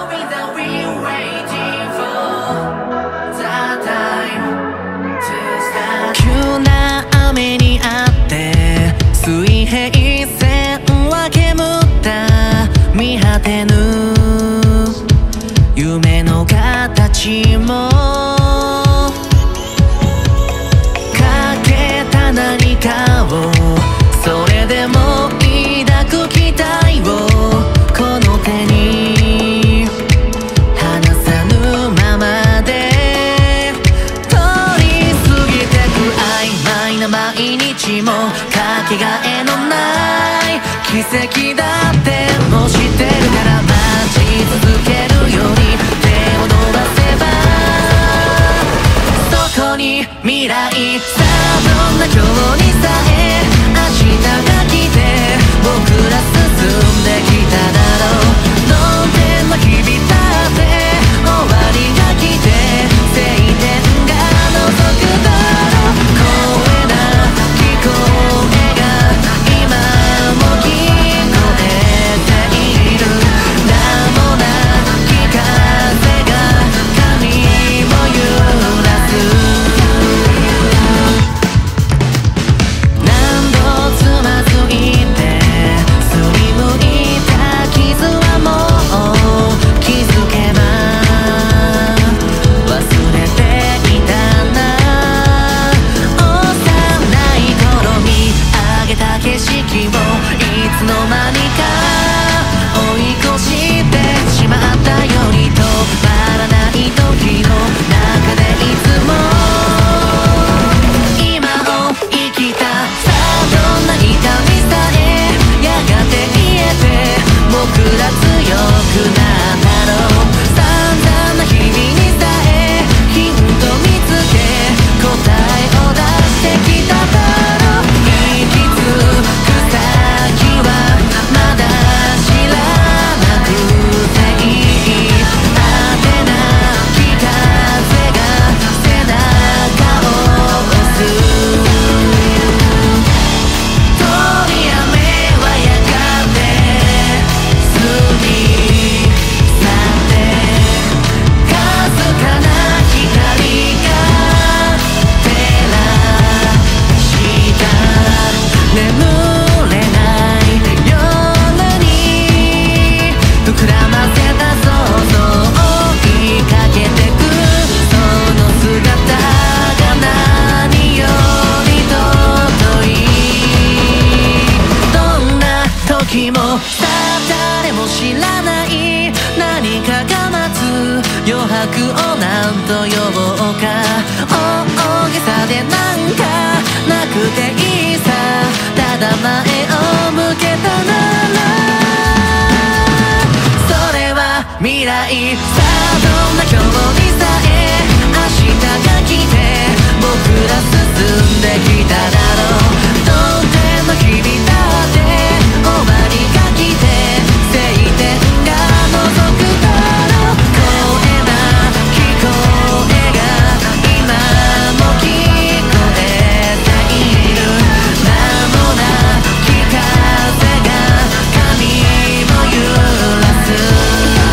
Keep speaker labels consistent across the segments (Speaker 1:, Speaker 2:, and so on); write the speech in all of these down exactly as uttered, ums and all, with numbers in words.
Speaker 1: 急な雨にあって水平線は煙った見果てぬ夢の形もかけた何かをそれでも抱く期待をこの手に離さぬままで通り過ぎてく曖昧な毎日もかけがえのない奇跡だってもう知ってるから待ち続けるより手を伸ばせばそこに未来さあどんな今日にさえ明日が来て僕ら進んできただろうどん天の日々だって終わりが来て晴天が覗くだろう声な聞こえが今も聞こえている名もなき風が髪も揺らす何度つまずいてすりむいた傷はもう気づけば忘れていたな幼い頃見上げた景色をいつの間にか追い越してしまったより止まらない時の中でいつも今を生きたさあどんな痛みさえやがて癒えて僕ら強くなったろう散々な日々にさえヒント見つけ答えを出してきただろう行き着く先はまだ知らなくていい当てなき風が背中を押す通り雨はやがて過ぎ去ってかすかな光が照らした眠れない夜に膨らませた想像を追いかけてくその姿が何より尊いどんな時もさあ誰も知らない何かが待つ余白を何と呼ぼうか大げさでなんかなくていいさただ前を向けたならそれは未来さあどんな今日にさえ明日が来て僕ら進んできただろうどん天の日々だって終わりが来て晴天が覗くだろう声な聞こえが今も聞こえている名もなき風が髪も揺らす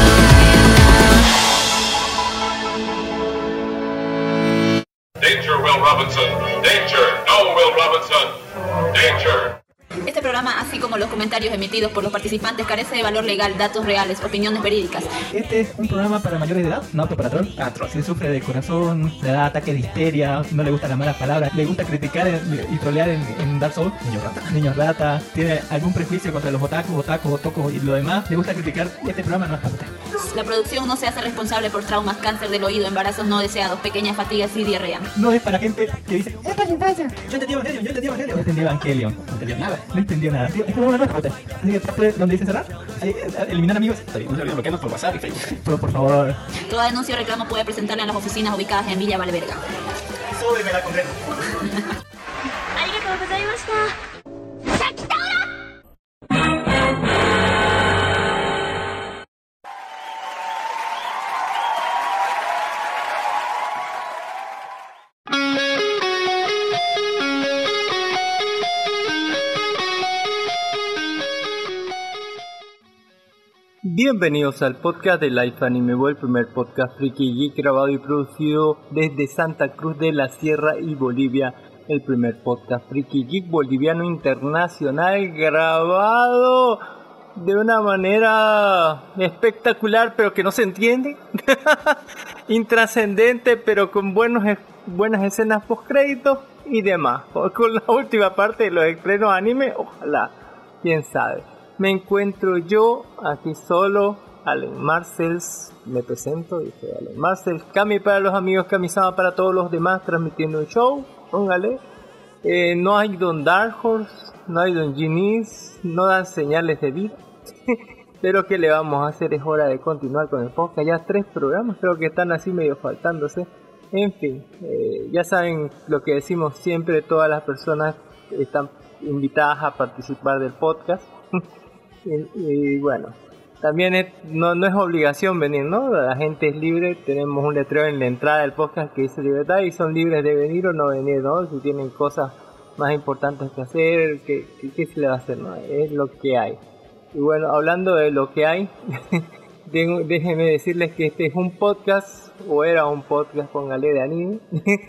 Speaker 2: Danger, Will Robinson. Danger. No, Will Robinson. Danger.
Speaker 3: Este programa, así como los comentarios emitidos por los participantes, carece de valor legal, datos reales, opiniones verídicas.
Speaker 4: Este es un programa para mayores de edad, no apto para troll. Ah, troll. Si sufre de corazón, le da ataque de histeria, no le gustan las malas palabras, le gusta criticar en, y trolear en, en Dark Souls. Niños rata. Niños rata. Tiene algún prejuicio contra los otakus, otakus, otokos y lo demás. Le gusta criticar. Este programa no es para usted.
Speaker 3: La producción no se hace responsable por traumas, cáncer del oído, embarazos no deseados, pequeñas fatigas y diarrea.
Speaker 4: No es para gente que dice, es para infancia. Yo entendí Evangelion, yo entendí Evangelion. No entendí Evangelion. No entendió nada. No entendió nada. Tío, es como una nueva. Así que tape donde dice cerrar. Ahí, eliminar amigos. Está bien, no se olviden bloquearnos por WhatsApp y Facebook. Pero por favor.
Speaker 3: Toda denuncia o reclamo puede presentarla en las oficinas ubicadas en Villa Valverga.
Speaker 4: Súbeme la concreta.
Speaker 5: Bienvenidos al podcast de Life Anime Bo, el primer podcast friki geek grabado y producido desde Santa Cruz de la Sierra y Bolivia. El primer podcast friki geek boliviano internacional grabado de una manera espectacular, pero que no se entiende. Intrascendente, pero con buenos, buenas escenas post créditos y demás. Con la última parte de los estrenos anime, ojalá, quién sabe. Me encuentro yo aquí solo, Allen Marcells, me presento, dice Allen Marcells, Kami para los amigos, Kami-sama para todos los demás, transmitiendo un show, póngale. Eh, no hay Don Dark Horse, no hay Don Genies, no dan señales de vida, pero que le vamos a hacer, es hora de continuar con el podcast, ya tres programas creo que están así medio faltándose. En fin, eh, ya saben lo que decimos siempre, todas las personas están invitadas a participar del podcast. Y, y bueno, también es, no, no es obligación venir, ¿no? La gente es libre, tenemos un letrero en la entrada del podcast que dice libertad y son libres de venir o no venir, ¿no? Si tienen cosas más importantes que hacer, ¿qué, qué, qué se le va a hacer, no? Es lo que hay. Y bueno, hablando de lo que hay, déjenme decirles que este es un podcast, o era un podcast, póngale, de anime.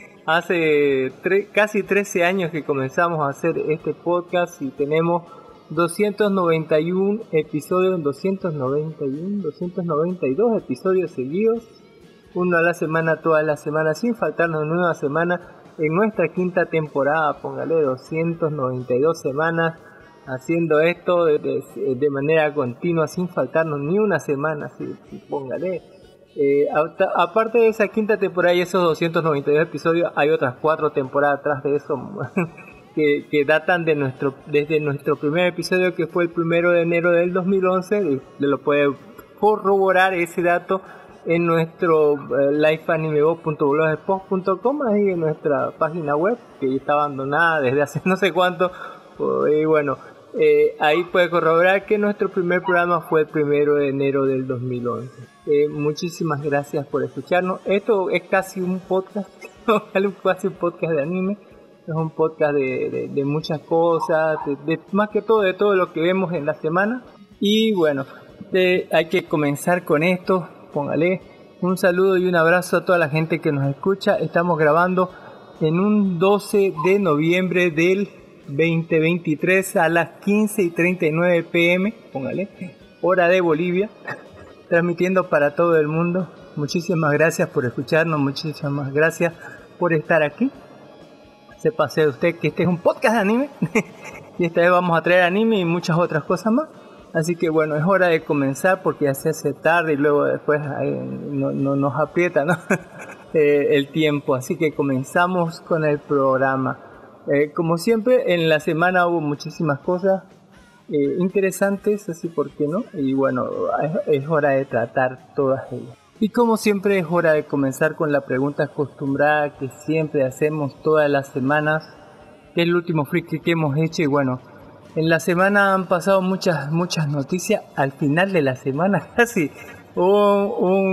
Speaker 5: Hace tre- casi trece años que comenzamos a hacer este podcast y tenemos doscientos noventa y uno episodios, doscientos noventa y uno, doscientos noventa y dos episodios seguidos, uno a la semana, toda la semana, sin faltarnos en una semana, en nuestra quinta temporada, póngale doscientas noventa y dos semanas, haciendo esto de, de, de manera continua, sin faltarnos ni una semana, sí, sí, póngale. Eh, a, aparte de esa quinta temporada y esos doscientos noventa y dos episodios, hay otras cuatro temporadas atrás de eso, Que, que datan de nuestro desde nuestro primer episodio, que fue el primero de enero del dos mil once. Le lo puede corroborar ese dato en nuestro uh, lifeanimebo punto blogspot punto com, ahí en nuestra página web que está abandonada desde hace no sé cuánto. Y bueno, eh, ahí puede corroborar que nuestro primer programa fue el primero de enero del dos mil once. Eh, muchísimas gracias por escucharnos. Esto es casi un podcast, casi un podcast de anime. Es un podcast de, de, de muchas cosas, de, de, más que todo de todo lo que vemos en la semana. Y bueno, de, hay que comenzar con esto. Póngale un saludo y un abrazo a toda la gente que nos escucha. Estamos grabando en un doce de noviembre del veinte veintitrés a las quince y treinta y nueve pm, póngale, hora de Bolivia, transmitiendo para todo el mundo. Muchísimas gracias por escucharnos, muchísimas gracias por estar aquí. Sépase usted que este es un podcast de anime y esta vez vamos a traer anime y muchas otras cosas más. Así que bueno, es hora de comenzar porque ya se hace tarde y luego después ahí, no, no nos aprieta, ¿no? eh, el tiempo. Así que comenzamos con el programa. Eh, como siempre, en la semana hubo muchísimas cosas eh, interesantes, así por qué no. Y bueno, es, es hora de tratar todas ellas. Y como siempre es hora de comenzar con la pregunta acostumbrada que siempre hacemos todas las semanas, que es el último friki que hemos hecho. Y bueno, en la semana han pasado muchas muchas noticias. Al final de la semana casi hubo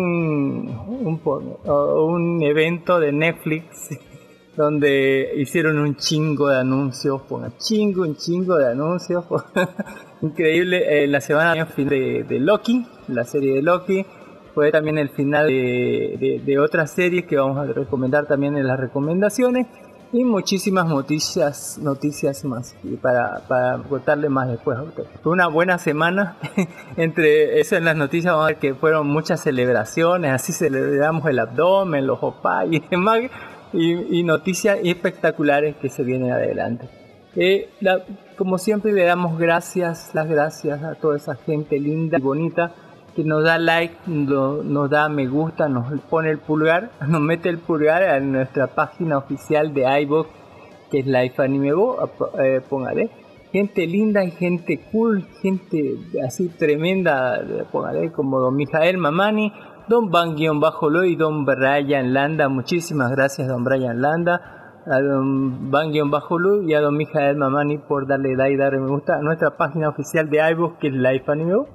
Speaker 5: un, un, un, un evento de Netflix donde hicieron un chingo de anuncios, ponga chingo, un chingo de anuncios. Increíble. En la semana de, de Loki, la serie de Loki. Fue también el final de, de, de otras series que vamos a recomendar también en las recomendaciones. Y muchísimas noticias noticias más para, para contarle más después a usted. Fue una buena semana. Entre eso en las noticias vamos a ver que fueron muchas celebraciones. Así celebramos el abdomen, los opa y demás. Y, y noticias espectaculares que se vienen adelante. Eh, la, como siempre le damos gracias, las gracias a toda esa gente linda y bonita que nos da like, no, nos da me gusta, nos pone el pulgar, nos mete el pulgar a nuestra página oficial de iVoox, que es Life Anime Bo, eh, póngale. Gente linda y gente cool, gente así tremenda, póngale, como don Mijael Mamani, don Van-Lo y don Brian Landa. Muchísimas gracias, don Brian Landa, a don Van-Lo y a don Mijael Mamani por darle like y darle me gusta a nuestra página oficial de iVoox, que es Life Anime Bo.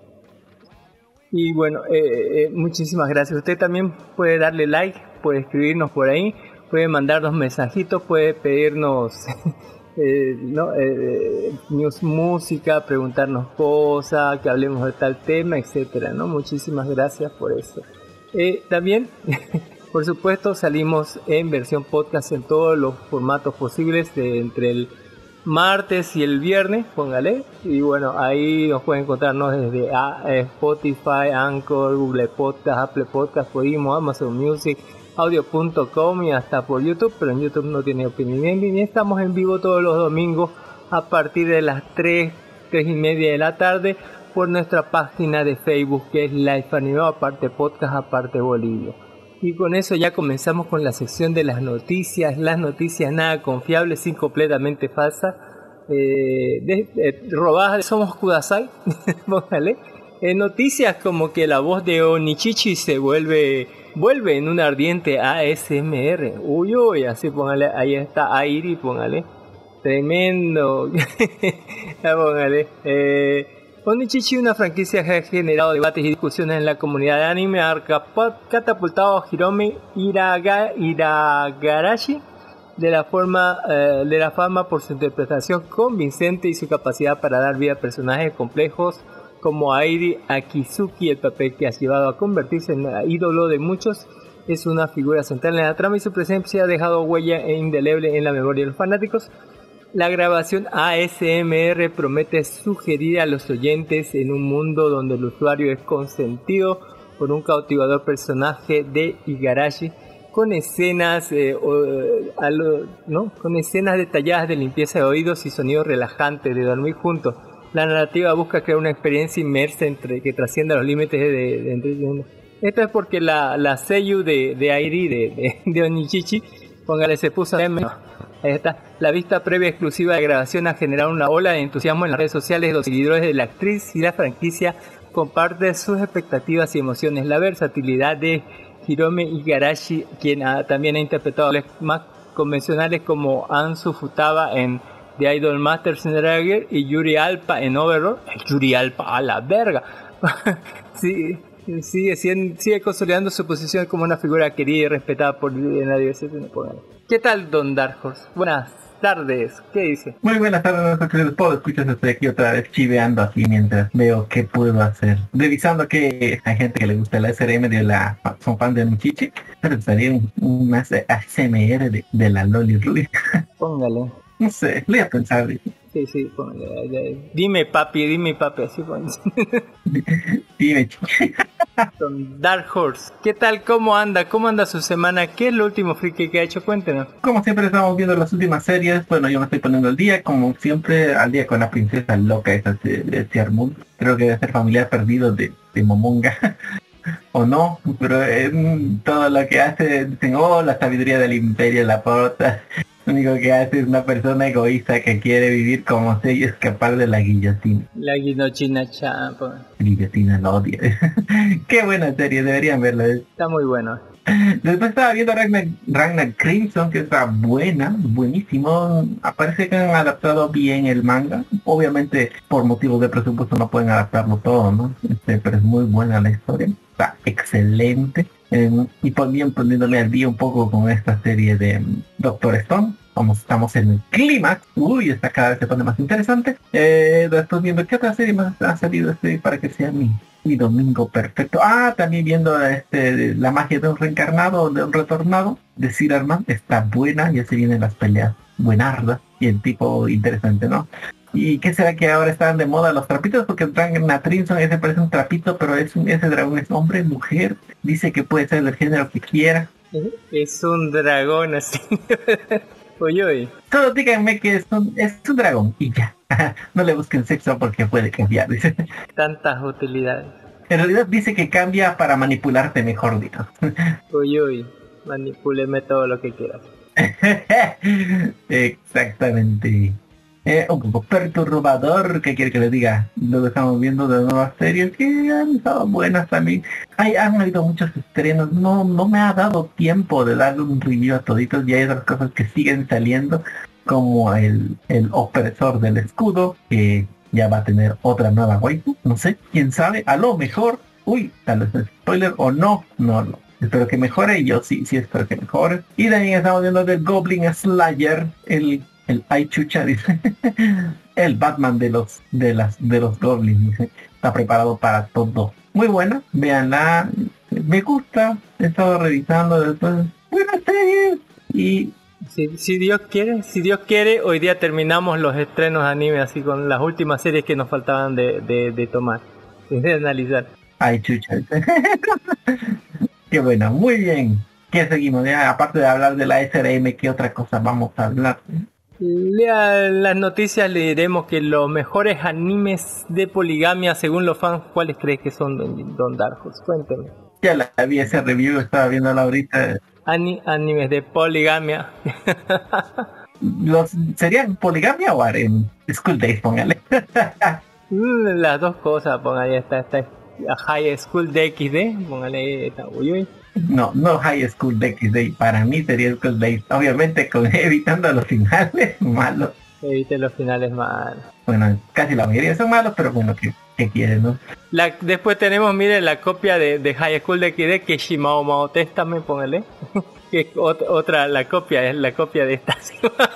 Speaker 5: Y bueno, eh, eh, muchísimas gracias. Usted también puede darle like, puede escribirnos por ahí, puede mandarnos mensajitos, puede pedirnos eh, ¿no? eh, news, música, preguntarnos cosas, que hablemos de tal tema, etcétera, ¿no? Muchísimas gracias por eso. Eh, también, por supuesto, salimos en versión podcast en todos los formatos posibles, de, entre el martes y el viernes, póngale, y bueno, ahí nos pueden encontrarnos desde a, eh, Spotify, Anchor, Google Podcast, Apple Podcast, Podimo, Amazon Music, audio punto com y hasta por YouTube, pero en YouTube no tiene opinión. Y estamos en vivo todos los domingos a partir de las tres, tres y media de la tarde por nuestra página de Facebook, que es Live Animado, aparte podcast, aparte Bolivia. Y con eso ya comenzamos con la sección de las noticias, las noticias nada confiables y completamente falsas, eh, de, de, robadas, somos Kudasai, póngale, eh, noticias como que la voz de Onichichi se vuelve, vuelve en un ardiente A S M R, uy uy, así póngale, ahí está Airi, póngale, tremendo, póngale, eh, Onichichi, una franquicia que ha generado debates y discusiones en la comunidad de anime, ha catapultado a Hiromi Iraga, Iragarashi de la, forma, eh, de la fama por su interpretación convincente y su capacidad para dar vida a personajes complejos como Airi Akizuki. El papel que ha llevado a convertirse en el ídolo de muchos, es una figura central en la trama y su presencia ha dejado huella e indeleble en la memoria de los fanáticos. La grabación A S M R promete sugerir a los oyentes en un mundo donde el usuario es consentido por un cautivador personaje de Igarashi, con escenas, eh, o, a lo, ¿no? con escenas detalladas de limpieza de oídos y sonidos relajantes de dormir juntos. La narrativa busca crear una experiencia inmersa entre que trascienda los límites de, de entretenimiento. Esto es porque la, la seiyuu de, de Airi, de, de, de Onichichi, póngale, se puso a... Ahí está. La vista previa exclusiva de grabación ha generado una ola de entusiasmo en las redes sociales. Los seguidores de la actriz y la franquicia comparten sus expectativas y emociones. La versatilidad de Hiromi Igarashi, quien ha, también ha interpretado a más convencionales como Anzu Futaba en The Idol Masters in Dragon y Yuri Alpa en Overlord. Yuri Alpa, a la verga. Sí, sigue, sigue, sigue consolidando su posición como una figura querida y respetada por en la diversidad. ¿Qué tal, Don Dark Horse? Buenas tardes, ¿qué dice?
Speaker 6: Muy buenas tardes, queridos puedo escuchar, estoy aquí otra vez chiveando así mientras veo qué puedo hacer. Revisando que hay gente que le gusta la S R M de la... son fan de Onichichi, pero estaría un, un A S M R de, de la Loli Ruby.
Speaker 5: Póngale.
Speaker 6: No sé, voy a pensar.
Speaker 5: Sí, sí, póngale. Dime papi, dime papi, así póngale.
Speaker 6: Dime.
Speaker 5: Don Dark Horse, ¿qué tal? ¿Cómo anda? ¿Cómo anda su semana? ¿Qué es lo último friki que ha hecho? Cuéntenos.
Speaker 6: Como siempre estamos viendo las últimas series. Bueno, yo me estoy poniendo al día, como siempre, al día con la princesa loca esa de, de Sailor Moon. Creo que debe ser familiar perdido de, de Momonga. O no, pero en todo lo que hace, dicen, oh, la sabiduría del imperio la porta. Lo único que hace es una persona egoísta que quiere vivir como si y escapar de la guillotina.
Speaker 5: La guillotina champa.
Speaker 6: Guillotina lo odia. Qué buena serie, deberían verla.
Speaker 5: Está muy bueno.
Speaker 6: Después estaba viendo Ragnar, Ragnar Crimson, que está buena, buenísimo. Parece que han adaptado bien el manga. Obviamente por motivos de presupuesto no pueden adaptarlo todo, ¿no? Este, pero es muy buena la historia. Está excelente. Eh, y también poniéndome al día un poco con esta serie de um, Doctor Stone. Como estamos en el clímax, uy, esta cada vez se pone más interesante. Eh, después viendo qué otra serie más ha salido este para que sea mi, mi domingo perfecto. Ah, también viendo este la magia de un reencarnado, de un retornado, de Zimmerman. Está buena, ya se vienen las peleas buenardas y el tipo interesante, ¿no? ¿Y qué será que ahora están de moda los trapitos? Porque Ragnar Crimson ese parece un trapito, pero es un, ese dragón es hombre, mujer, dice que puede ser del género que quiera.
Speaker 5: Es un dragón así. Oye, oye.
Speaker 6: Solo díganme que es un, es un dragón y ya. No le busquen sexo porque puede cambiar, dice.
Speaker 5: Tantas utilidades.
Speaker 6: En realidad dice que cambia para manipularte mejor, digo.
Speaker 5: Uy, uy. Manipúleme todo lo que quieras.
Speaker 6: Exactamente. Eh, un poco perturbador, ¿qué quiere que le diga? Lo estamos viendo de nuevas series que han estado buenas también. Hay, han habido muchos estrenos, no no me ha dado tiempo de darle un review a toditos y hay otras cosas que siguen saliendo, como el, el opresor del escudo, que ya va a tener otra nueva waifu, no sé, quién sabe, a lo mejor, uy, tal vez es spoiler o no, no, no. Espero que mejore, y yo sí, sí espero que mejore. Y también estamos viendo del Goblin Slayer, el el ay chucha, dice. El Batman de los de las de los goblins, dice. Está preparado para todo. Muy buena, véanla. Me gusta. He estado revisando después. Buena serie. Y
Speaker 5: Si, si Dios quiere, si Dios quiere, hoy día terminamos los estrenos de anime así con las últimas series que nos faltaban de, de, de tomar, de analizar.
Speaker 6: ay chucha. Qué buena, muy bien. ¿Qué seguimos? Ya, aparte de hablar de la S R M, ¿qué otra cosa vamos a hablar?
Speaker 5: Lea las noticias, le diremos que los mejores animes de poligamia según los fans, ¿cuáles crees que son, don, don Darjos? Cuénteme.
Speaker 6: Ya la vi ese review, estaba viéndola ahorita.
Speaker 5: Ani, animes de poligamia.
Speaker 6: Los, ¿Serían poligamia o harem? School Days, póngale.
Speaker 5: Las dos cosas, póngale, está, está High School de X D, póngale, está, uy, uy.
Speaker 6: No, no High School de X D. Para mí sería School Days. Obviamente con evitando los finales malos.
Speaker 5: Evite los finales malos.
Speaker 6: Bueno, casi la mayoría son malos, pero bueno, ¿qué, qué quieren, no?
Speaker 5: La, después tenemos, mire, la copia de, de High School de X D, que es Shimao Mao Testament, póngale. Que es ot, otra, la copia, es la copia de esta.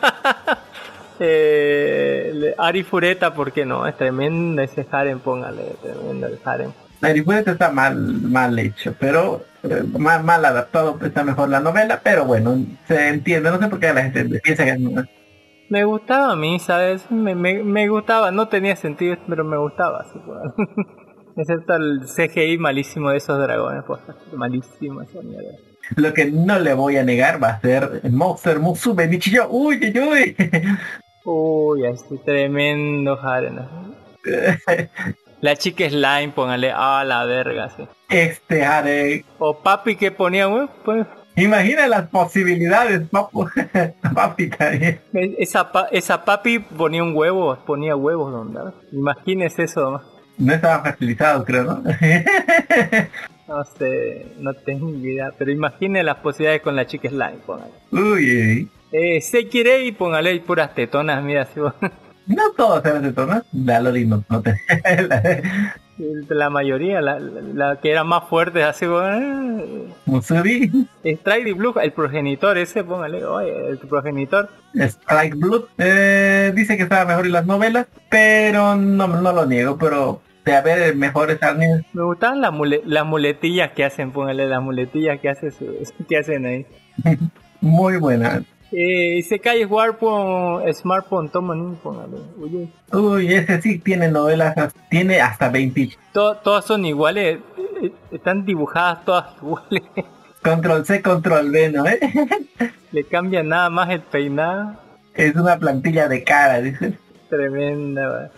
Speaker 5: eh, Ari Fureta, ¿por qué no? Es tremendo ese harem, póngale, tremendo el harem.
Speaker 6: La diferencia está mal mal hecho, pero eh, mal, mal adaptado, está mejor la novela, pero bueno, se entiende, no sé por qué la gente piensa que no.
Speaker 5: Me gustaba a mí, ¿sabes? Me, me, me gustaba, no tenía sentido, pero me gustaba, así, pues. Excepto el C G I malísimo de esos dragones, pues, malísimo esa mierda.
Speaker 6: Lo que no le voy a negar va a ser Monster Musume Nichiyo. Uy, uy, uy.
Speaker 5: Uy, este tremendo harem, ¿no? La chica slime, póngale, a la verga, sí.
Speaker 6: Este harem.
Speaker 5: O papi que ponía, pues.
Speaker 6: Imagina las posibilidades, papu. Papi también.
Speaker 5: Esa, pa esa papi ponía un huevo, ponía huevos, ¿no? Imagínese eso, ¿no?
Speaker 6: No estaban fertilizados, creo, ¿no?
Speaker 5: No sé, no tengo ni idea, pero imagine las posibilidades con la chica slime, póngale.
Speaker 6: Uy, uy.
Speaker 5: Eh, se quiere y póngale ahí puras tetonas, mira, si vos...
Speaker 6: No todos eran tetonas. La Loli no, no te...
Speaker 5: La mayoría, la, la, la que era más fuerte, así, bueno,
Speaker 6: Musubi.
Speaker 5: Strike Blue, el progenitor ese, póngale, oye, el progenitor.
Speaker 6: Strike Blood. Eh, dice que estaba mejor en las novelas, pero no, no lo niego, pero de haber mejores animes.
Speaker 5: Me gustaban las mule las muletillas que hacen, póngale, las muletillas que, hace su, que hacen ahí.
Speaker 6: Muy buena.
Speaker 5: Eh, y se cae Warpon, Smartphone, Tomonin, póngale. Uy,
Speaker 6: uy, ese sí tiene novelas, tiene hasta veinte.
Speaker 5: To todas son iguales, eh, están dibujadas todas iguales.
Speaker 6: Control C, Control V, ¿no? ¿Eh?
Speaker 5: Le cambian nada más el peinado.
Speaker 6: Es una plantilla de cara, dice.
Speaker 5: Tremenda,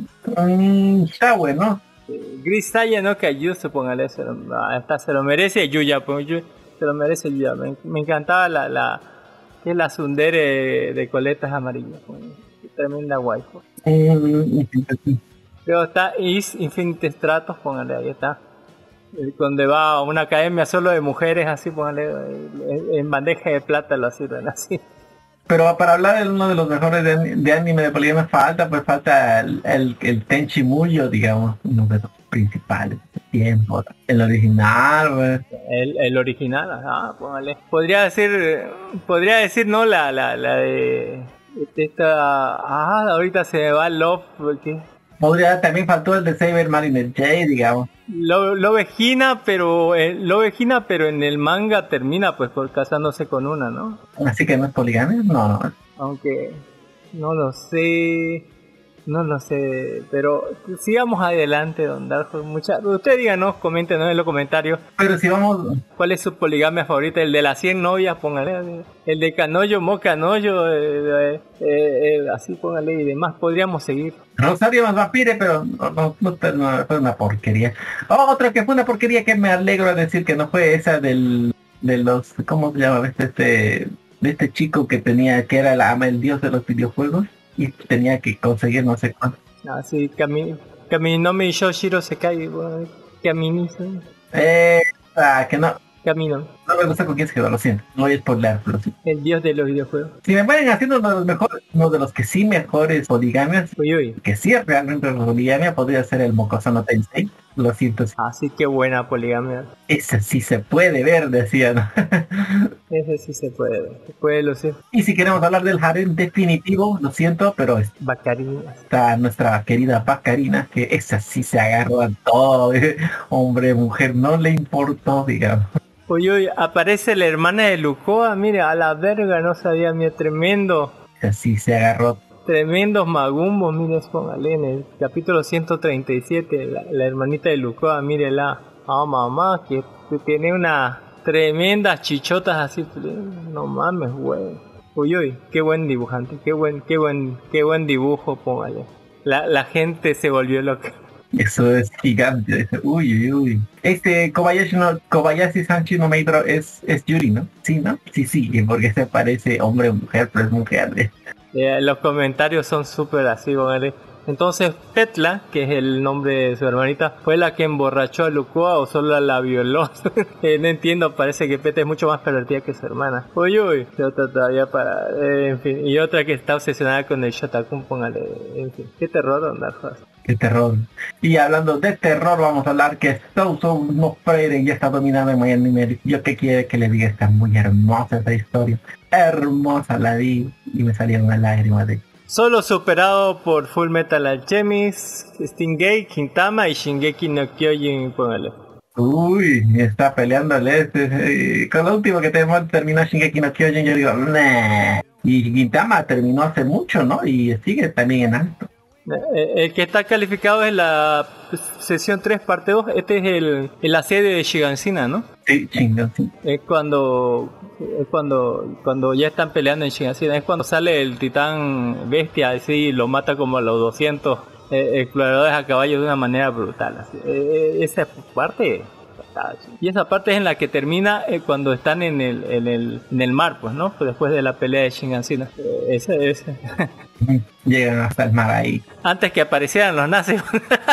Speaker 6: mm, está bueno.
Speaker 5: Eh, Gris Saya, ¿no? Que Ayuso, póngale, se lo, hasta se lo merece Yuya, pues, se lo merece Yuya. Me, me encantaba la... la que es la tsundere de coletas amarillas, pues, tremenda waifu.
Speaker 6: Mm,
Speaker 5: Luego está Is Infinite Stratos, póngale, ahí está. Donde va a una academia solo de mujeres, así, póngale, en bandeja de plata lo sirven así.
Speaker 6: Pero para hablar de uno de los mejores de, de anime de poligamia falta, pues falta el, el, el Tenchi Muyo, digamos, uno de los principales de tiempo. El original, pues.
Speaker 5: El, el original, ah, póngale. Podría decir, podría decir, no, la, la, la de esta, ah, ahorita se me va Love, porque
Speaker 6: podría, también faltó el de Saber Mariner J, digamos.
Speaker 5: Lo, Lovegina, pero eh, Lovegina, pero en el manga termina pues por casándose con una, ¿no?
Speaker 6: Así que no es poligamia, no, no.
Speaker 5: Aunque no lo sé, no lo sé, pero sigamos adelante, don Darjo. Mucha... Usted díganos, coméntenos en los comentarios.
Speaker 6: Pero si vamos...
Speaker 5: ¿Cuál es su poligamia favorita? El de las cien novias, póngale. El de Canoyo, Mo Canoyo, eh, eh, eh, así póngale y demás. Podríamos seguir.
Speaker 6: Rosario más vampire, pero no, no, no, no, fue una porquería. Oh, otra que fue una porquería que me alegro de decir que no fue esa del... de los... ¿Cómo se llama? Este... este de este chico que tenía, que era el ama, el dios de los videojuegos, y tenía que conseguir no sé cuánto.
Speaker 5: Ah, sí, Kami, Kaminomi Yoshiro se cae, Kamini,
Speaker 6: eh, ah, que no,
Speaker 5: Camino.
Speaker 6: No me gusta con quién se quedó, lo siento, no voy a spoiler, pero sí.
Speaker 5: El dios de los videojuegos.
Speaker 6: Si me mueren haciendo uno de los mejores, uno de los que sí mejores poligamias,
Speaker 5: uy, uy.
Speaker 6: que sí es realmente poligamia, podría ser el Mokoso no Tensei. Lo siento.
Speaker 5: Así que buena poligamia.
Speaker 6: Esa sí se puede ver, decía, ¿no?
Speaker 5: Ese sí se puede ver. Se puede lucir.
Speaker 6: Y si queremos hablar del harem definitivo, lo siento, pero
Speaker 5: Bacarina.
Speaker 6: está nuestra querida Bacarina, que esa sí se agarró a todo. Hombre, mujer, no le importó, digamos.
Speaker 5: Uy, uy, aparece la hermana de Lucoa. Mire, a la verga, no sabía, mira, tremendo.
Speaker 6: Esa sí se agarró.
Speaker 5: Tremendos magumbos, mire, póngale en el capítulo ciento treinta y siete, la, la hermanita de Lucoa, mírela. Ah, mamá, que, que tiene unas tremendas chichotas así. No mames, güey. Uy, uy, qué buen dibujante, qué buen, qué buen, qué buen dibujo, póngale. La, la gente se volvió loca.
Speaker 6: Eso es gigante. Uy, uy, uy. Este Kobayashi no, Kobayashi Sanchi no Meitro es, es Yuri, ¿no? Sí, ¿no? Sí, sí, porque se parece hombre o mujer, pero es mujer.
Speaker 5: Eh, los comentarios son súper así, ¿vale? Entonces Petla, que es el nombre de su hermanita, ¿fue la que emborrachó a Lucoa o solo la violó? eh, no entiendo, parece que Petla es mucho más pervertida que su hermana. Uy, uy, otra todavía para... Eh, en fin, y otra que está obsesionada con el Shotakun, póngale... En fin, qué terror andar, joder.
Speaker 6: Qué terror. Y hablando de terror, vamos a hablar que Sou Sou no Frieren ya está dominando en Miami. Yo que quiere que le diga, está muy hermosa esa historia. Hermosa la vi y me salieron una lágrima de...
Speaker 5: Solo superado por Full Metal Alchemist, Stingray, Gintama y Shingeki no Kyojin, póngale.
Speaker 6: Uy, está peleándole este, eh, con lo último que tenemos terminó Shingeki no Kyojin, yo digo, nah. Y Gintama terminó hace mucho, ¿no? Y sigue también en alto.
Speaker 5: El que está calificado es la sesión tres parte dos. Este es el, el asedio de Shigansina, ¿no?
Speaker 6: Sí, Shigansina.
Speaker 5: Es cuando es cuando cuando ya están peleando en Shigansina. Es cuando sale el titán bestia así y lo mata como a los doscientos eh, exploradores a caballo de una manera brutal. Así. Eh, esa parte... Y esa parte es en la que termina eh, cuando están en el, en el en el mar, pues, ¿no? Después de la pelea de Shigansina. Eh, ese, ese.
Speaker 6: Llegan hasta el mar ahí.
Speaker 5: Antes que aparecieran los nazis.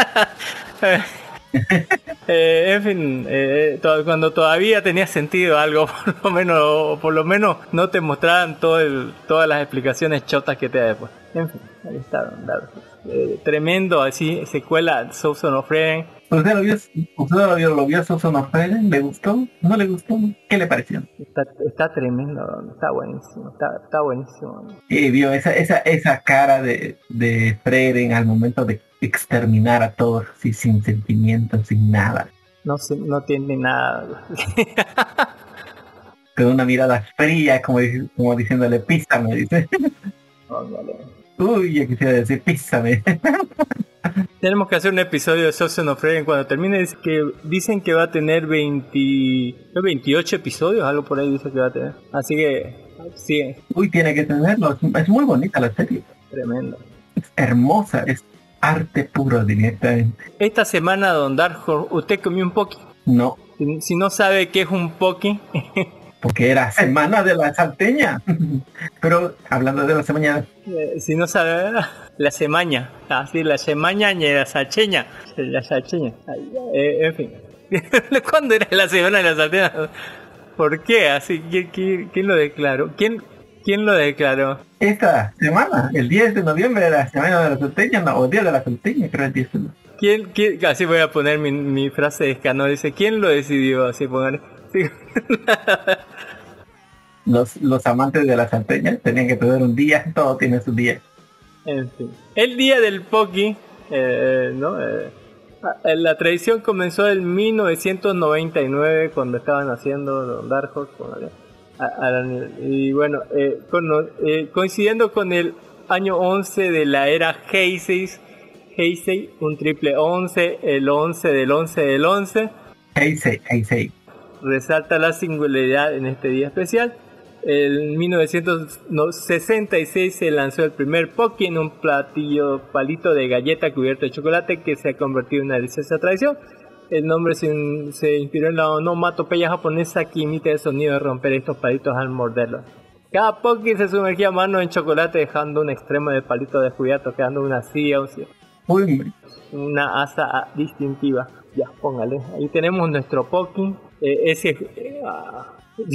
Speaker 5: eh, en fin, eh, to- cuando todavía tenía sentido algo, por lo menos, por lo menos no te mostraban todo el, todas las explicaciones chotas que te da después. En fin, ahí está. Eh, tremendo, así, secuela Sou Sou no Frieren.
Speaker 6: ¿Usted lo vio? ¿Usted lo vio? ¿Lo vio Sou Sou no Frieren? ¿Le gustó? ¿No le gustó? ¿Qué le pareció?
Speaker 5: Está, está tremendo, está buenísimo, está, está buenísimo.
Speaker 6: Y vio esa, esa, esa cara de, de Frieren al momento de exterminar a todos, así, sin sentimientos, sin nada.
Speaker 5: No se, no tiene nada.
Speaker 6: Con una mirada fría, como, como diciéndole, písame, dice. Uy, yo quisiera decir, písame.
Speaker 5: Tenemos que hacer un episodio de Sou Sou no Frieren cuando termine. Dice que, dicen que va a tener veinte, veintiocho episodios, algo por ahí dice que va a tener. Así que, sí.
Speaker 6: Uy, tiene que tenerlo. Es muy bonita la serie.
Speaker 5: Tremendo.
Speaker 6: Es hermosa, es arte puro directamente.
Speaker 5: Esta semana, don Darjo, ¿usted comió un poki?
Speaker 6: No.
Speaker 5: Si, si no sabe qué es un poki...
Speaker 6: Porque era semana de la salteña. Pero hablando de la semana...
Speaker 5: Eh, si no sabe, la semaña. Así, la semaña y la salcheña. La salcheña. Eh, en fin. ¿Cuándo era la semana de la salteña? ¿Por qué? Así, ¿quién, quién, quién lo declaró? ¿Quién, ¿Quién lo declaró?
Speaker 6: Esta semana, el diez de noviembre era la semana de la salteña, no, o el día de la salteña, creo el diez de noviembre.
Speaker 5: ¿Quién, quién? Así voy a poner mi, mi frase de escanor. Dice, ¿quién lo decidió? Así pongan... Sí.
Speaker 6: los, los amantes de la salteña tenían que tener un día, todo tiene su día.
Speaker 5: En fin. El día del Poki, eh, ¿no? Eh, la tradición comenzó en mil novecientos noventa y nueve cuando estaban haciendo Don Dark Horse. Y bueno, eh, con, eh, coincidiendo con el año once de la era Heisei, Heisei, un triple once, el once del once del once.
Speaker 6: Heisei, Heisei.
Speaker 5: Resalta la singularidad en este día especial. En mil novecientos sesenta y seis se lanzó el primer Poki en un platillo palito de galleta cubierto de chocolate que se ha convertido en una deliciosa tradición. El nombre se, se inspiró en la onomatopeya japonesa que imita el sonido de romper estos palitos al morderlos. Cada Poki se sumergía a mano en chocolate dejando un extremo del palito descubierto, quedando una silla,
Speaker 6: Uy.
Speaker 5: una asa distintiva. Ya, póngale. Ahí tenemos nuestro Poki. Eh, ese... Eh, ah.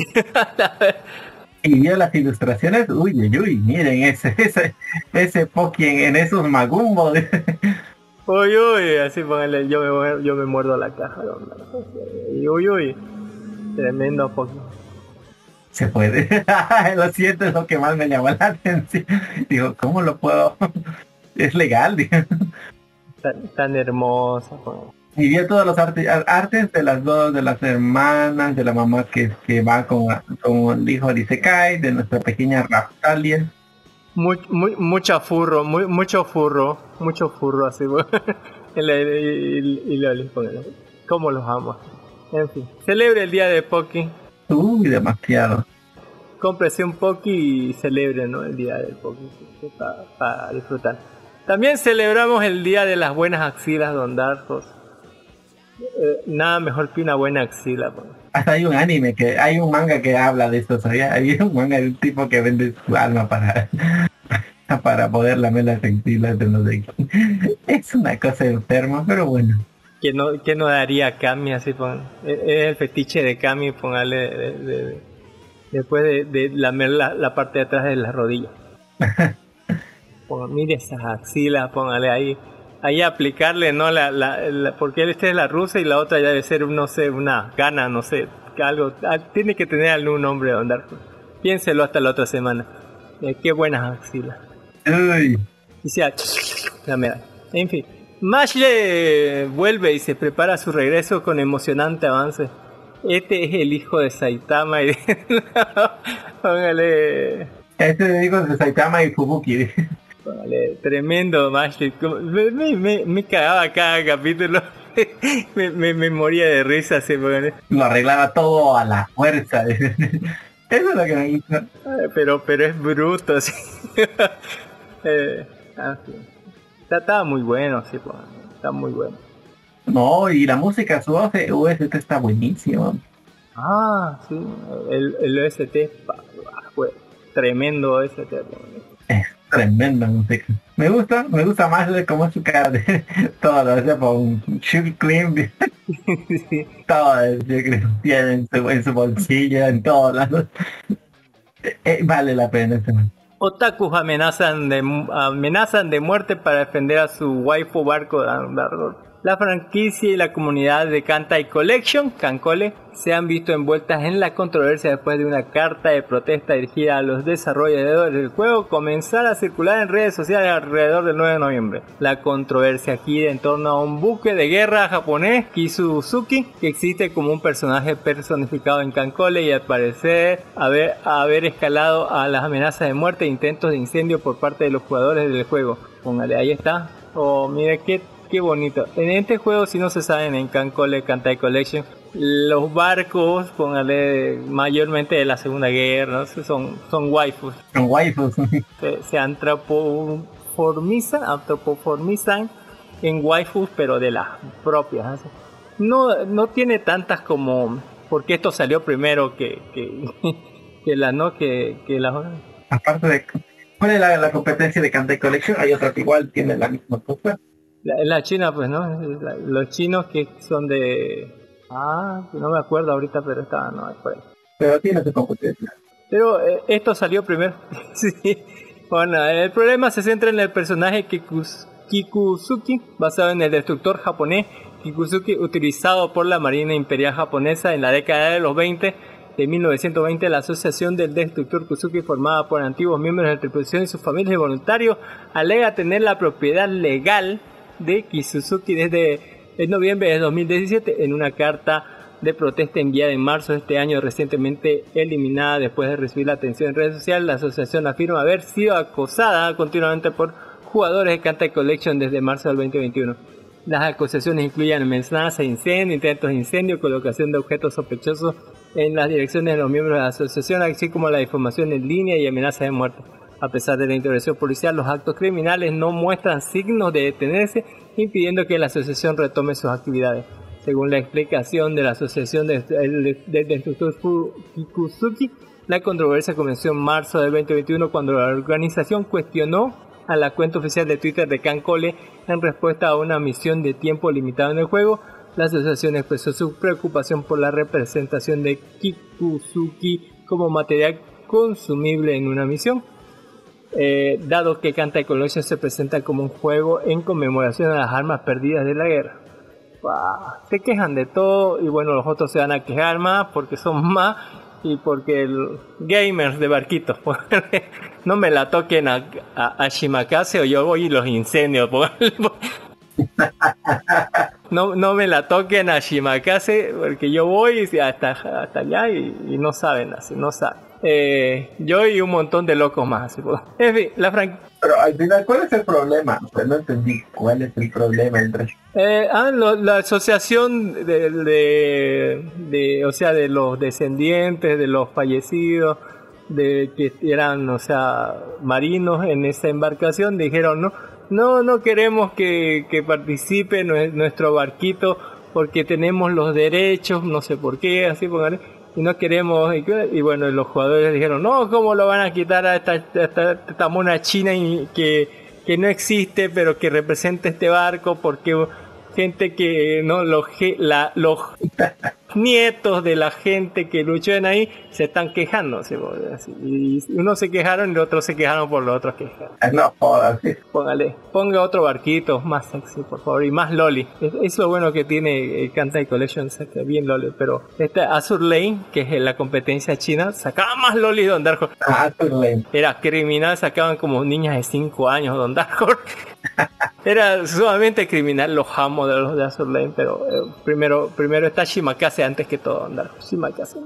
Speaker 6: Y vio las ilustraciones, uy, uy, uy, miren ese, ese, ese Poki en, en esos magumbos.
Speaker 5: Uy, uy, así póngale, yo me, muer- yo me muerdo la caja. ¿No? Y uy, uy, tremendo Poki.
Speaker 6: Se puede. Lo siento, es lo que más me llamó la atención. Digo, ¿cómo lo puedo? Es legal, digo.
Speaker 5: Tan, tan hermosa. Póngale.
Speaker 6: Y vio todos los artes, artes de las dos, de las hermanas, de la mamá que, que va con, con el hijo de Isekai, de nuestra pequeña Raptalia.
Speaker 5: Muy, muy, mucha furro, muy, mucho furro, mucho furro así. y, le- y, y Loli, póngale. ¿Cómo los amo? En fin, celebre el día de Poki.
Speaker 6: Uy, demasiado.
Speaker 5: Cómprese un Poki y celebre, ¿no? El día del Poki para, para disfrutar. También celebramos el día de las buenas axilas, Don Darkos. Eh, nada mejor que una buena axila. Pues.
Speaker 6: Hasta hay un anime que, hay un manga que habla de esto, ¿sabía? Hay un manga de un tipo que vende su alma para para poder lamer las axilas de los de... Es una cosa enferma, pero bueno.
Speaker 5: Que no, que no daría Kami así, pon. Es es el fetiche de Kami, póngale de, de- de- después de, de lamer la, la parte de atrás de la rodilla. Pon- mire esas axilas, póngale ahí. Ahí aplicarle, ¿no? La, la, la- porque esta es la rusa y la otra ya debe ser, no sé, una gana, no sé, que algo. ah, Tiene que tener algún nombre, Don Darko. Piénselo hasta la otra semana. Eh, qué buenas axilas.
Speaker 6: Uy,
Speaker 5: Y sea, la mera. En fin, Mashle vuelve y se prepara su regreso con emocionante avance. Este es el hijo de Saitama y póngale,
Speaker 6: este le digo de Saitama y Fubuki.
Speaker 5: póngale, tremendo Mashle. Como- Me, me, me, me cagaba cada capítulo. me, me, me moría de risa, sí, póngale.
Speaker 6: Lo arreglaba todo a la fuerza. Eso es lo que me gusta.
Speaker 5: Ay, Pero, pero es bruto, sí. eh, ah, sí. Está, estaba muy bueno, sí, póngale. Está muy bueno.
Speaker 6: No, y la música, su O S T está buenísimo.
Speaker 5: Ah, sí, el, el O S T pa- fue tremendo O S T.
Speaker 6: Es tremenda música. Me gusta, me gusta más de cómo su cara de todo lo hace por un Sugar Cream.
Speaker 5: Sí.
Speaker 6: Todo el Sugar Cream tiene en su, en su bolsillo, en todos lados. Eh, eh, vale la pena ese man.
Speaker 5: Otakus amenazan de, amenazan de muerte para defender a su waifu barco Dark. La franquicia y la comunidad de Kantai Collection, Cancole, se han visto envueltas en la controversia después de una carta de protesta dirigida a los desarrolladores del juego comenzar a circular en redes sociales alrededor del nueve de noviembre. La controversia gira en torno a un buque de guerra japonés, Kizuzuki, que existe como un personaje personificado en Cancole y al parecer haber, haber escalado a las amenazas de muerte e intentos de incendio por parte de los jugadores del juego. Póngale, ahí está. Oh, mire qué Qué bonito. En este juego, si no se saben, en Cancole Kantai Collection, los barcos, póngale, mayormente de la Segunda Guerra, ¿no? son, son waifus.
Speaker 6: Con waifus.
Speaker 5: Se, se antropoformizan, antropoformizan en waifus, pero de las propias. ¿no? No, no tiene tantas como... Porque esto salió primero que, que, que la no que, que las otras.
Speaker 6: Aparte de... ¿Cuál es la, la competencia de Kantai Collection? Hay otra que igual tiene la misma cosa.
Speaker 5: La, la China, pues, ¿no? La- los chinos que son de... Ah, no me acuerdo ahorita, pero está, no, es por ahí.
Speaker 6: Pero tiene su competencia.
Speaker 5: Pero eh, esto salió primero. Sí. Bueno, el problema se centra en el personaje Kikus- Kikuzuki, basado en el destructor japonés Kikuzuki, utilizado por la Marina Imperial japonesa en la década de los veinte. De mil novecientos veinte, la Asociación del Destructor Kuzuki, formada por antiguos miembros de la tripulación y sus familias y voluntarios, alega tener la propiedad legal de Kizuzuki desde el noviembre de dos mil diecisiete en una carta de protesta enviada en marzo de este año, recientemente eliminada después de recibir la atención en redes sociales. La asociación afirma haber sido acosada continuamente por jugadores de Kantai Collection desde marzo del veinte veintiuno. Las acusaciones incluyen amenazas de incendio, intentos de incendio, colocación de objetos sospechosos en las direcciones de los miembros de la asociación, así como la difamación en línea y amenazas de muerte. A pesar de la intervención policial, los actos criminales no muestran signos de detenerse, impidiendo que la asociación retome sus actividades. Según la explicación de la asociación del de, de, de destructor Kikuzuki, la controversia comenzó en marzo del veinte veintiuno cuando la organización cuestionó a la cuenta oficial de Twitter de Cancole en respuesta a una misión de tiempo limitado en el juego. La asociación expresó su preocupación por la representación de Kikuzuki como material consumible en una misión. eh, dado que Kantai Collection se presenta como un juego en conmemoración a las armas perdidas de la guerra. Wow. Se quejan de todo y bueno, los otros se van a quejar más porque son más y porque el gamers de barquitos, no me la toquen a, a, a Shimakase o yo voy y los incendio. No, no me la toquen a Shimakase porque yo voy hasta, hasta allá y, y no saben así, no saben. Eh, yo y un montón de locos más. Así, pues. En fin, la franquicia.
Speaker 6: Pero al final, ¿cuál es el problema? O sea, no entendí cuál es el problema entre...
Speaker 5: Eh, ah, lo, la asociación de, de, de, o sea, de los descendientes de los fallecidos, de que eran, o sea, marinos en esa embarcación, dijeron no, no, no queremos que, que participe nuestro barquito porque tenemos los derechos, no sé por qué, así póngale. Y no queremos, y, y bueno, los jugadores dijeron, no, ¿cómo lo van a quitar a esta, a esta, a esta mona china y que, que no existe, pero que representa este barco? Porque gente que, no, los, la, los nietos de la gente que luchó en ahí se están quejando, ¿sí? Y unos se quejaron y los otros se quejaron por los otros que
Speaker 6: no jodas, sí.
Speaker 5: Póngale, ponga otro barquito más sexy, por favor, y más loli. Es, es lo bueno que tiene el Kantai Collection, saca bien loli, pero esta Azure Lane, que es la competencia china, sacaba más loli Don Dark Horse.
Speaker 6: Ah, Azure Lane.
Speaker 5: Era criminal, sacaban como niñas de cinco años Don Dark Horse. Era sumamente criminal los amos de los de Azure Lane, pero eh, primero, primero está Shimakase antes que todo, Don Dark Horse. Shimakase.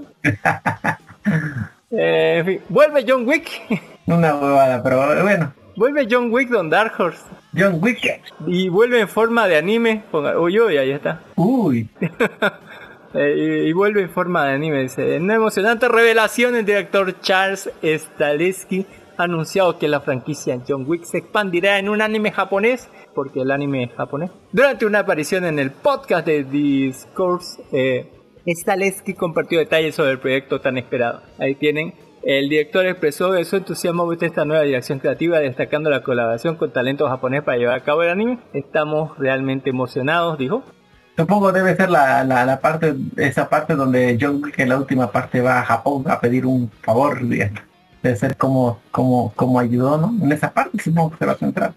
Speaker 5: eh, en fin, vuelve John Wick.
Speaker 6: Una huevada, pero bueno.
Speaker 5: Vuelve John Wick Don Dark Horse.
Speaker 6: John Wick.
Speaker 5: Y vuelve en forma de anime. Ponga, uy, uy, ahí está.
Speaker 6: Uy.
Speaker 5: eh, y, y vuelve en forma de anime. Dice, en una emocionante revelación, el director Charles Stahelski ha anunciado que la franquicia John Wick se expandirá en un anime japonés, porque el anime es japonés. Durante una aparición en el podcast de Discourse, eh, Stahelski compartió detalles sobre el proyecto tan esperado. Ahí tienen. El director expresó su entusiasmo por esta nueva dirección creativa, destacando la colaboración con talentos japoneses para llevar a cabo el anime. Estamos realmente emocionados, dijo.
Speaker 6: Supongo debe ser la, la, la parte, esa parte donde John Wick en la última parte va a Japón a pedir un favor, digamos. Debe ser como, como, como ayudó, ¿no? En esa parte supongo que se va a centrar.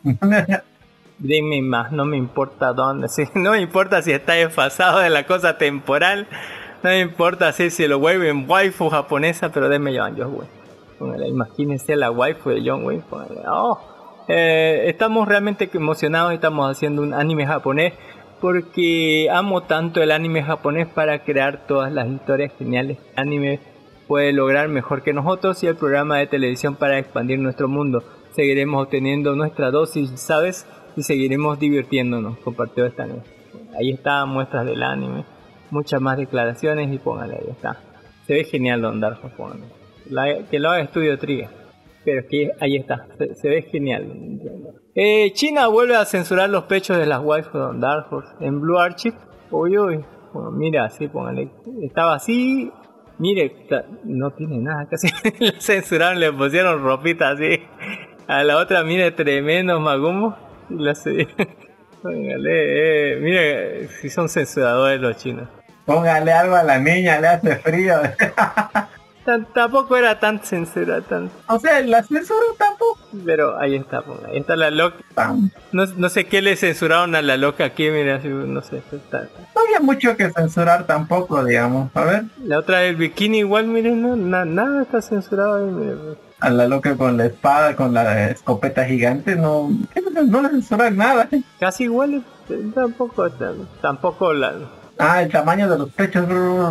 Speaker 5: Dime más, no me importa dónde, sí, no me importa si está desfasado de la cosa temporal. No me importa si, si lo vuelven waifu japonesa, pero denme John Wick. Póngale, imagínense la waifu de John Wick. Oh. Eh, estamos realmente emocionados, estamos haciendo un anime japonés porque amo tanto el anime japonés para crear todas las historias geniales que el anime puede lograr mejor que nosotros y el programa de televisión para expandir nuestro mundo. Seguiremos obteniendo nuestra dosis, ¿sabes? Y seguiremos divirtiéndonos. Compartió esta anime. Ahí está, muestras del anime. Muchas más declaraciones y póngale, ahí está. Se ve genial Don Dark Horse, la, que lo haga Studio Trigger. Pero que ahí está, se, se ve genial. Eh, China vuelve a censurar los pechos de las waifus de Don Dark Horse en Blue Archive. Uy, uy. Bueno, mira, así, póngale. Estaba así. Mire, no tiene nada casi. Lo censuraron, le pusieron ropita así. A la otra, mire, tremendo Magumo. Lo sé. Póngale, eh, mire, si son censuradores los chinos.
Speaker 6: Póngale algo a la niña, le hace frío.
Speaker 5: T- tampoco era tan censura, tan...
Speaker 6: O sea, la censura tampoco.
Speaker 5: Pero ahí está, ahí está la loca. No, no sé qué le censuraron a la loca aquí, mira, no sé. Está, está.
Speaker 6: No había mucho que censurar tampoco, digamos. A ver.
Speaker 5: La otra del bikini igual, miren, no, na, nada está censurado ahí, miren.
Speaker 6: A la loca con la espada, con la escopeta gigante, no, no le censuran nada.
Speaker 5: Casi igual, tampoco, tampoco la...
Speaker 6: Ah, el tamaño de los pechos.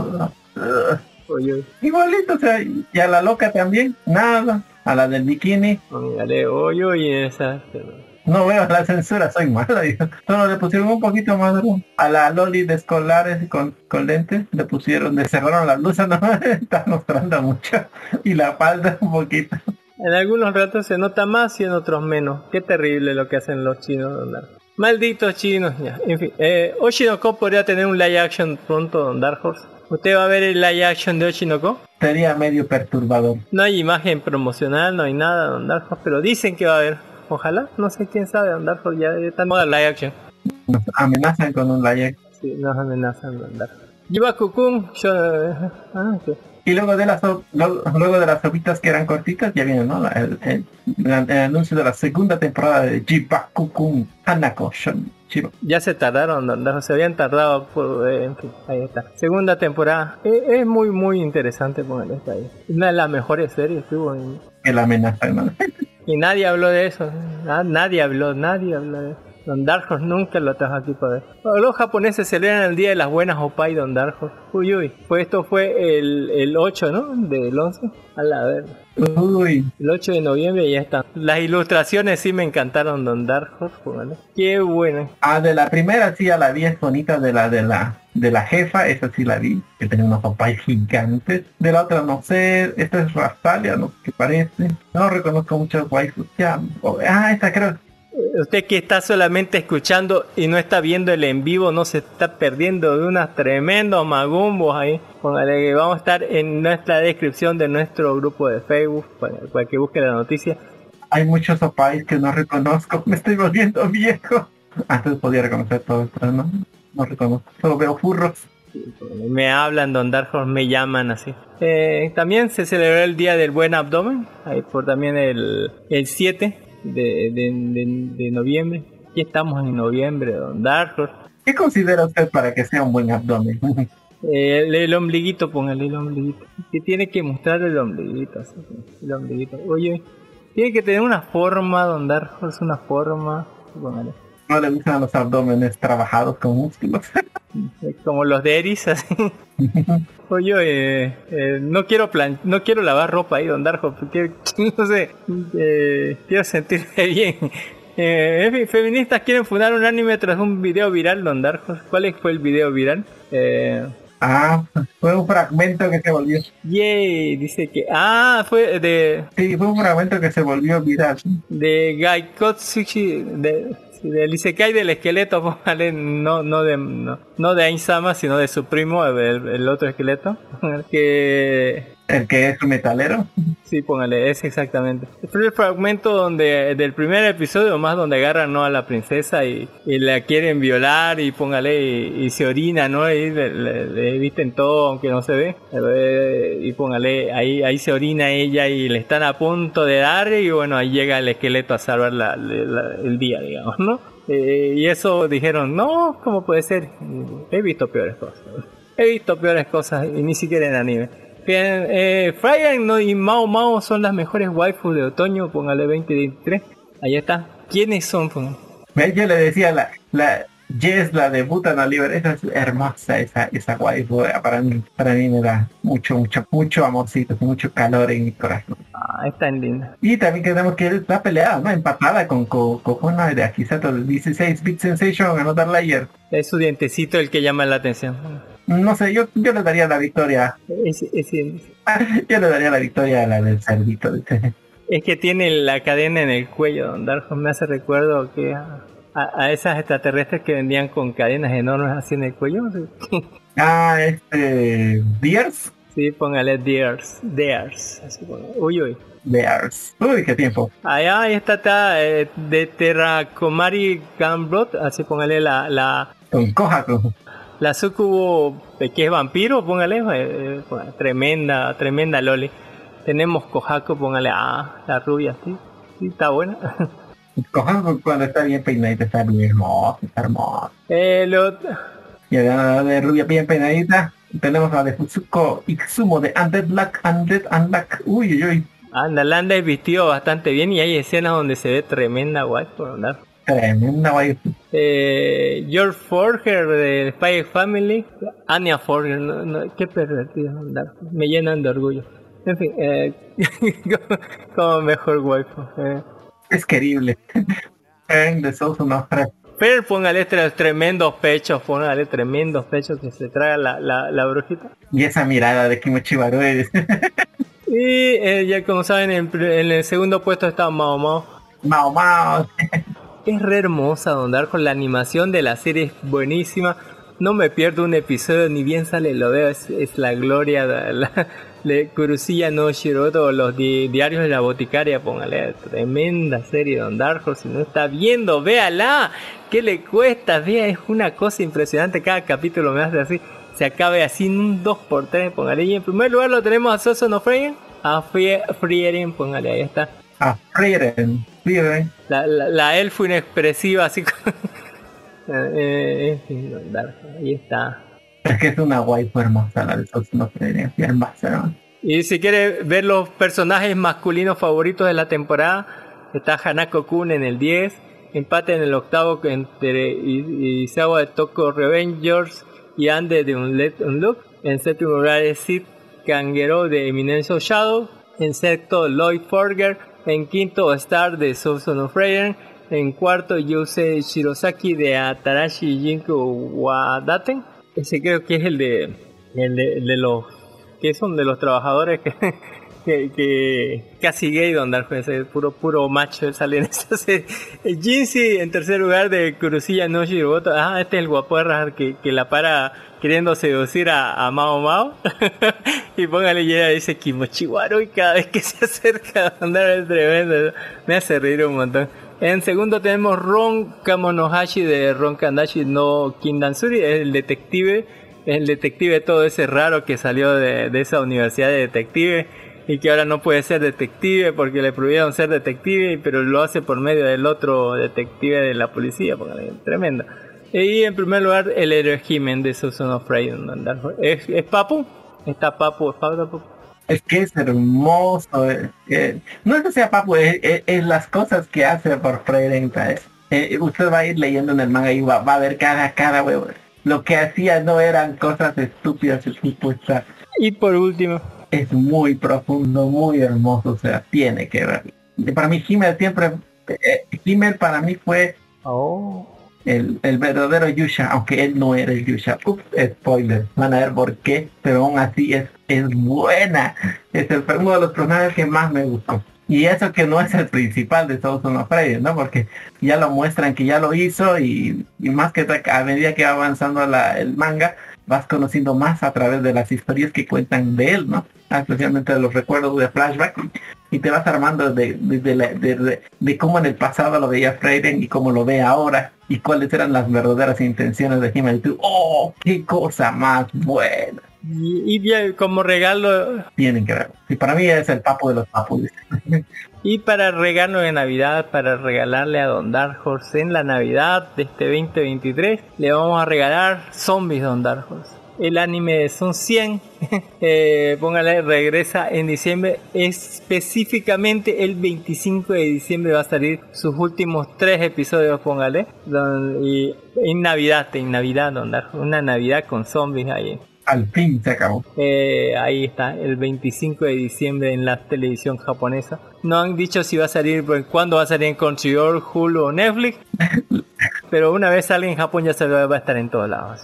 Speaker 5: Oye.
Speaker 6: Igualito, o sea, y a la loca también, nada. A la del bikini.
Speaker 5: Mírale, oye, oye, esa...
Speaker 6: No veo la censura, soy mala, digo. Solo le pusieron un poquito más de... A la loli de escolares con, con lentes, le pusieron, le cerraron las luces, no, está mostrando mucho. Y la falda un poquito.
Speaker 5: En algunos ratos se nota más y en otros menos. Qué terrible lo que hacen los chinos, Don Dark. Malditos chinos, ya. En fin, eh, Oshinoko podría tener un live action pronto, Don Dark Horse. ¿Usted va a ver el live action de Oshinoko?
Speaker 6: Sería medio perturbador.
Speaker 5: No hay imagen promocional, no hay nada, Don Dark Horse, pero dicen que va a haber. Ojalá, no sé quién sabe, Don Dark Horse ya está en moda live action.
Speaker 6: Nos amenazan con un live action.
Speaker 5: Sí, nos amenazan, Don Dark Horse. Jibaku-kun, yo... Ah, ok.
Speaker 6: Y luego de las so- luego, luego de las sopitas que eran cortitas, ya viene, ¿no? La- el, el- el anuncio de la segunda temporada de Jibaku-kun Hanako Shon Chiba.
Speaker 5: Ya se tardaron, ¿no? Se habían tardado por... eh, en fin, ahí está. Segunda temporada. Eh, es muy, muy interesante ponerle esta ahí. Una de las mejores series que hubo. En...
Speaker 6: Que la amenaza, hermano.
Speaker 5: Y nadie habló de eso. Na- Nadie habló, nadie habló de eso. Don Dark Horse nunca lo trajo aquí para ver. Los japoneses celebran el día de las buenas opai, Don Dark Horse. Uy, uy. Pues esto fue el, el ocho, ¿no? Del once. A la ver.
Speaker 6: Uy,
Speaker 5: El ocho de noviembre y ya está. Las ilustraciones sí me encantaron, Don Dark Horse. Póngale. Qué bueno.
Speaker 6: ah, de la primera sí a la vi es bonita, de la de la de la jefa, esa sí la vi, que tenía unos papás gigantes. De la otra no sé, esta es Rastalia, no sé qué parece. No reconozco muchos waifus. Ya, oh, ah, esta creo.
Speaker 5: Usted que está solamente escuchando y no está viendo el en vivo, no se está perdiendo de unos tremendos magumbos ahí. Póngale que vamos a estar en nuestra descripción de nuestro grupo de Facebook para, para que busque la noticia.
Speaker 6: Hay muchos opais que no reconozco, me estoy volviendo viejo. Antes podía reconocer todo esto, ¿no? No reconozco, solo veo furros.
Speaker 5: Me hablan, Don Dark Horse, me llaman así. Eh, también se celebró el Día del Buen Abdomen, ahí por también el, el siete de, de, de, de noviembre. Aquí estamos en noviembre, Don Dark Horse.
Speaker 6: ¿Qué considera usted para que sea un buen abdomen?
Speaker 5: Eh, el, el ombliguito, póngale el ombliguito. Que tiene que mostrar el ombliguito, así, el ombliguito. Oye, tiene que tener una forma, Don Dark Horse, una forma. Póngale.
Speaker 6: No le gustan los abdómenes trabajados con músculos.
Speaker 5: Como los de Eris, así. Oye, eh, eh, no quiero plan no quiero lavar ropa ahí, Don Dark Horse, porque no sé, eh, quiero sentirme bien. Eh, en fin, feministas quieren fundar un anime tras un video viral, Don Dark Horse. ¿Cuál fue el video viral? Eh,
Speaker 6: Ah, fue un fragmento que se volvió.
Speaker 5: yay, dice que... Ah, fue de...
Speaker 6: Sí, fue un fragmento que se volvió viral.
Speaker 5: De Gaikotsuchi, de, del Isekai del esqueleto, póngale, no, no de no, no de Ain-sama, sino de su primo, el, el otro esqueleto, que...
Speaker 6: El que es un metalero.
Speaker 5: Sí, póngale, es exactamente. Fue el fragmento donde del primer episodio más donde agarran, ¿no?, a la princesa y, y la quieren violar y póngale y, y se orina, ¿no? Y le, le, le visten todo aunque no se ve. Eh, y póngale, ahí ahí se orina ella y le están a punto de dar y bueno, ahí llega el esqueleto a salvar la, la, el día, digamos, ¿no? Eh, y eso dijeron, no, ¿cómo puede ser? He visto peores cosas. He visto peores cosas y ni siquiera en anime. Bien, eh, Fryan, ¿no?, y Mao Mao son las mejores waifus de otoño, póngale veinte veintitrés. Ahí está. ¿Quiénes son? Póngale.
Speaker 6: Yo le decía, la, la Jess, la de Butan Oliver, esa es hermosa, esa, esa waifu. Para mí, para mí me da mucho, mucho, mucho amorcito, mucho calor en mi corazón.
Speaker 5: Ah, está en linda.
Speaker 6: Y también tenemos que está peleada, ¿no? Empatada con con con una de Akisato del dieciséis Bit Sensation, Another Layer.
Speaker 5: Es su dientecito el que llama la atención.
Speaker 6: No sé, yo, yo le daría la victoria.
Speaker 5: Es, es,
Speaker 6: Yo le daría la victoria a la del cerdito.
Speaker 5: es que tiene la cadena en el cuello, Don Dark Horse. Me hace recuerdo que a, a, a esas extraterrestres que vendían con cadenas enormes así en el cuello. ¿Sí?
Speaker 6: Ah, este... Deers.
Speaker 5: Sí, póngale Deers. Deers. Así póngale. Uy, uy.
Speaker 6: Deers. Uy, qué tiempo.
Speaker 5: Allá está, está eh, de Terrakomari Gambrot. Así póngale la... la
Speaker 6: Con Kohaku.
Speaker 5: La Sukubo, que es vampiro, póngale, eh, póngale, tremenda, tremenda loli. Tenemos Kohaku, póngale, ah, la rubia, sí, sí, está buena.
Speaker 6: Kohaku cuando está bien peinadita, está bien hermosa, está hermosa.
Speaker 5: Eh, lo...
Speaker 6: Y la de rubia bien peinadita, tenemos a de Futsuko Ikusumo de Undead Black, Undead Unblack. Uy, uy, uy.
Speaker 5: Anda, Landa es vestido bastante bien y hay escenas donde se ve tremenda guay, por andar.
Speaker 6: Tremenda waifu.
Speaker 5: Eh, George Forger de Spy Family, Anya Forger, no, no, qué pervertido, andar. Me llenan de orgullo. En fin, eh, como, como mejor waifu. Eh.
Speaker 6: Es querible. En de Souls no.
Speaker 5: Pero póngale tres tremendos pechos, póngale tremendos pechos que se traga la, la, la brujita.
Speaker 6: Y esa mirada de Kimochi Baru es...
Speaker 5: Y eh, ya como saben, en, en el segundo puesto está Mao Mao.
Speaker 6: Mao Mao.
Speaker 5: Es re hermosa, Don Dark Horse. La animación de la serie es buenísima. No me pierdo un episodio, ni bien sale lo veo. Es, es la gloria de, la, de Kurusiya no Shiroto, los di, diarios de la boticaria. Póngale, tremenda serie, Don Dark Horse. Si no está viendo, véala. ¿Qué le cuesta? Vea, es una cosa impresionante. Cada capítulo me hace así se acabe así en un dos por tres, póngale. Y en primer lugar lo tenemos a Soso no Frieren, a Frieren, póngale, ahí está.
Speaker 6: A Frieren, Frieren.
Speaker 5: La, la, la elfo inexpresiva, así como... eh, eh, ahí está.
Speaker 6: Es que es una waifu hermosa la de Soso no Frieren, es hermosa, ¿no?
Speaker 5: Y si quiere ver los personajes masculinos favoritos de la temporada, está Hanako Kun en el diez, empate en el octavo entre Izawa de Toko Revengers y Ande de Unlet Unlook. En séptimo lugar es Sid Kangero de Eminence of Shadow. En sexto Lloyd Forger. En quinto Star de Soso no Frieren. En cuarto Yusei Shirosaki de Atarashi Jinku Wadaten. Ese creo que es el de, el de, el de los que son de los trabajadores que, que, que casi gay, don Darjo, ese puro puro macho sale en esta serie. Jinsi en tercer lugar de Kuroshige no Shiroboto. Ah, este es el guaporra que, que la para queriendo seducir a, a Mao Mao. Y póngale, y ella dice Kimochiwaru, y cada vez que se acerca a andar es tremendo. Me hace reír un montón. En segundo tenemos Ron Kamonohashi de Ron Kandashi no Kindansuri, es el detective, es el detective todo ese raro que salió de, de esa universidad de detective y que ahora no puede ser detective porque le prohibieron ser detective, pero lo hace por medio del otro detective de la policía, porque tremendo. Y en primer lugar el héroe Jimen de Soso no Frieren. ¿Es, es Papu? ¿Está Papu? ¿Es Papu?
Speaker 6: Es que es hermoso. Eh, eh, no es que sea Papu, es, es, es las cosas que hace por Frieren. Eh, usted va a ir leyendo en el manga y va, va a ver cada, cada huevo. Lo que hacía no eran cosas estúpidas, supuestas.
Speaker 5: Y por último,
Speaker 6: es muy profundo, muy hermoso, o sea, tiene que ver. Para mí Himmel siempre, eh, Himmel para mí fue
Speaker 5: oh.
Speaker 6: el, el verdadero Yusha, aunque él no era el Yusha. Ups, spoiler, van a ver por qué, pero aún así es, es buena. Es el, uno de los personajes que más me gustó. Y eso que no es el principal de Soso no Frieren, ¿no? Porque ya lo muestran que ya lo hizo y, y más que a medida que va avanzando la, el manga, vas conociendo más a través de las historias que cuentan de él, ¿no? Especialmente de los recuerdos de flashback, y te vas armando de, de, de, de, de, de, de cómo en el pasado lo veía Frieren y cómo lo ve ahora y cuáles eran las verdaderas intenciones de Himmel. Y tú, ¡oh, qué cosa más buena!
Speaker 5: Y, y bien, como regalo,
Speaker 6: tienen que ver. Y para mí es el papo de los papos.
Speaker 5: Y para regalo de Navidad, para regalarle a Don Dark Horse en la Navidad de este veinte veintitrés, le vamos a regalar Zombies Don Dark Horse. El anime son cien, eh, póngale, regresa en diciembre, específicamente el veinticinco de diciembre va a salir sus últimos tres episodios, póngale, don, y en Navidad, en Navidad, Don Dark Horse, una Navidad con zombies ahí.
Speaker 6: Al fin se acabó.
Speaker 5: Eh, ahí está, el veinticinco de diciembre en la televisión japonesa. No han dicho si va a salir, cuándo va a salir en Crunchyroll, Hulu o Netflix. Pero una vez sale en Japón ya se va a estar en todos lados.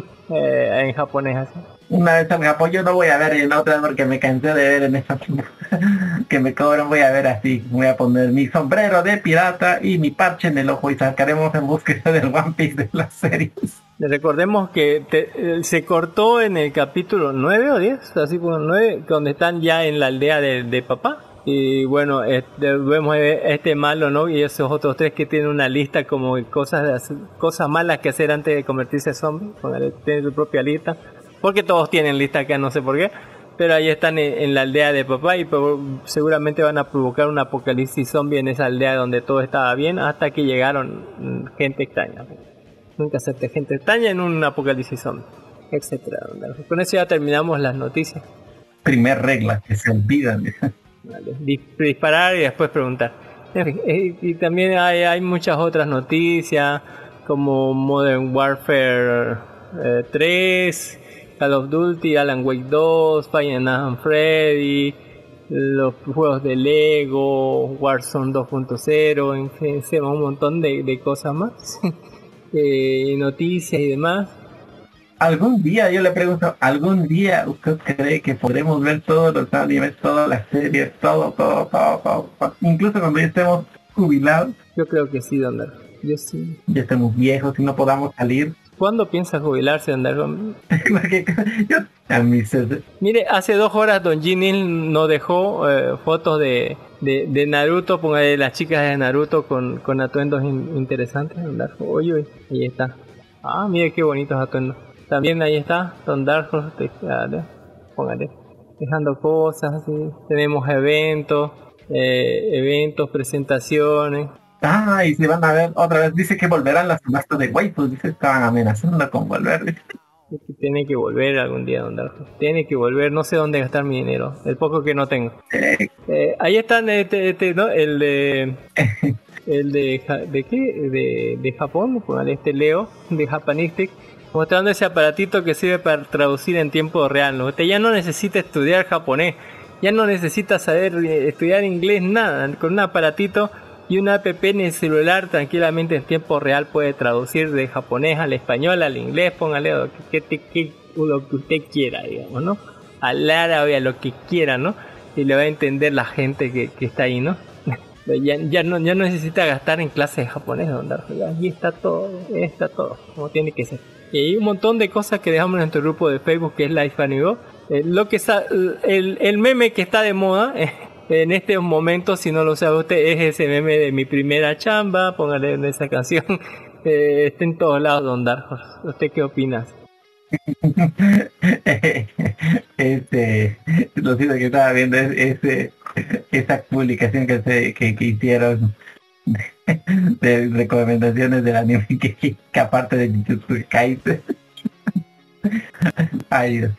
Speaker 5: eh, en japonés así.
Speaker 6: Una vez en Japón yo no voy a ver en otra porque me cansé de ver en esta que me cobran. Voy a ver así. Voy a poner mi sombrero de pirata y mi parche en el ojo y sacaremos en búsqueda del One Piece de las series.
Speaker 5: Recordemos que te, se cortó en el capítulo nueve o diez, así como nueve, donde están ya en la aldea de, de papá. Y bueno, este, vemos este malo, ¿no? Y esos otros tres que tienen una lista como de cosas, de, cosas malas que hacer antes de convertirse en zombie. Tienen su propia lista. Porque todos tienen lista acá, no sé por qué. Pero ahí están en, en la aldea de papá y seguramente van a provocar un apocalipsis zombie en esa aldea donde todo estaba bien hasta que llegaron gente extraña. Nunca acepté gente extraña en un apocalipsis zombie, etcétera. Con eso ya terminamos las noticias.
Speaker 6: Primer regla, que se olvidan.
Speaker 5: Vale. Disparar y después preguntar. Y también hay, hay muchas otras noticias como Modern Warfare eh, tres, Call of Duty, Alan Wake dos, Five Nights at Freddy, los juegos de Lego, Warzone dos punto cero, en fin, un montón de, de cosas más. eh, noticias y demás.
Speaker 6: Algún día, yo le pregunto, ¿algún día usted cree que podremos ver todos los animes, todas las series, todo, todo, todo, todo, todo, incluso cuando ya estemos jubilados?
Speaker 5: Yo creo que sí, Don Darko. Yo sí.
Speaker 6: Ya estemos viejos y no podamos salir.
Speaker 5: ¿Cuándo piensa jubilarse, Don Darko?
Speaker 6: Yo, a mí se...
Speaker 5: Mire, hace dos horas Don Jinil nos dejó eh, fotos de, de, de Naruto, póngale las chicas de Naruto con, con atuendos in, interesantes, Don Darko. Oye, oye, ahí está. Ah, mire qué bonitos atuendos. También ahí está, Don Dark Horse, dale, póngale, dejando cosas así. Tenemos eventos, eh, eventos, presentaciones.
Speaker 6: Ah, y se van a ver otra vez. Dice que volverán las subastas de waifus. Dice que estaban amenazando con volver.
Speaker 5: Tiene que volver algún día, Don Dark Horse. Tiene que volver, no sé dónde gastar mi dinero, el poco que no tengo.
Speaker 6: Eh,
Speaker 5: Eh, ahí están, este, este, ¿no? El de... El de... Ja- ¿De qué? De, de Japón, póngale este Leo, de Japanistic, mostrando ese aparatito que sirve para traducir en tiempo real, ¿no? Usted ya no necesita estudiar japonés, ya no necesita saber eh, estudiar inglés, nada. Con un aparatito y una app en el celular, tranquilamente en tiempo real puede traducir de japonés al español, al inglés, póngale lo que, que, que- lo que usted quiera, digamos, ¿no? Al árabe, a lo que quiera, ¿no? Y le va a entender la gente que, que está ahí, ¿no? Ya, ya no ya no necesita gastar en clases de japonés, Don Dark Horse. Allí está todo, está todo, como tiene que ser. Y hay un montón de cosas que dejamos en nuestro grupo de Facebook, que es Life Amigo. Eh, lo que sa- el, el meme que está de moda eh, en estos momentos, si no lo sabe usted, es ese meme de mi primera chamba. Póngale en esa canción. Eh, está en todos lados, Don Dark Horse. ¿Usted qué opina?
Speaker 6: este, lo siento que estaba viendo es, ese, esa publicación que se que, que hicieron de recomendaciones del anime que, que aparte de Jujutsu Kaisen. Ay Dios.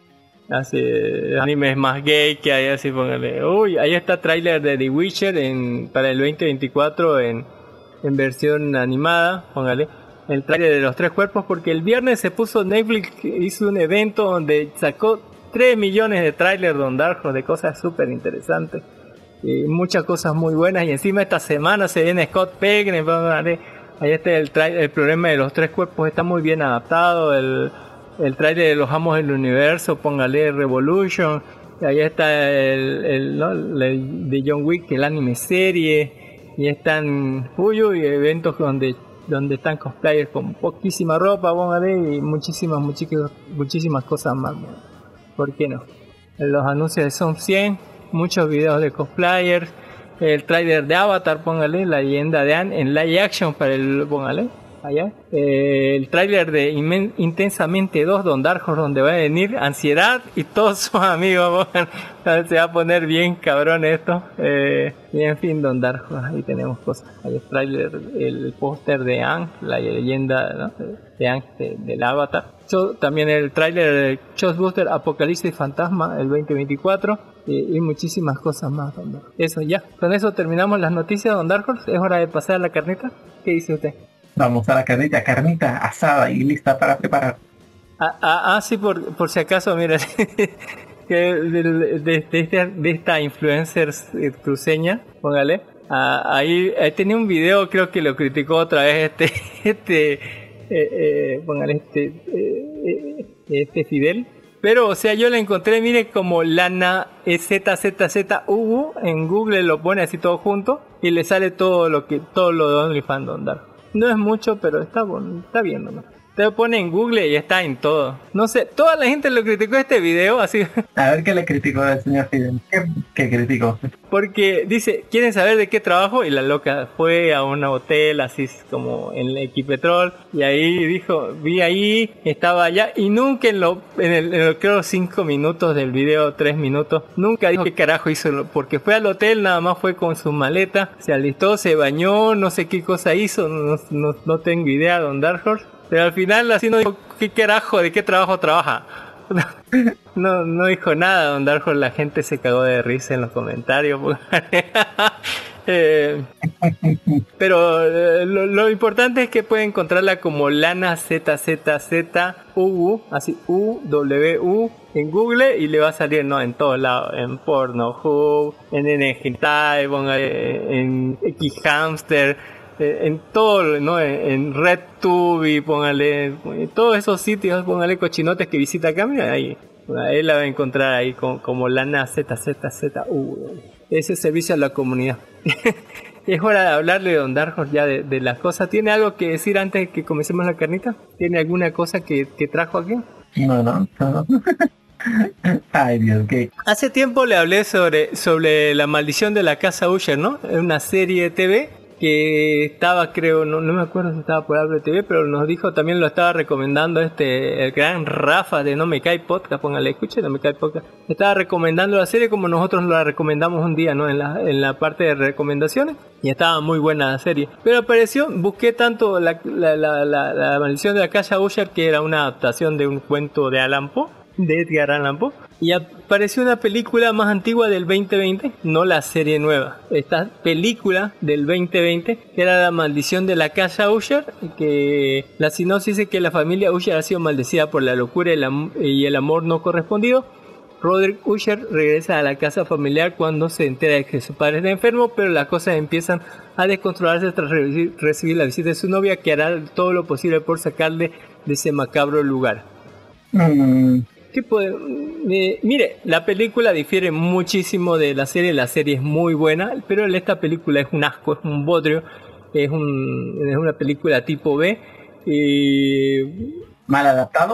Speaker 5: Hace animes más gay que hay, así póngale. Uy, ahí está tráiler de The Witcher en, para el veinte veinticuatro en, en versión animada, póngale. El tráiler de los tres cuerpos, porque el viernes se puso Netflix, hizo un evento donde sacó tres millones de trailers, Don Dark Horse, de cosas súper interesantes. Y muchas cosas muy buenas. Y encima esta semana se viene Scott Pilgrim, póngale. Ahí está el, tra- el problema de los tres cuerpos, está muy bien adaptado. El, el trailer de los amos del universo, póngale Revolution. Y ahí está el, el, ¿no? el de John Wick, el anime serie. Y están uy, uy, eventos donde, donde están cosplayers con poquísima ropa, póngale, y muchísimas, muchísimas, muchísimas cosas más. ¿Por qué no? Los anuncios son cien, muchos videos de cosplayers. El trailer de Avatar, póngale, la leyenda de Anne en live action para el, póngale, allá. Eh, el trailer de Inmen- Intensamente dos, Don Dark Horse, donde va a venir Ansiedad y todos sus amigos, póngale. Se va a poner bien cabrón esto. Eh, y en fin, Don Dark Horse, ahí tenemos cosas. Hay el trailer, el póster de Anne, la leyenda, ¿no? de Anne de, del Avatar. Yo, también el trailer de Ghostbusters Apocalipsis Fantasma el veinte veinticuatro. Y, y muchísimas cosas más, Don Dark Horse. Eso ya, con eso terminamos las noticias, Don Dark Horse. Es hora de pasar a la carnita. ¿Qué dice usted?
Speaker 6: Vamos a la carnita, carnita asada y lista para preparar.
Speaker 5: Ah, ah, ah sí, por, por si acaso, mira, que de, de, de, este- de esta influencer eh, cruceña, póngale, ah, ahí, ahí tenía un video, creo que lo criticó otra vez este, este, eh, eh, póngale este, eh, eh, este Fidel. Pero, o sea, yo la encontré, mire, como Lana Z Z Z U en Google, lo pone así todo junto y le sale todo lo que, todo lo de OnlyFans, Don Dark. No es mucho, pero está bueno, está bien nomás. Te lo pone en Google y está en todo. No sé, toda la gente lo criticó este video, así,
Speaker 6: A ver qué le criticó el señor Fidel. ¿Qué, qué criticó?
Speaker 5: porque dice, ¿quieren saber de qué trabajo? Y la loca fue a un hotel, así como en Equipetrol, y ahí dijo, vi ahí, estaba allá, y nunca en lo, en el, en lo creo cinco minutos del video, tres minutos, nunca dijo qué carajo hizo, porque fue al hotel, nada más fue con su maleta, se alistó, se bañó, no sé qué cosa hizo, no, no, no tengo idea, Don Dark Horse. Pero al final así no dijo qué carajo, de qué trabajo trabaja. No, no dijo nada, Don Dark Horse. La gente se cagó de risa en los comentarios. eh, pero eh, lo, lo importante es que puede encontrarla como Lana Z Z Z U, así U W U en Google, y le va a salir, no, en todos lados, en Pornhub, en N Hentai, en X Hamster, en todo, ¿no? En, en RedTube, póngale, en todos esos sitios, póngale cochinotes que visita acá, mira, ahí, ahí la va a encontrar ahí como, como Lana Z Z Z U, ese servicio a la comunidad. Es hora de hablarle, Don Dark Horse, ya de, de las cosas. ¿Tiene algo que decir antes de que comencemos la carnita? ¿Tiene alguna cosa que, que trajo aquí?
Speaker 6: No, no, no. Ay Dios, qué.
Speaker 5: Hace tiempo le hablé sobre, sobre La Maldición de la Casa Usher, ¿no? Es una serie de T V que estaba, creo, no, no me acuerdo si estaba por Apple T V, pero nos dijo, también lo estaba recomendando este, el gran Rafa de No Me Cae Podcast, póngale, escuche, No Me Cae Podcast, estaba recomendando la serie como nosotros la recomendamos un día, ¿no? En la, en la parte de recomendaciones, y estaba muy buena la serie. Pero apareció, busqué tanto la, la, la, la, la maldición de la calle Usher, que era una adaptación de un cuento de Allan Poe, de Edgar Allan Poe, y apareció una película más antigua del veinte veinte, no la serie nueva, esta película del veinte veinte, que era La maldición de la casa Usher, que la sinopsis dice que la familia Usher ha sido maldecida por la locura y el, am- y el amor no correspondido. Roderick Usher regresa a la casa familiar cuando se entera de que su padre está enfermo, pero las cosas empiezan a descontrolarse tras re- recibir la visita de su novia, que hará todo lo posible por sacarle de ese macabro lugar.
Speaker 6: Mm,
Speaker 5: ¿Qué puede? Eh, mire, la película difiere muchísimo de la serie. La serie es muy buena, pero esta película es un asco, es un bodrio, es, un, es una película tipo B. Eh,
Speaker 6: ¿Mal adaptado?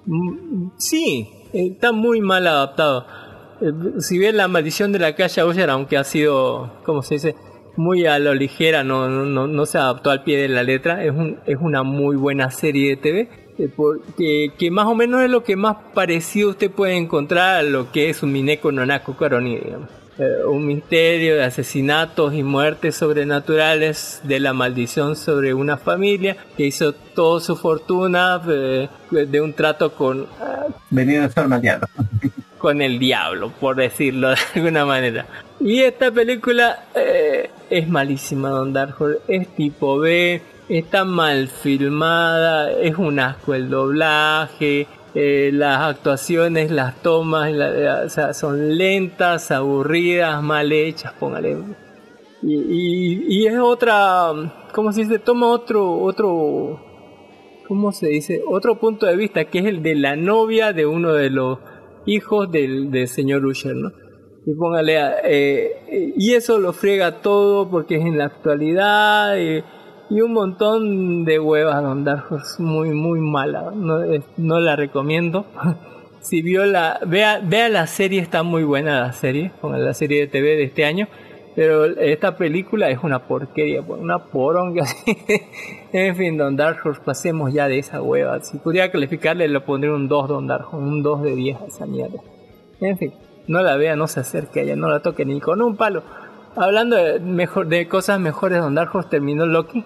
Speaker 5: mm, sí, está muy mal adaptado. Eh, si bien La maldición de la calle Usher, aunque ha sido, ¿cómo se dice?, muy a lo ligera, no, no, no se adaptó al pie de la letra, es, un, es una muy buena serie de T V. Eh, porque, que más o menos es lo que más parecido usted puede encontrar a lo que es un Mineko no Naku Koroni, digamos. Eh, un misterio de asesinatos y muertes sobrenaturales, de la maldición sobre una familia que hizo toda su fortuna eh, de un trato con, eh,
Speaker 6: Venido de ser maldeado.
Speaker 5: con el diablo, por decirlo de alguna manera. Y esta película eh, es malísima, Don Darjo, es tipo B. Está mal filmada, es un asco el doblaje, eh, las actuaciones, las tomas, la, la, o sea, son lentas, aburridas, mal hechas, póngale. Y, y, y es otra, ¿cómo se dice? Toma otro, otro, ¿cómo se dice? Otro punto de vista, que es el de la novia de uno de los hijos del, del señor Usher, ¿no? Y póngale, eh, y eso lo friega todo porque es en la actualidad. Eh, Y un montón de huevas, Don Darjo, es muy, muy mala. No, es, no la recomiendo. Si vio la... Vea, vea la serie, está muy buena la serie. Con la serie de T V de este año. Pero esta película es una porquería, una poronga así. En fin, Don Darjo, pasemos ya de esa hueva. Si pudiera calificarle, le pondría un dos, Don Darjo. Un dos de diez a esa mierda. En fin, no la vea, no se acerque a ella, no la toque ni con un palo. Hablando de, mejor, de cosas mejores, Don Darjos, terminó Loki.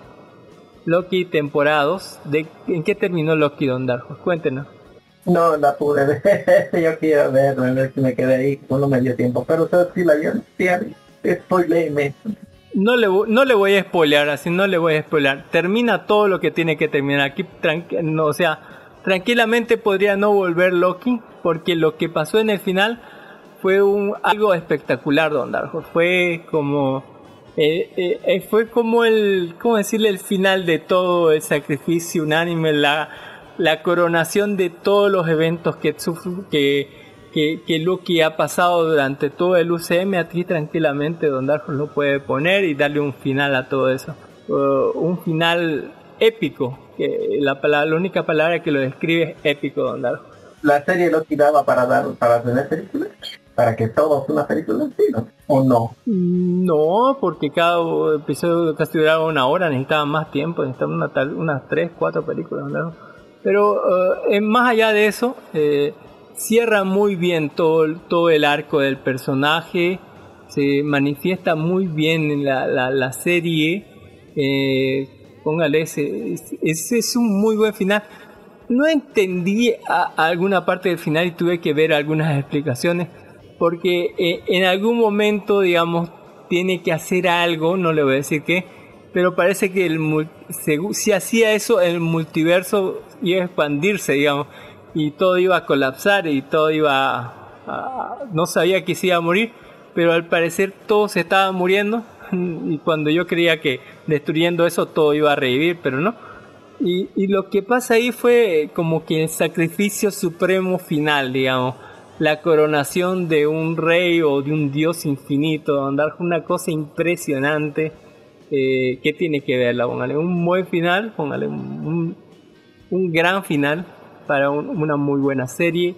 Speaker 5: Loki temporada dos. ¿De, ¿En qué terminó Loki, Don Darjos? Cuéntenos.
Speaker 6: No la pude ver. Yo quiero verla, a ver si me quedé ahí. No me dio tiempo. Pero usted sí la vio. Sí, spoiléeme.
Speaker 5: No le, no le voy a spoilear, así no le voy a spoilear. Termina todo lo que tiene que terminar. Aquí, tranqu- no, o sea, tranquilamente podría no volver Loki, porque lo que pasó en el final fue un algo espectacular, Don Darjo. Fue como eh, eh, eh, fue como el, ¿cómo decirle? El final de todo el sacrificio unánime, la, la coronación de todos los eventos que que, que que Loki ha pasado durante todo el U C M. Aquí tranquilamente Don Darjo lo puede poner y darle un final a todo eso. Uh, un final épico, que la, la, la única palabra que lo describe es épico, Don Darjo.
Speaker 6: La serie Loki daba para dar para tener películas, para que todo sea una película, ¿sí, no? ¿O no?
Speaker 5: No, porque cada episodio casi duraba una hora, necesitaba más tiempo, necesitaba una tal, unas tres, cuatro películas, ¿no? Pero uh, más allá de eso, eh, cierra muy bien todo, todo el arco del personaje, se manifiesta muy bien en la, la, la serie, eh, póngale, ese, ese es un muy buen final. No entendí a, a alguna parte del final y tuve que ver algunas explicaciones, porque eh, en algún momento, digamos, tiene que hacer algo, no le voy a decir qué, pero parece que el si hacía eso, el multiverso iba a expandirse, digamos, y todo iba a colapsar y todo iba a, a, no sabía que se iba a morir, pero al parecer todo se estaba muriendo, y cuando yo creía que destruyendo eso todo iba a revivir, pero no. Y, y lo que pasa ahí fue como que el sacrificio supremo final, digamos, la coronación de un rey o de un dios infinito, andar una cosa impresionante. Eh, ¿Qué tiene que verla? Póngale un buen final, póngale un, un, un gran final para un, una muy buena serie,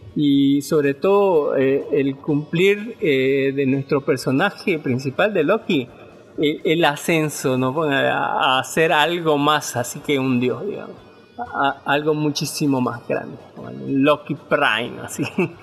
Speaker 5: y sobre todo eh, el cumplir eh, de nuestro personaje principal de Loki, el, el ascenso, ¿no? A, a hacer algo más así que un dios, digamos. A, a algo muchísimo más grande. Bueno, Loki Prime, así.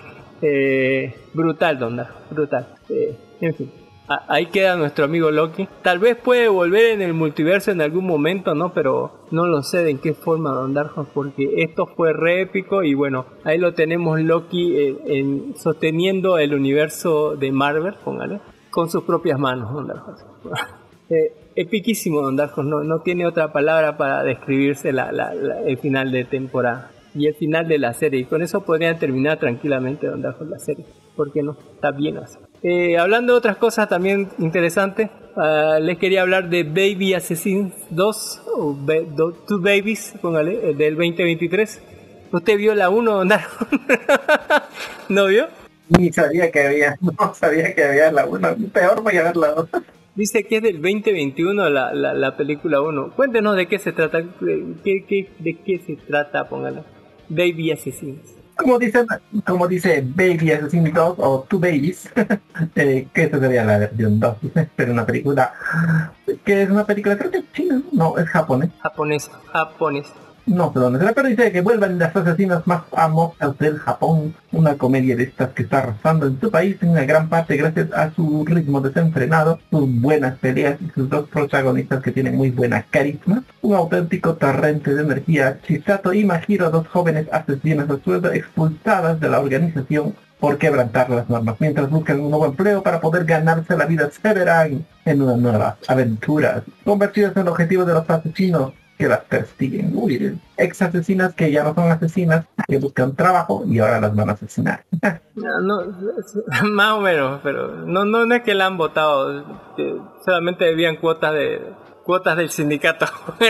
Speaker 5: Eh, brutal, Don, brutal. Eh, en fin. Ahí queda nuestro amigo Loki. Tal vez puede volver en el multiverso en algún momento, ¿no? Pero no lo sé de en qué forma, Don Darjo, porque esto fue re épico y bueno, ahí lo tenemos Loki en, en, sosteniendo el universo de Marvel, póngale, con sus propias manos, Don Darjo. eh, epiquísimo, Don Darjo, no, no tiene otra palabra para describirse la, la, la, el final de temporada y el final de la serie. Y con eso podrían terminar tranquilamente, Don Darjo, la serie. ¿Por qué no? Está bien así. Eh, hablando de otras cosas también interesantes, uh, les quería hablar de Baby Assassins dos, o Be- Do- Two Babies, póngale, eh, del veinte veintitrés. ¿Usted vio la uno, Don Darjo? ¿No vio?
Speaker 6: Ni sabía que había, no sabía que había la uno, peor voy a ver la dos.
Speaker 5: Dice que es del veinte veintiuno la, la, la película uno. Cuéntenos de qué se trata, de qué, qué, de qué se trata, póngale. Baby Assassins.
Speaker 6: Como dice, como dice Baby Assassin dos o Two Babies, eh, que esa sería la versión dos, pero una película que es una película, creo que es china, no, es japonés.
Speaker 5: Japonés, japonés.
Speaker 6: No sé dónde será, pero dice que vuelvan las asesinas más famosas del Japón, una comedia de estas que está arrasando en su país en una gran parte gracias a su ritmo desenfrenado, sus buenas peleas y sus dos protagonistas que tienen muy buena carisma, un auténtico torrente de energía. Chisato y Mahiro, dos jóvenes asesinas a sueldo expulsadas de la organización por quebrantar las normas, mientras buscan un nuevo empleo para poder ganarse la vida, se verán en unas nuevas aventuras, convertidas en el objetivo de los asesinos que las persiguen. Uy, ex asesinas que ya no son asesinas, que buscan trabajo y ahora las van a asesinar.
Speaker 5: No, no, más o menos, pero no, no, no es que la han votado, solamente debían cuotas de cuotas del sindicato.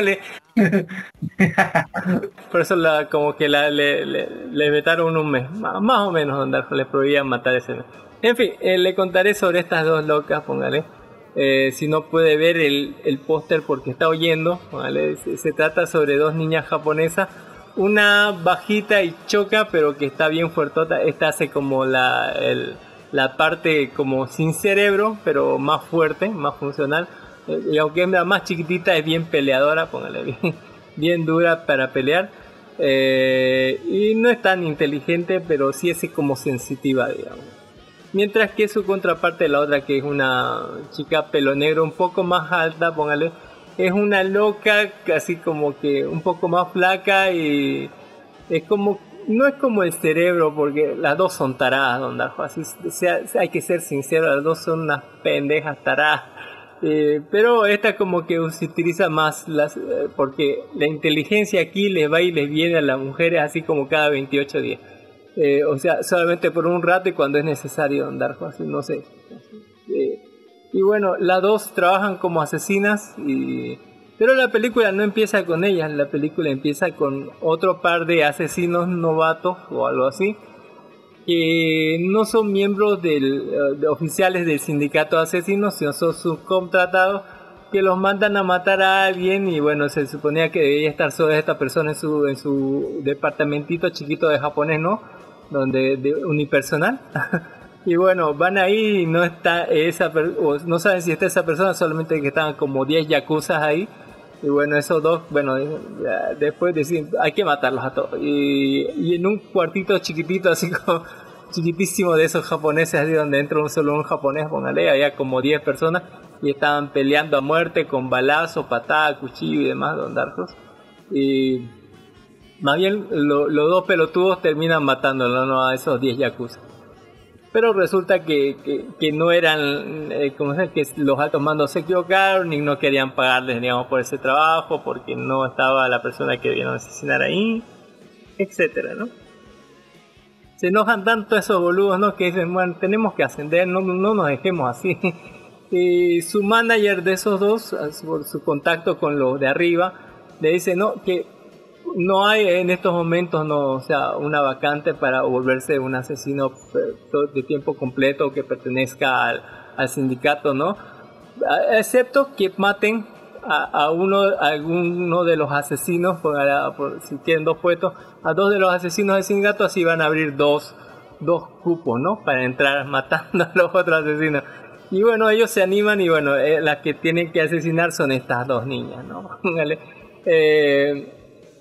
Speaker 5: Por eso la, como que la, le, le, le vetaron un mes, más, más o menos, donde le prohibían matar ese mes. En fin, eh, le contaré sobre estas dos locas, póngale. Eh, si no puede ver el, el póster porque está oyendo, ¿vale? se, se trata sobre dos niñas japonesas, una bajita y choca pero que está bien fuertota. Esta hace como la, el, la parte como sin cerebro pero más fuerte, más funcional, eh, y aunque es la más chiquitita es bien peleadora, póngale, bien, bien dura para pelear, eh, y no es tan inteligente pero sí es como sensitiva, digamos. Mientras que su contraparte, la otra, que es una chica pelo negro un poco más alta, póngale, es una loca, casi como que un poco más flaca y es como, no es como el cerebro, porque las dos son taradas, Don Darjo, así sea, hay que ser sincero, las dos son unas pendejas taradas, eh, pero esta como que se utiliza más, las, eh, porque la inteligencia aquí les va y les viene a las mujeres así como cada veintiocho días. Eh, o sea, solamente por un rato y cuando es necesario, Don Darjo, así, no sé. Eh, y bueno, las dos trabajan como asesinas, y... pero la película no empieza con ellas, la película empieza con otro par de asesinos novatos o algo así, que no son miembros del, de oficiales del sindicato de asesinos, sino son subcontratados que los mandan a matar a alguien. Y bueno, se suponía que debía estar solo esta persona en su, en su departamentito chiquito de japonés, ¿no? Donde de unipersonal. Y bueno, van ahí y no está esa per- o no saben si está esa persona, solamente que estaban como diez yakuzas ahí. Y bueno, esos dos, bueno, después deciden, hay que matarlos a todos. Y, y en un cuartito chiquitito, así como chiquitísimo de esos japoneses, así donde entra un solo un japonés, póngale, había como diez personas y estaban peleando a muerte con balazos, patadas, cuchillo y demás, Don Darjos. Y más bien lo, los dos pelotudos terminan matándolo, ¿no? A esos diez yakuza. Pero resulta que, que, que no eran, eh, como es que los altos mandos se equivocaron y no querían pagarles, digamos, por ese trabajo, porque no estaba la persona que debían asesinar ahí, etcétera, ¿no? Se enojan tanto esos boludos, ¿no? Que dicen, bueno, tenemos que ascender, no, no nos dejemos así. Y su manager de esos dos, por su contacto con los de arriba, le dice, no, que no hay en estos momentos, no, o sea, una vacante para volverse un asesino de tiempo completo que pertenezca al, al sindicato, ¿no? Excepto que maten a, a uno, a alguno de los asesinos, por, por, si quieren dos puestos, a dos de los asesinos del sindicato, así van a abrir dos, dos cupos, ¿no? Para entrar matando a los otros asesinos. Y bueno, ellos se animan y bueno, eh, las que tienen que asesinar son estas dos niñas, ¿no? eh,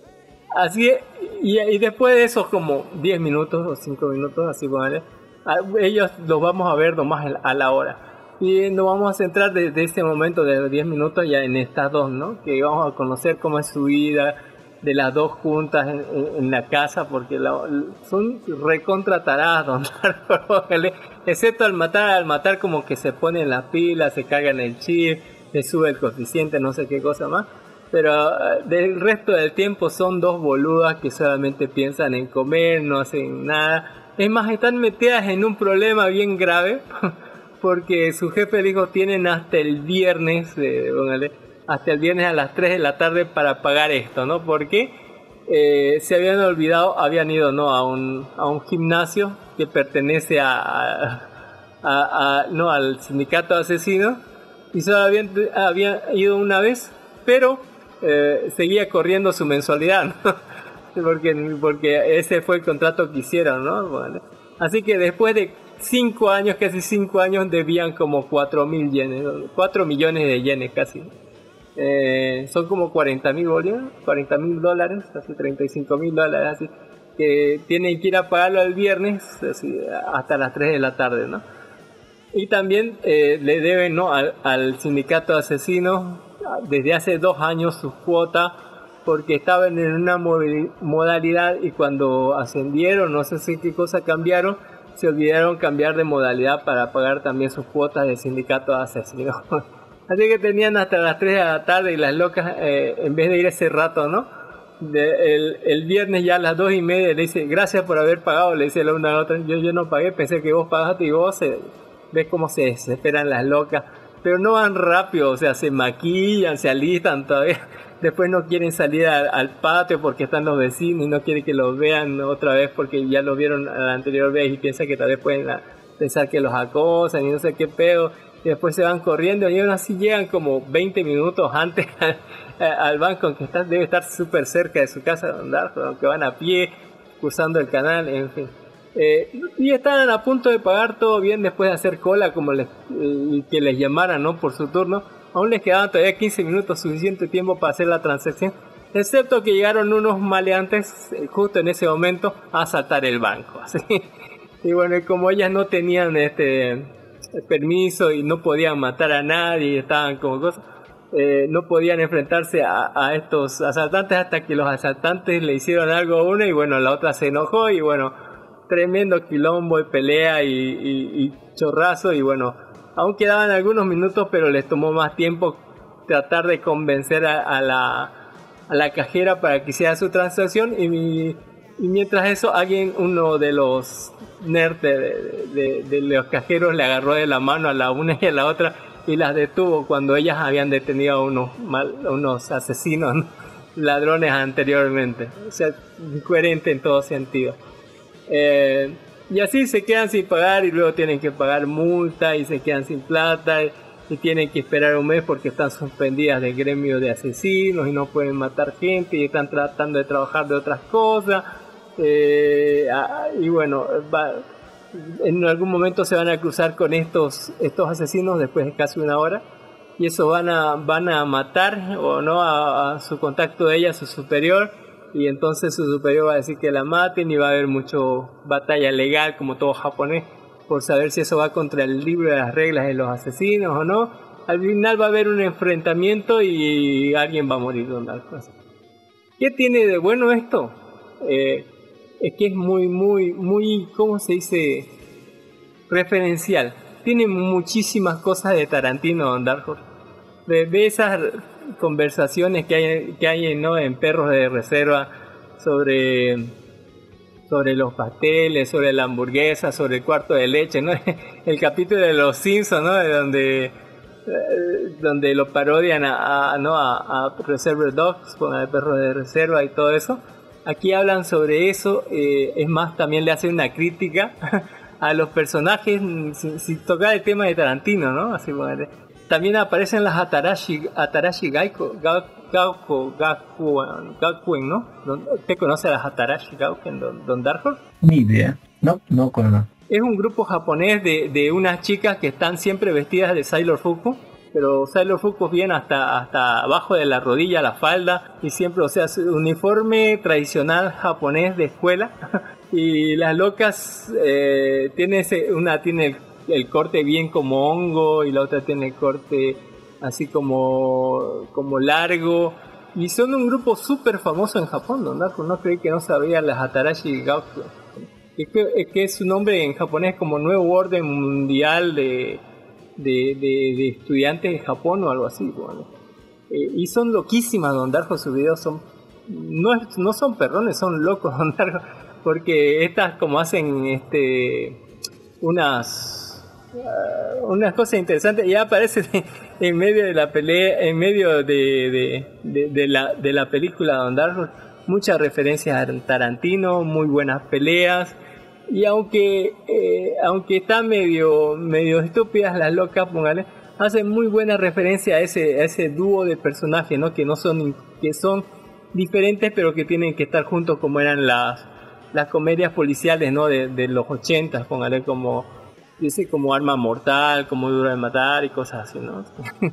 Speaker 5: así es, y, y después de esos como diez minutos o cinco minutos, así ¿vale? Ellos los vamos a ver nomás a la hora. Y nos vamos a centrar desde ese momento de los diez minutos ya en estas dos, ¿no? Que vamos a conocer cómo es su vida de las dos juntas en, en, en la casa, porque la, son recontrataradas, don Darfur, excepto al matar, al matar como que se ponen las pilas, se cargan el chip, le sube el coeficiente, no sé qué cosa más. Pero uh, del resto del tiempo son dos boludas que solamente piensan en comer, no hacen nada. Es más, están metidas en un problema bien grave. Porque su jefe le dijo tienen hasta el viernes, eh, póngale, hasta el viernes a las tres de la tarde para pagar esto, ¿no? Porque eh, se habían olvidado, habían ido no a un a un gimnasio que pertenece a, a, a, a no al sindicato de asesinos y solo habían, habían ido una vez, pero eh, seguía corriendo su mensualidad, ¿no? porque porque ese fue el contrato que hicieron, ¿no? Bueno, así que después de cinco años, casi cinco años, debían como cuatro mil yenes, cuatro millones de yenes casi. Eh, son como cuarenta mil bolívares, cuarenta mil dólares, así treinta y cinco mil dólares, así que tienen que ir a pagarlo el viernes, así, hasta las tres de la tarde, ¿no? Y también eh, le deben, ¿no? al, al sindicato de asesinos desde hace dos años su cuota, porque estaban en una modalidad y cuando ascendieron, no sé si qué cosa cambiaron, se olvidaron cambiar de modalidad para pagar también sus cuotas del sindicato de asesinos. Así que tenían hasta las tres de la tarde y las locas, eh, en vez de ir ese rato, ¿no? De, el, el viernes ya a las dos y media le dice, gracias por haber pagado, le dice la una a la otra, yo, yo no pagué, pensé que vos pagaste y vos se, ves cómo se desesperan las locas, pero no van rápido, o sea, se maquillan, se alistan todavía. Después no quieren salir al, al patio porque están los vecinos y no quieren que los vean otra vez porque ya los vieron la anterior vez y piensan que tal vez pueden la, pensar que los acosan y no sé qué pedo. Y después se van corriendo y aún así llegan como veinte minutos antes al, al banco, aunque está, debe estar súper cerca de su casa de andar, aunque van a pie, cruzando el canal, en fin. Eh, y estaban a punto de pagar todo bien después de hacer cola, como les, eh, que les llamaran, ¿no? Por su turno. Aún les quedaban todavía quince minutos, suficiente tiempo para hacer la transacción, excepto que llegaron unos maleantes eh, justo en ese momento a asaltar el banco. ¿Sí? Y bueno, y como ellas no tenían este permiso y no podían matar a nadie, estaban como cosas, eh, no podían enfrentarse a, a estos asaltantes hasta que los asaltantes le hicieron algo a una y bueno, la otra se enojó y bueno, tremendo quilombo y pelea y, y, y chorrazo y bueno, aún quedaban algunos minutos, pero les tomó más tiempo tratar de convencer a, a, la, a la cajera para que hiciera su transacción. Y, y mientras eso, alguien, uno de los nerds de, de, de, de los cajeros, le agarró de la mano a la una y a la otra y las detuvo cuando ellas habían detenido a unos, mal, unos asesinos, ¿no? Ladrones anteriormente. O sea, incoherente en todo sentido. Eh, Y así se quedan sin pagar y luego tienen que pagar multa y se quedan sin plata y, y tienen que esperar un mes porque están suspendidas del gremio de asesinos y no pueden matar gente y están tratando de trabajar de otras cosas. Eh, y bueno, va, en algún momento se van a cruzar con estos, estos asesinos después de casi una hora y eso van a, van a matar o no a, a su contacto de ella, a su superior. Y entonces su superior va a decir que la maten y va a haber mucho batalla legal como todo japonés por saber si eso va contra el libro de las reglas de los asesinos o no. Al final va a haber un enfrentamiento y alguien va a morir. ¿Qué tiene de bueno esto? Eh, es que es muy, muy, muy, ¿cómo se dice? Referencial. Tiene muchísimas cosas de Tarantino, Don Dark Horse. De, de esas conversaciones que hay, que hay ¿no? en Perros de Reserva sobre, sobre los pasteles, sobre la hamburguesa, sobre el cuarto de leche, ¿no? El capítulo de Los Simpsons, ¿no? De donde, eh, donde lo parodian a, a, ¿no? a, a Reservoir Dogs, con el Perro de Reserva y todo eso. Aquí hablan sobre eso, eh, es más, también le hacen una crítica a los personajes, sin, sin tocar el tema de Tarantino, ¿no? Así bueno, también aparecen las Atarashi, Atarashi Gaiko, Gauko, Gakuen, Gakuen, ¿no? ¿Usted conoce a las Atarashi Gauken, don, don Dark Horse?
Speaker 6: Ni idea. No, no conozco.
Speaker 5: es un grupo japonés de, de unas chicas que están siempre vestidas de Sailor Fuku, pero Sailor Fuku viene hasta, hasta abajo de la rodilla, la falda, y siempre, o sea, su uniforme tradicional japonés de escuela. Y las locas eh, tiene ese, una tiene el, el corte bien como hongo y la otra tiene el corte así como, como largo. Y son un grupo súper famoso en Japón, ¿no? No creí que no sabía las Hatarashi Gakuen. Es que, es que su nombre en japonés como Nuevo Orden Mundial de, de, de, de Estudiantes de Japón o algo así. Bueno. Eh, y son loquísimas, Don Darjo, sus videos son... No, no son perrones, son locos, Don Darjo. Porque estas como hacen este unas uh, unas cosas interesantes, ya aparecen en medio de la pelea, en medio de, de, de, de la de la película Don Darjo, muchas referencias a Tarantino, muy buenas peleas, y aunque eh, aunque están medio medio estúpidas las locas, póngale, hacen muy buena referencia a ese a ese dúo de personajes, ¿no? Que no son que son diferentes, pero que tienen que estar juntos como eran las las comedias policiales, ¿no? De, de los ochentas, póngale como dice como Arma Mortal, como Duro de Matar y cosas así, ¿no?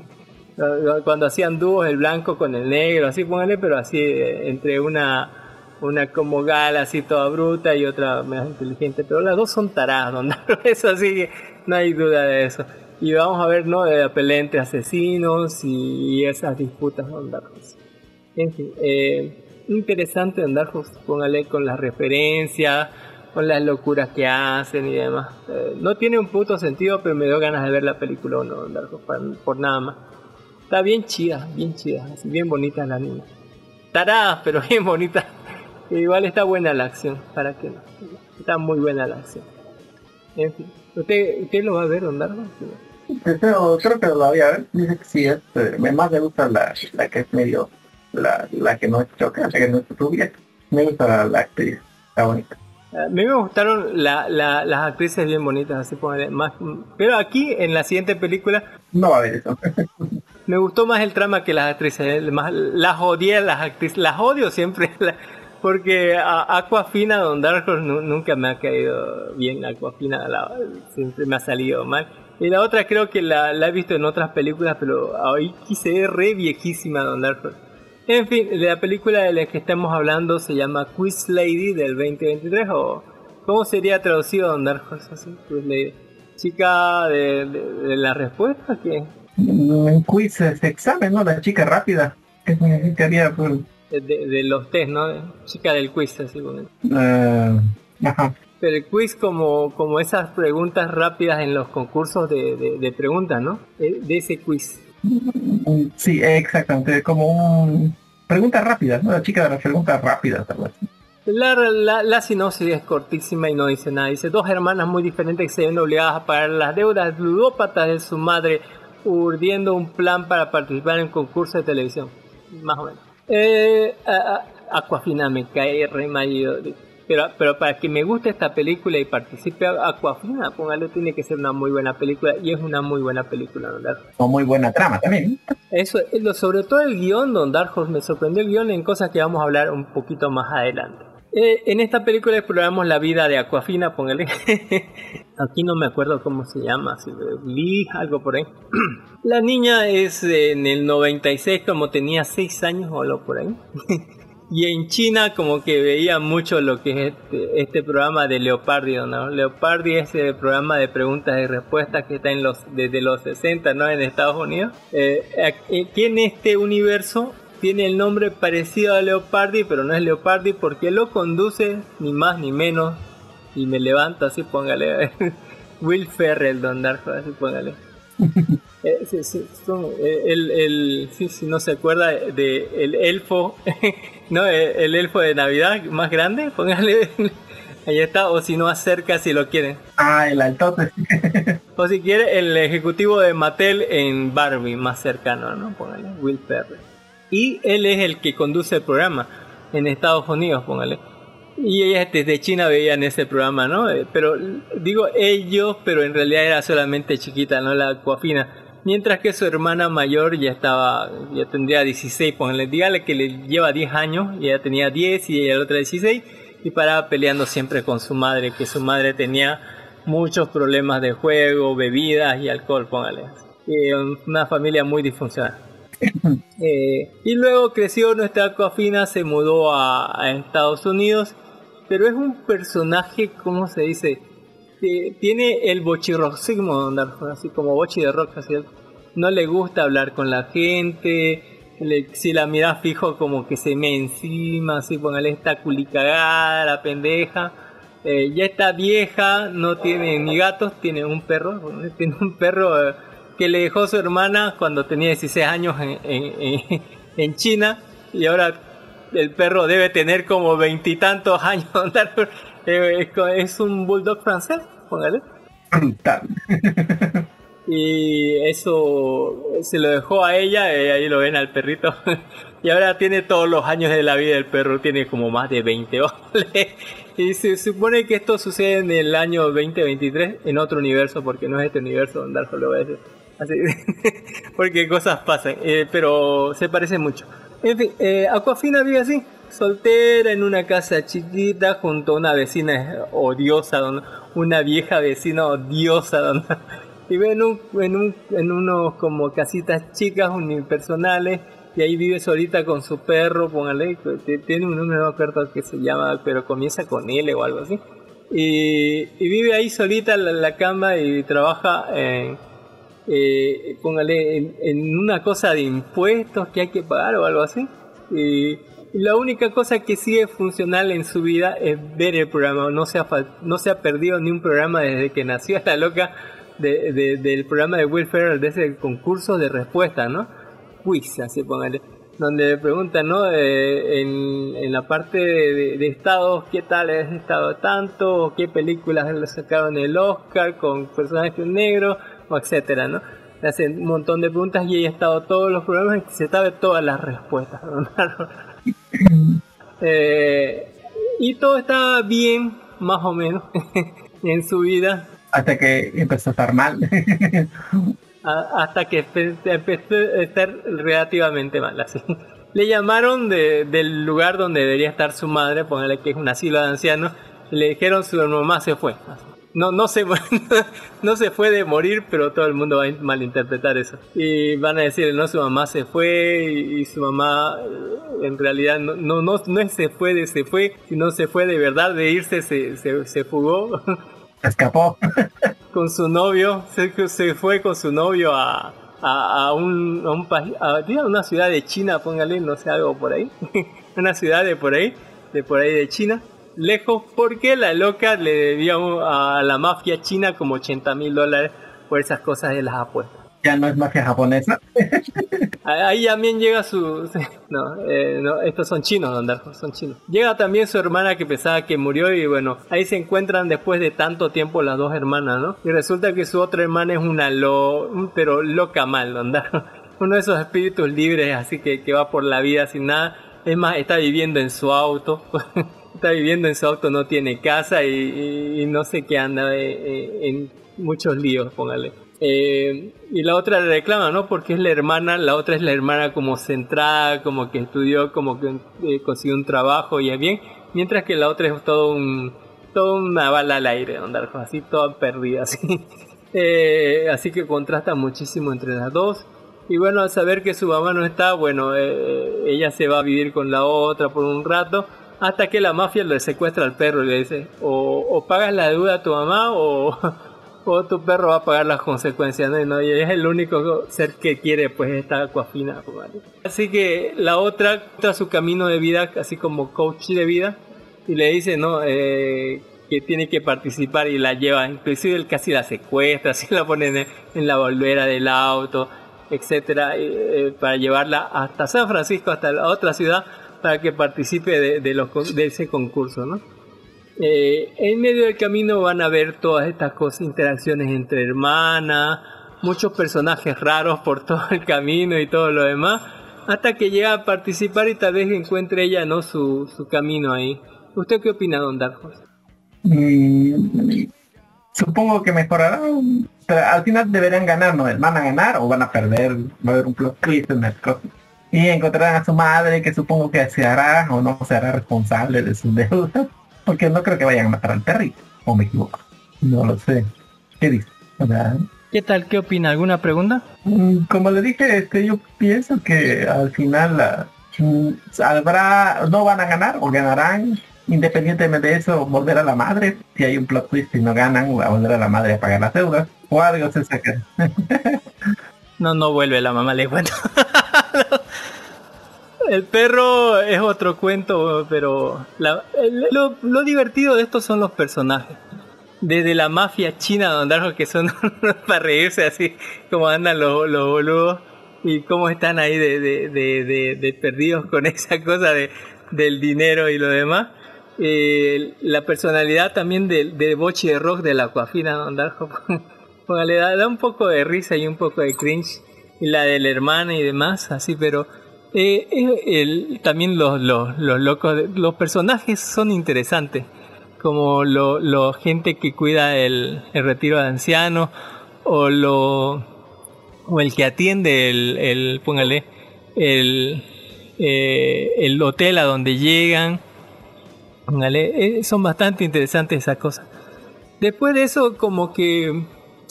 Speaker 5: Cuando hacían dúos el blanco con el negro, así póngale, pero así eh, entre una una como gala así toda bruta y otra más inteligente, pero las dos son taradas, ¿no? Eso así que no hay duda de eso. Y vamos a ver, ¿no? De la pelea entre asesinos y, y esas disputas, ¿no? En fin, eh interesante andar, póngale, con las referencias, con las locuras que hacen y demás. Eh, no tiene un puto sentido, pero me dio ganas de ver la película o no, andar, por, por nada más. Está bien chida, bien chida, así, bien bonita la niña. Taradas, pero bien bonita. Igual está buena la acción, ¿para qué no? Está muy buena la acción. En fin, ¿usted, usted lo va a ver, Don Dardo?
Speaker 6: Creo, creo que lo voy a ver. Dice que sí, es, eh, más me gusta la, la que es medio... La, la que no es choca, la que no es rubia. Me gusta la, la actriz, está bonita.
Speaker 5: A mí me gustaron la, la, las actrices bien bonitas, así ponerle más. Pero aquí, en la siguiente película,
Speaker 6: no va a haber eso.
Speaker 5: Me gustó más el trama que las actrices. Más, las odié las actrices, las odio siempre. La, porque a Aquafina, Don Darko, nunca me ha caído bien. Aquafina la, siempre me ha salido mal. Y la otra creo que la, la he visto en otras películas, pero hoy quise ver re viejísima, Don Darko. En fin, la película de la que estamos hablando se llama Quiz Lady del veinte veintitrés, o ¿cómo sería traducido, Don Darko? Así, Quiz Lady. Chica de, de, de la respuesta, ¿qué?
Speaker 6: En quiz es examen, ¿no? La chica rápida. ¿Qué significaría? Pues...
Speaker 5: De, de, de los test, ¿no? Chica del quiz, así con él.
Speaker 6: Uh, ajá.
Speaker 5: Pero el quiz como, como esas preguntas rápidas en los concursos de, de, de preguntas, ¿no? De, de ese quiz.
Speaker 6: Sí, exactamente, como un... Preguntas rápidas, ¿no? La chica de las preguntas rápidas, algo así.
Speaker 5: La, la, la sinopsis es cortísima y no dice nada. Dice, dos hermanas muy diferentes que se ven obligadas a pagar las deudas ludópatas de su madre, urdiendo un plan para participar en un concurso de televisión. Más o menos. Eh, a, a, Aquafina me cae re marido. Pero, pero para que me guste esta película y participe Aquafina, póngale, tiene que ser una muy buena película, y es una muy buena película, Don Darko.
Speaker 6: O muy buena trama también.
Speaker 5: Eso, sobre todo el guión, Don Darko, me sorprendió el guión en cosas que vamos a hablar un poquito más adelante. Eh, en esta película exploramos la vida de Aquafina, póngale. Aquí no me acuerdo cómo se llama, si Lee, algo por ahí. La niña es eh, en el noventa y seis, como tenía seis años o algo por ahí. Y en China como que veía mucho lo que es este, este programa de Leopardi, ¿no? Leopardi es el programa de preguntas y respuestas que está en los desde los sesenta, ¿no? En Estados Unidos. Eh, aquí en este universo tiene el nombre parecido a Leopardi, pero no es Leopardi porque lo conduce ni más ni menos. Y me levanto así, póngale. Will Ferrell, Don Darko, así póngale. Eh, sí, sí, son, eh, el, el, sí, si no se acuerda de el elfo, no, el, el elfo de Navidad más grande, póngale, ahí está, o si no acerca si lo quieren.
Speaker 6: Ah, el altote.
Speaker 5: O si quiere el ejecutivo de Mattel en Barbie más cercano, ¿no? Póngale, Will Ferrell. Y él es el que conduce el programa en Estados Unidos, póngale. Y ellas desde China veían ese programa, ¿no? Eh, pero digo ellos, pero en realidad era solamente chiquita, ¿no? La Aquafina. Mientras que su hermana mayor ya estaba, ya tendría dieciséis, ponle, dígale que le lleva diez años, y ella tenía diez y ella la otra dieciséis, y paraba peleando siempre con su madre, que su madre tenía muchos problemas de juego, bebidas y alcohol, póngale. Eh, una familia muy disfuncional. Eh, y luego creció nuestra Aquafina, se mudó a, a Estados Unidos, pero es un personaje, ¿cómo se dice? Eh, tiene el bochirroxismo, así como bochi de rock, así. No le gusta hablar con la gente, le, si la miras fijo como que se me encima, así, póngale, esta culicagada, la pendeja. Eh, ya está vieja, no tiene ni gatos, tiene un perro, tiene un perro... Eh, que le dejó su hermana cuando tenía dieciséis años en, en, en China, y ahora el perro debe tener como veintitantos años. Es un bulldog francés, póngale. Y eso se lo dejó a ella, y ahí lo ven al perrito. Y ahora tiene todos los años de la vida del perro, tiene como más de veinte. ¿Vale? Y se supone que esto sucede en el año veinte veintitrés, en otro universo, porque no es este universo donde Darjo lo va a decir. Así, porque cosas pasan, eh, pero se parece mucho. En fin, eh, Aquafina vive así, soltera, en una casa chiquita, junto a una vecina odiosa, una vieja vecina odiosa, vive en, un, en, un, en unos como casitas chicas unipersonales, y ahí vive solita con su perro, póngale, tiene un número, no me acuerdo que se llama, pero comienza con L o algo así, y, y vive ahí solita en la, la cama, y trabaja en... Eh, póngale en, en una cosa de impuestos que hay que pagar o algo así, y, y la única cosa que sigue funcional en su vida es ver el programa. No se ha, no se ha perdido ni un programa desde que nació la loca de, de, del programa de Will Ferrell, de ese concurso de respuesta, ¿no? Quiz, así póngale, donde le preguntan, ¿no? Eh, en, en la parte de, de, de estados, ¿qué tal es estado tanto? ¿Qué películas le sacaron el Oscar con personajes negros? O etcétera, ¿no? Le hacen un montón de preguntas y ella ha estado todos los programas y se sabe todas las respuestas, ¿no? eh, y todo estaba bien, más o menos, en su vida.
Speaker 6: Hasta que empezó a estar mal.
Speaker 5: a, hasta que empezó a estar relativamente mal, así. Le llamaron de, del lugar donde debería estar su madre, ponerle que es un asilo de ancianos, y le dijeron su mamá se fue. No, no se no se fue de morir, pero todo el mundo va a malinterpretar eso. Y van a decir, no, su mamá se fue, y, y su mamá en realidad no, no, no, no es se fue de se fue, sino se fue de verdad, de irse, se, se, se fugó.
Speaker 6: Escapó.
Speaker 5: Con su novio, se, se fue con su novio a, a, a un, a un país, a, a una ciudad de China, póngale, no sé, algo por ahí. Una ciudad de por ahí, de por ahí de China. Lejos, porque la loca le debía a la mafia china como ochenta mil dólares por esas cosas de las apuestas.
Speaker 6: Ya no es mafia japonesa.
Speaker 5: Ahí también llega su... No, eh, no, estos son chinos, don Darjo, son chinos. Llega también su hermana que pensaba que murió, y bueno, ahí se encuentran después de tanto tiempo las dos hermanas, ¿no? Y resulta que su otra hermana es una lo... pero loca mal, don Darjo. Uno de esos espíritus libres, así que, que va por la vida sin nada. Es más, está viviendo en su auto. Está viviendo en su auto, no tiene casa, y, y, y no sé qué anda eh, eh, en muchos líos, póngale. Eh, y la otra le reclama, ¿no? Porque es la hermana, la otra es la hermana como centrada, como que estudió, como que eh, consiguió un trabajo y es bien, mientras que la otra es todo un todo una bala al aire, don Darjo, así toda perdida, así. Eh, así que contrasta muchísimo entre las dos. Y bueno, al saber que su mamá no está, bueno, eh, ella se va a vivir con la otra por un rato, hasta que la mafia le secuestra al perro y le dice, o, o pagas la deuda a tu mamá, o, o tu perro va a pagar las consecuencias, ¿no? Y es el único ser que quiere, pues, esta Aquafina, ¿vale? Así que la otra entra su camino de vida, así como coach de vida, y le dice, ¿no? Eh, que tiene que participar, y la lleva, inclusive él casi la secuestra, así la pone en, en la bolera del auto, etcétera, eh, para llevarla hasta San Francisco, hasta la otra ciudad, para que participe de, de, los, de ese concurso, ¿no? Eh, en medio del camino van a ver todas estas cosas, interacciones entre hermanas, muchos personajes raros por todo el camino y todo lo demás, hasta que llega a participar y tal vez encuentre ella, ¿no? su, su camino ahí. ¿Usted qué opina, don Darjo?
Speaker 6: Mm, supongo que mejorará. Al final deberán ganar, ¿no? ¿Van a ganar o van a perder? Va a haber un plot twist en el cosa. Y encontrarán a su madre, que supongo que se hará o no se hará responsable de sus deudas, porque no creo que vayan a matar al perrito, o me equivoco. No lo sé. ¿Qué dice? O sea,
Speaker 5: ¿Qué tal? ¿Qué opina? ¿Alguna pregunta?
Speaker 6: mm, como le dije, este, yo pienso que al final la, mm, habrá, no van a ganar o ganarán. Independientemente de eso, volver a la madre. Si hay un plot twist y no ganan, va a volver a la madre a pagar las deudas. O algo se saca.
Speaker 5: No, no vuelve la mamá, le cuento. El perro es otro cuento, pero la- el- lo, lo divertido de estos son los personajes. Desde la mafia china, Don Darjo, que son para reírse así, como andan los, los boludos y cómo están ahí de, de, de, de, de perdidos con esa cosa de, del dinero y lo demás. Eh, la personalidad también de, de Bochi de Rock de la Aquafina, Don Darjo, póngale, da, da un poco de risa y un poco de cringe. Y la del hermano y demás, así, pero eh, eh, el, también los, los, los locos, de- los personajes son interesantes, como lo, lo gente que cuida el, el retiro de ancianos, o lo o el que atiende el, el póngale, el, eh, el hotel a donde llegan, póngale, eh, son bastante interesantes esas cosas. Después de eso, como que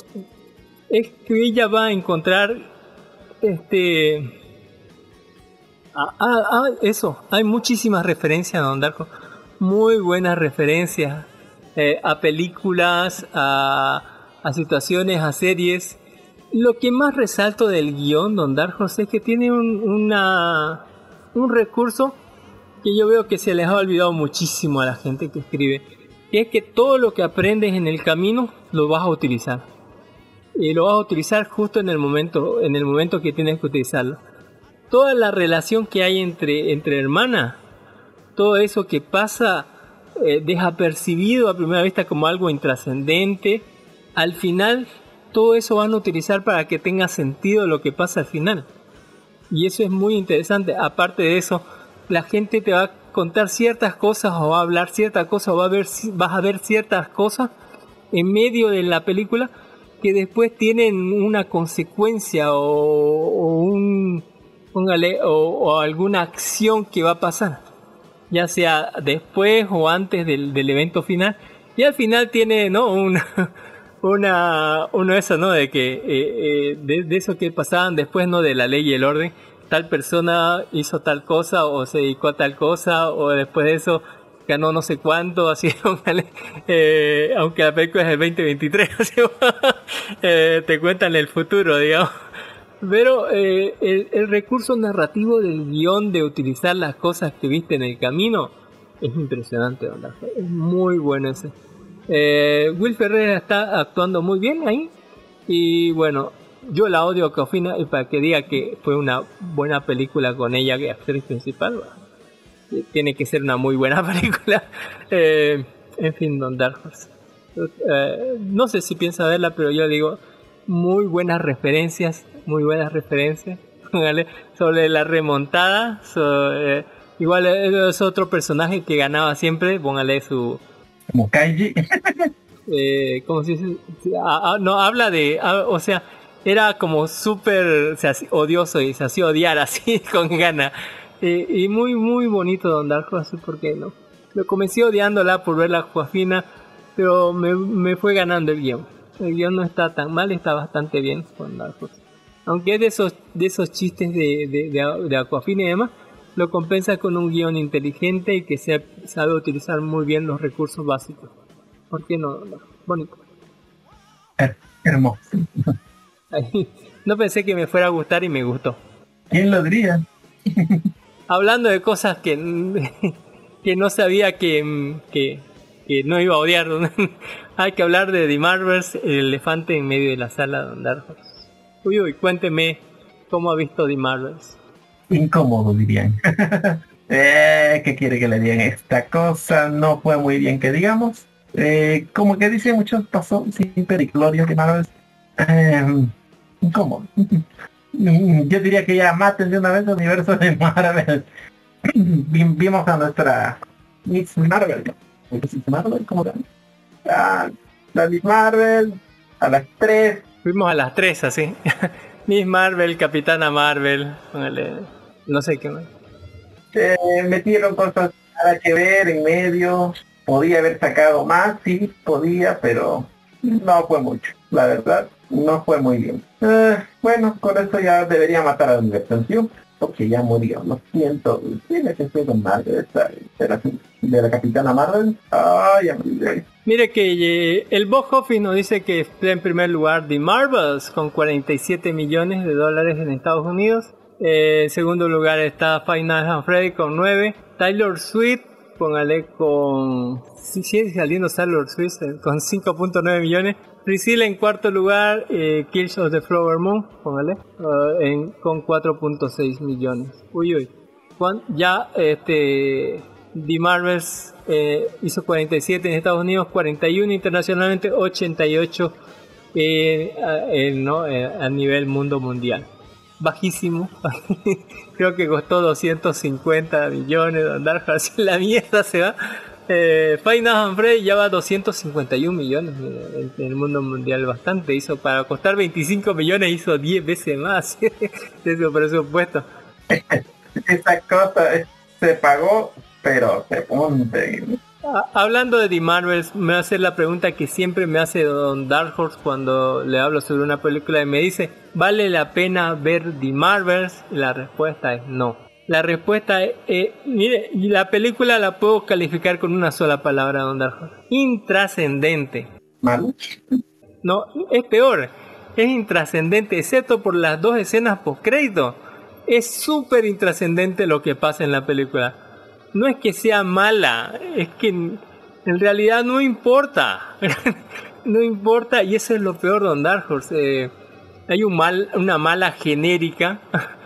Speaker 5: es que ella va a encontrar este ah, ah, ah, eso, hay muchísimas referencias, Don Darko, muy buenas referencias eh, a películas, a, a situaciones, a series. Lo que más resalto del guión, Don Darko, es que tiene un, una, un recurso que yo veo que se les ha olvidado muchísimo a la gente que escribe, que es que todo lo que aprendes en el camino lo vas a utilizar. Y lo vas a utilizar justo en el momento, en el momento que tienes que utilizarlo. Toda la relación que hay entre, entre hermanas, todo eso que pasa eh, desapercibido a primera vista como algo intrascendente, al final todo eso van a utilizar para que tenga sentido lo que pasa al final. Y eso es muy interesante. Aparte de eso, la gente te va a contar ciertas cosas o va a hablar ciertas cosas o va a ver, vas a ver ciertas cosas en medio de la película que después tienen una consecuencia o, o un póngale o, o alguna acción que va a pasar, ya sea después o antes del, del evento final, y al final tiene, ¿no?, una una uno de eso, ¿no?, de que eh, eh, de, de eso que pasaban después, ¿no?, de la ley y el orden, tal persona hizo tal cosa o se dedicó a tal cosa, o después de eso ganó no sé cuánto, así, eh, aunque la película es del veinte veintitrés, así, eh, te cuentan el futuro, digamos. Pero eh, el, el recurso narrativo del guión de utilizar las cosas que viste en el camino es impresionante, ¿verdad? Es muy bueno ese. Eh, Will Ferrell está actuando muy bien ahí. Y bueno, yo la odio a Aquafina, y para que diga que fue una buena película con ella que actriz principal, bueno, tiene que ser una muy buena película. Eh, en fin, Don Dark Horse. Eh, no sé si piensa verla, pero yo digo, muy buenas referencias, muy buenas referencias ¿vale? Sobre la remontada. Sobre, eh, igual es otro personaje que ganaba siempre, póngale su...
Speaker 6: Como Kaiji.
Speaker 5: Eh, ¿Cómo se dice? Ah, ah, no, habla de... Ah, o sea, era como súper odioso y se hacía odiar así con gana. Eh, y muy, muy bonito Don Dark Horse, ¿por qué no? Lo comencé odiándola por ver la Aquafina, pero me, me fue ganando el guión. El guión no está tan mal, está bastante bien con Dark Horse. Aunque es de esos, de esos chistes de, de, de, de Aquafina y demás, lo compensa con un guión inteligente y que se sabe utilizar muy bien los recursos básicos. ¿Por qué no? no bonito.
Speaker 6: Her- hermoso.
Speaker 5: Ay, no pensé que me fuera a gustar y me gustó.
Speaker 6: ¿Quién lo diría?
Speaker 5: Hablando de cosas que, que no sabía que, que, que no iba a odiar, hay que hablar de The Marvels, el elefante en medio de la sala de Dark Horse. Uy, uy, cuénteme cómo ha visto The Marvels.
Speaker 6: Incómodo, dirían. eh, ¿Qué quiere que le digan? Esta cosa no fue muy bien, que digamos. Eh, como que dicen muchos, pasó sin periclorio de Marvel. Eh, incómodo. Yo diría que ya maten de una vez el universo de Marvel. Vimos a nuestra Miss Marvel, ¿no? Miss Marvel, ¿cómo se llama? Ah, la Miss Marvel, a las tres.
Speaker 5: Fuimos a las tres así. Miss Marvel, Capitana Marvel, póngale, no sé qué más.
Speaker 6: Eh, metieron cosas nada que ver en medio. Podía haber sacado más, sí, podía, pero no fue mucho, la verdad, no fue muy bien. Eh, bueno, con eso ya debería matar a Universal, porque ya murió, lo siento. Tiene que ser con Marvel, esta, de, la, de la Capitana Marvel. Ay, ya murió.
Speaker 5: Mire que eh, el box office nos dice que está en primer lugar The Marvels con cuarenta y siete millones de dólares en Estados Unidos. Eh, en segundo lugar está Five Nights at Freddy's con nueve. Taylor Swift, póngale con... Sí, sigue saliendo Taylor Swift eh, con cinco punto nueve millones. Priscilla en cuarto lugar, eh, Kills of the Flower Moon, póngale, uh, en, con cuatro punto seis millones. Uy, uy. Juan, ya este... The Marvels eh, hizo cuarenta y siete en Estados Unidos, cuarenta y uno internacionalmente, ochenta y ocho eh, a, eh, ¿no? eh, a nivel mundo mundial. Bajísimo. Creo que costó doscientos cincuenta millones de andar así la mierda se va. Eh, Five Nights at Freddy's ya va a doscientos cincuenta y un millones en, en el mundo mundial, bastante. Hizo para costar veinticinco millones, hizo diez veces más de su presupuesto.
Speaker 6: Esa cosa se pagó, pero se ponte.
Speaker 5: Hablando de The Marvels, me va a hacer la pregunta que siempre me hace Don Dark Horse cuando le hablo sobre una película y me dice, ¿vale la pena ver The Marvels? Y la respuesta es no. La respuesta es, eh, mire, la película la puedo calificar con una sola palabra, Don Dark Horse. Intrascendente.
Speaker 6: ¿Malo?
Speaker 5: No, es peor. Es intrascendente, excepto por las dos escenas postcrédito. Es súper intrascendente lo que pasa en la película. No es que sea mala, es que en, en realidad no importa. No importa, y eso es lo peor, Don Dark Horse. Eh, hay un mal, una mala genérica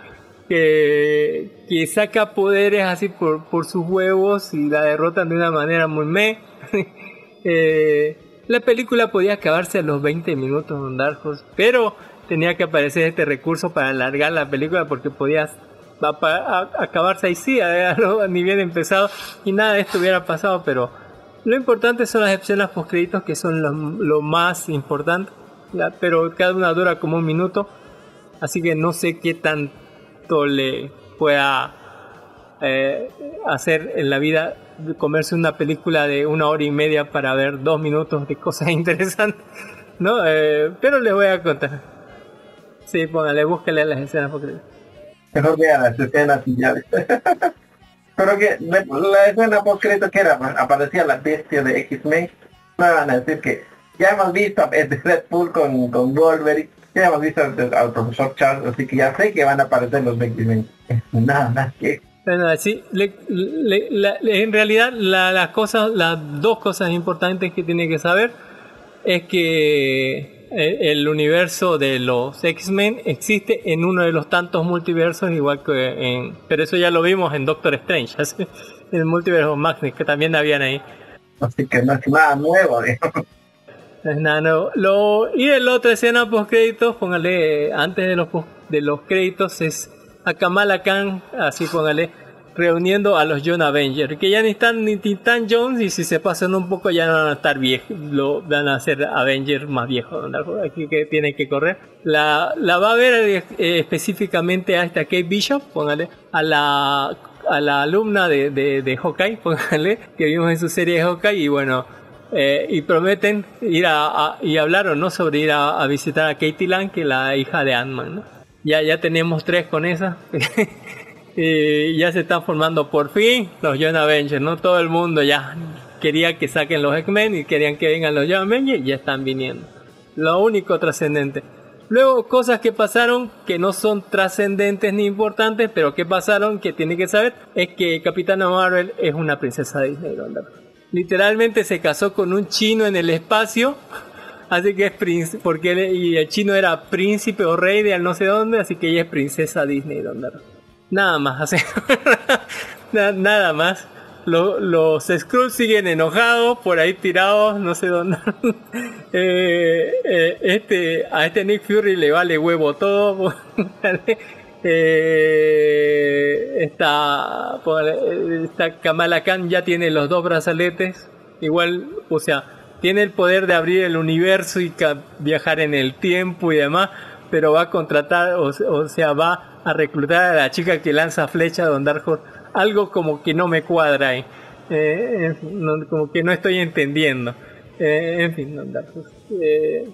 Speaker 5: que, que saca poderes así por, por sus huevos y la derrotan de una manera muy meh. eh, la película podía acabarse a los veinte minutos, Don Dark Horse, pero tenía que aparecer este recurso para alargar la película porque podía a, a, acabarse ahí sí, a, a, ni bien empezado y nada de esto hubiera pasado, pero lo importante son las escenas postcréditos que son lo, lo más importante, ya, pero cada una dura como un minuto, así que no sé qué tanto le pueda eh, hacer en la vida comerse una película de una hora y media para ver dos minutos de cosas interesantes, ¿no? Eh, pero les voy a contar. Sí, póngale, búsquele las escenas postcréditos.
Speaker 6: Mejor vea las escenas y ya. Pero que la, la escena postcrédito que era, aparecía la bestia de X-Men, me van a decir que ya hemos visto a Deadpool con, con Wolverine, ya hemos visto al, al profesor Charles, así que ya sé que van a aparecer los X-Men. Nada más que...
Speaker 5: Bueno, sí, le, le, la, en realidad la, las cosas, las dos cosas importantes que tiene que saber es que el universo de los X-Men existe en uno de los tantos multiversos, igual que en... Pero eso ya lo vimos en Doctor Strange, ¿sí? El multiverso Magnus, que también habían ahí.
Speaker 6: Así que no es nada nuevo, digamos.
Speaker 5: No es nada nuevo. Lo, y en la otra escena post créditos, póngale, antes de los, de los créditos, es a Kamala Khan, así póngale, reuniendo a los Young Avengers, que ya ni están ni Titan Jones, y si se pasan un poco ya no van a estar viejos, lo van a ser Avengers más viejos, aquí que tienen que correr. La, la va a ver eh, específicamente a esta Kate Bishop, póngale, a la a la alumna de, de, de Hawkeye, póngale, que vimos en su serie de Hawkeye, y bueno, eh, y prometen ir a, a y hablaron, ¿no?, sobre ir a, a visitar a Katie Lang, que es la hija de Ant-Man, ¿no? Ya, ya tenemos tres con esa. Y ya se están formando por fin los Young Avengers, ¿no? Todo el mundo ya quería que saquen los X-Men y querían que vengan los Young Avengers y ya están viniendo. Lo único trascendente. Luego, cosas que pasaron que no son trascendentes ni importantes, pero que pasaron que tienen que saber, es que Capitana Marvel es una princesa Disney, ¿no? Literalmente se casó con un chino en el espacio. Así que es príncipe, porque él, y el chino era príncipe o rey de al no sé dónde, así que ella es princesa Disney, ¿dónde? Nada más, así. Nada más. Lo, los Skrulls siguen enojados, por ahí tirados, no sé dónde. eh, eh, este, a este Nick Fury le vale huevo todo. eh, esta, esta Kamala Khan ya tiene los dos brazaletes. Igual, o sea, tiene el poder de abrir el universo y viajar en el tiempo y demás, pero va a contratar, o, o sea, va a reclutar a la chica que lanza flecha, Don Dark Horse. Algo como que no me cuadra ahí. Eh, no, como que no estoy entendiendo. Eh, en fin, Don Dark Horse. Eh,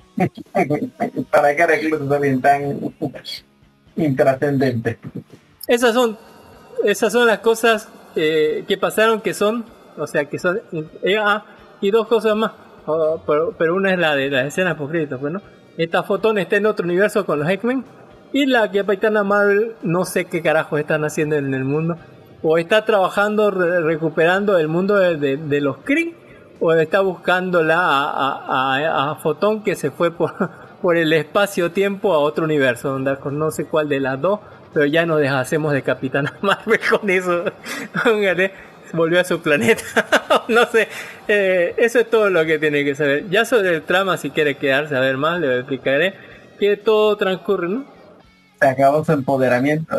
Speaker 6: ¿Para qué reclutas alguien tan intrascendente?
Speaker 5: esas son esas son las cosas eh, que pasaron, que son, o sea, que son eh, ah, y dos cosas más, oh, pero, pero una es la de las escenas post créditos, pues, ¿no? Esta Fotón está en otro universo con los X-Men, y la Capitana Marvel no sé qué carajos están haciendo en el mundo, o está trabajando re- recuperando el mundo de, de, de los Kree, o está buscándola a, a, a, a Fotón, que se fue por, por el espacio-tiempo a otro universo, donde no sé cuál de las dos, pero ya nos deshacemos de Capitana Marvel con eso. Volvió a su planeta. No sé, eh, eso es todo lo que tiene que saber. Ya sobre el trama, si quiere quedarse a ver más, le explicaré que todo transcurre, ¿no?
Speaker 6: Se acabó su empoderamiento.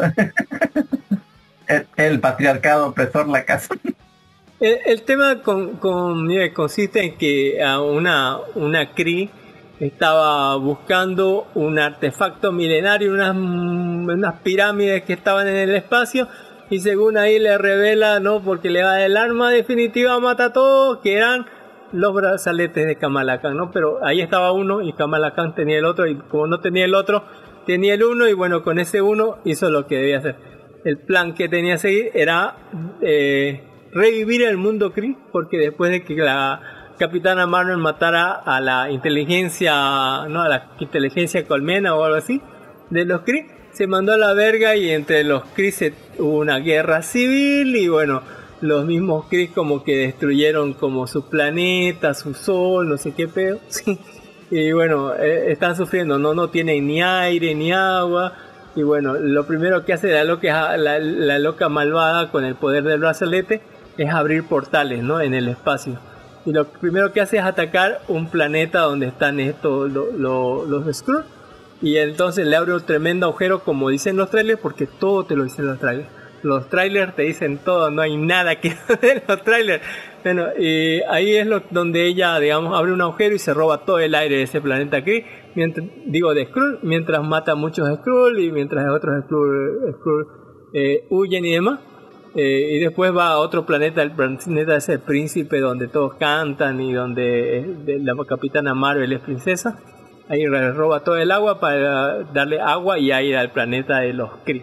Speaker 6: el, el patriarcado opresor la casa.
Speaker 5: El, el tema con, con, mira, consiste en que a una, una Kree estaba buscando un artefacto milenario, unas, unas pirámides que estaban en el espacio, y según ahí le revela, no, porque le da el arma definitiva, mata a todos, que eran los brazaletes de Kamala Khan, ¿no? Pero ahí estaba uno y Kamala Khan tenía el otro, y como no tenía el otro, tenía el uno, y bueno, con ese uno hizo lo que debía hacer. El plan que tenía que seguir era eh, revivir el mundo Kree, porque después de que la Capitana Marvel matara a la inteligencia, no, a la inteligencia colmena o algo así, de los Kree, se mandó a la verga, y entre los Kree se, hubo una guerra civil, y bueno, los mismos Kree como que destruyeron como su planeta, su sol, no sé qué pedo, sí. Y bueno, eh, están sufriendo, no, no tienen ni aire ni agua, y bueno, lo primero que hace la loca, la, la loca malvada con el poder del brazalete es abrir portales, ¿no?, en el espacio. Y lo primero que hace es atacar un planeta donde están estos lo, lo, los Skrull, y entonces le abre un tremendo agujero, como dicen los trailers, porque todo te lo dicen los trailers. Los trailers te dicen todo, no hay nada que hacer en los trailers. Bueno, y ahí es lo, donde ella, digamos, abre un agujero y se roba todo el aire de ese planeta Kree, mientras, digo, de Skrull, mientras mata a muchos Skrull, y mientras otros Skrull, Skrull eh, huyen y demás. Eh, y después va a otro planeta, el planeta es el príncipe, donde todos cantan, y donde eh, la Capitana Marvel es princesa. Ahí roba todo el agua para darle agua y aire al planeta de los Kree.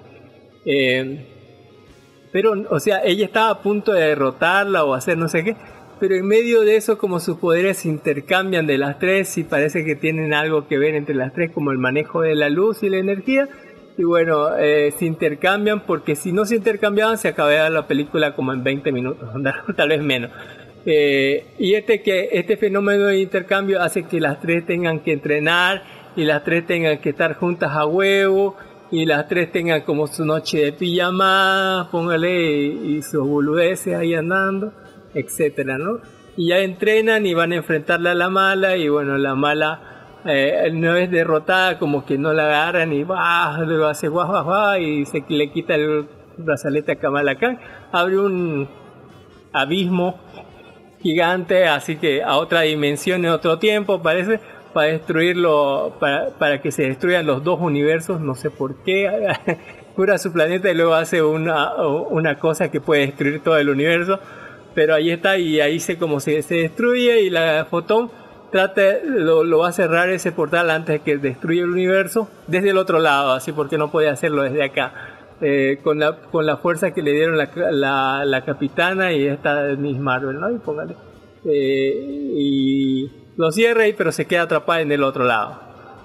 Speaker 5: Eh, pero, o sea, ella estaba a punto de derrotarla o hacer no sé qué, pero en medio de eso, como sus poderes se intercambian de las tres, y parece que tienen algo que ver entre las tres, como el manejo de la luz y la energía, y bueno, eh, se intercambian, porque si no se intercambiaban se acababa la película como en veinte minutos, tal vez menos. Eh, y este que este fenómeno de intercambio hace que las tres tengan que entrenar, y las tres tengan que estar juntas a huevo, y las tres tengan como su noche de pijama, póngale, y, y sus boludeces ahí andando, etcétera, ¿no? Y ya entrenan y van a enfrentarla a la mala, y bueno, la mala eh, no es derrotada, como que no la agarran, y bah, luego hace guau guau guau, y se le quita el brazalete a Kamala Khan, abre un abismo gigante, así que a otra dimensión, en otro tiempo, parece, para destruirlo, para, para que se destruyan los dos universos, no sé por qué, cura su planeta y luego hace una, una cosa que puede destruir todo el universo, pero ahí está, y ahí se como se, se destruye, y la Fotón trata, lo, lo va a cerrar ese portal antes de que destruya el universo, desde el otro lado, así, porque no puede hacerlo desde acá. Eh, con la con la fuerza que le dieron la, la, la Capitana y esta Miss Marvel, ¿no? Y póngale. Eh, y lo cierra ahí, pero se queda atrapada en el otro lado.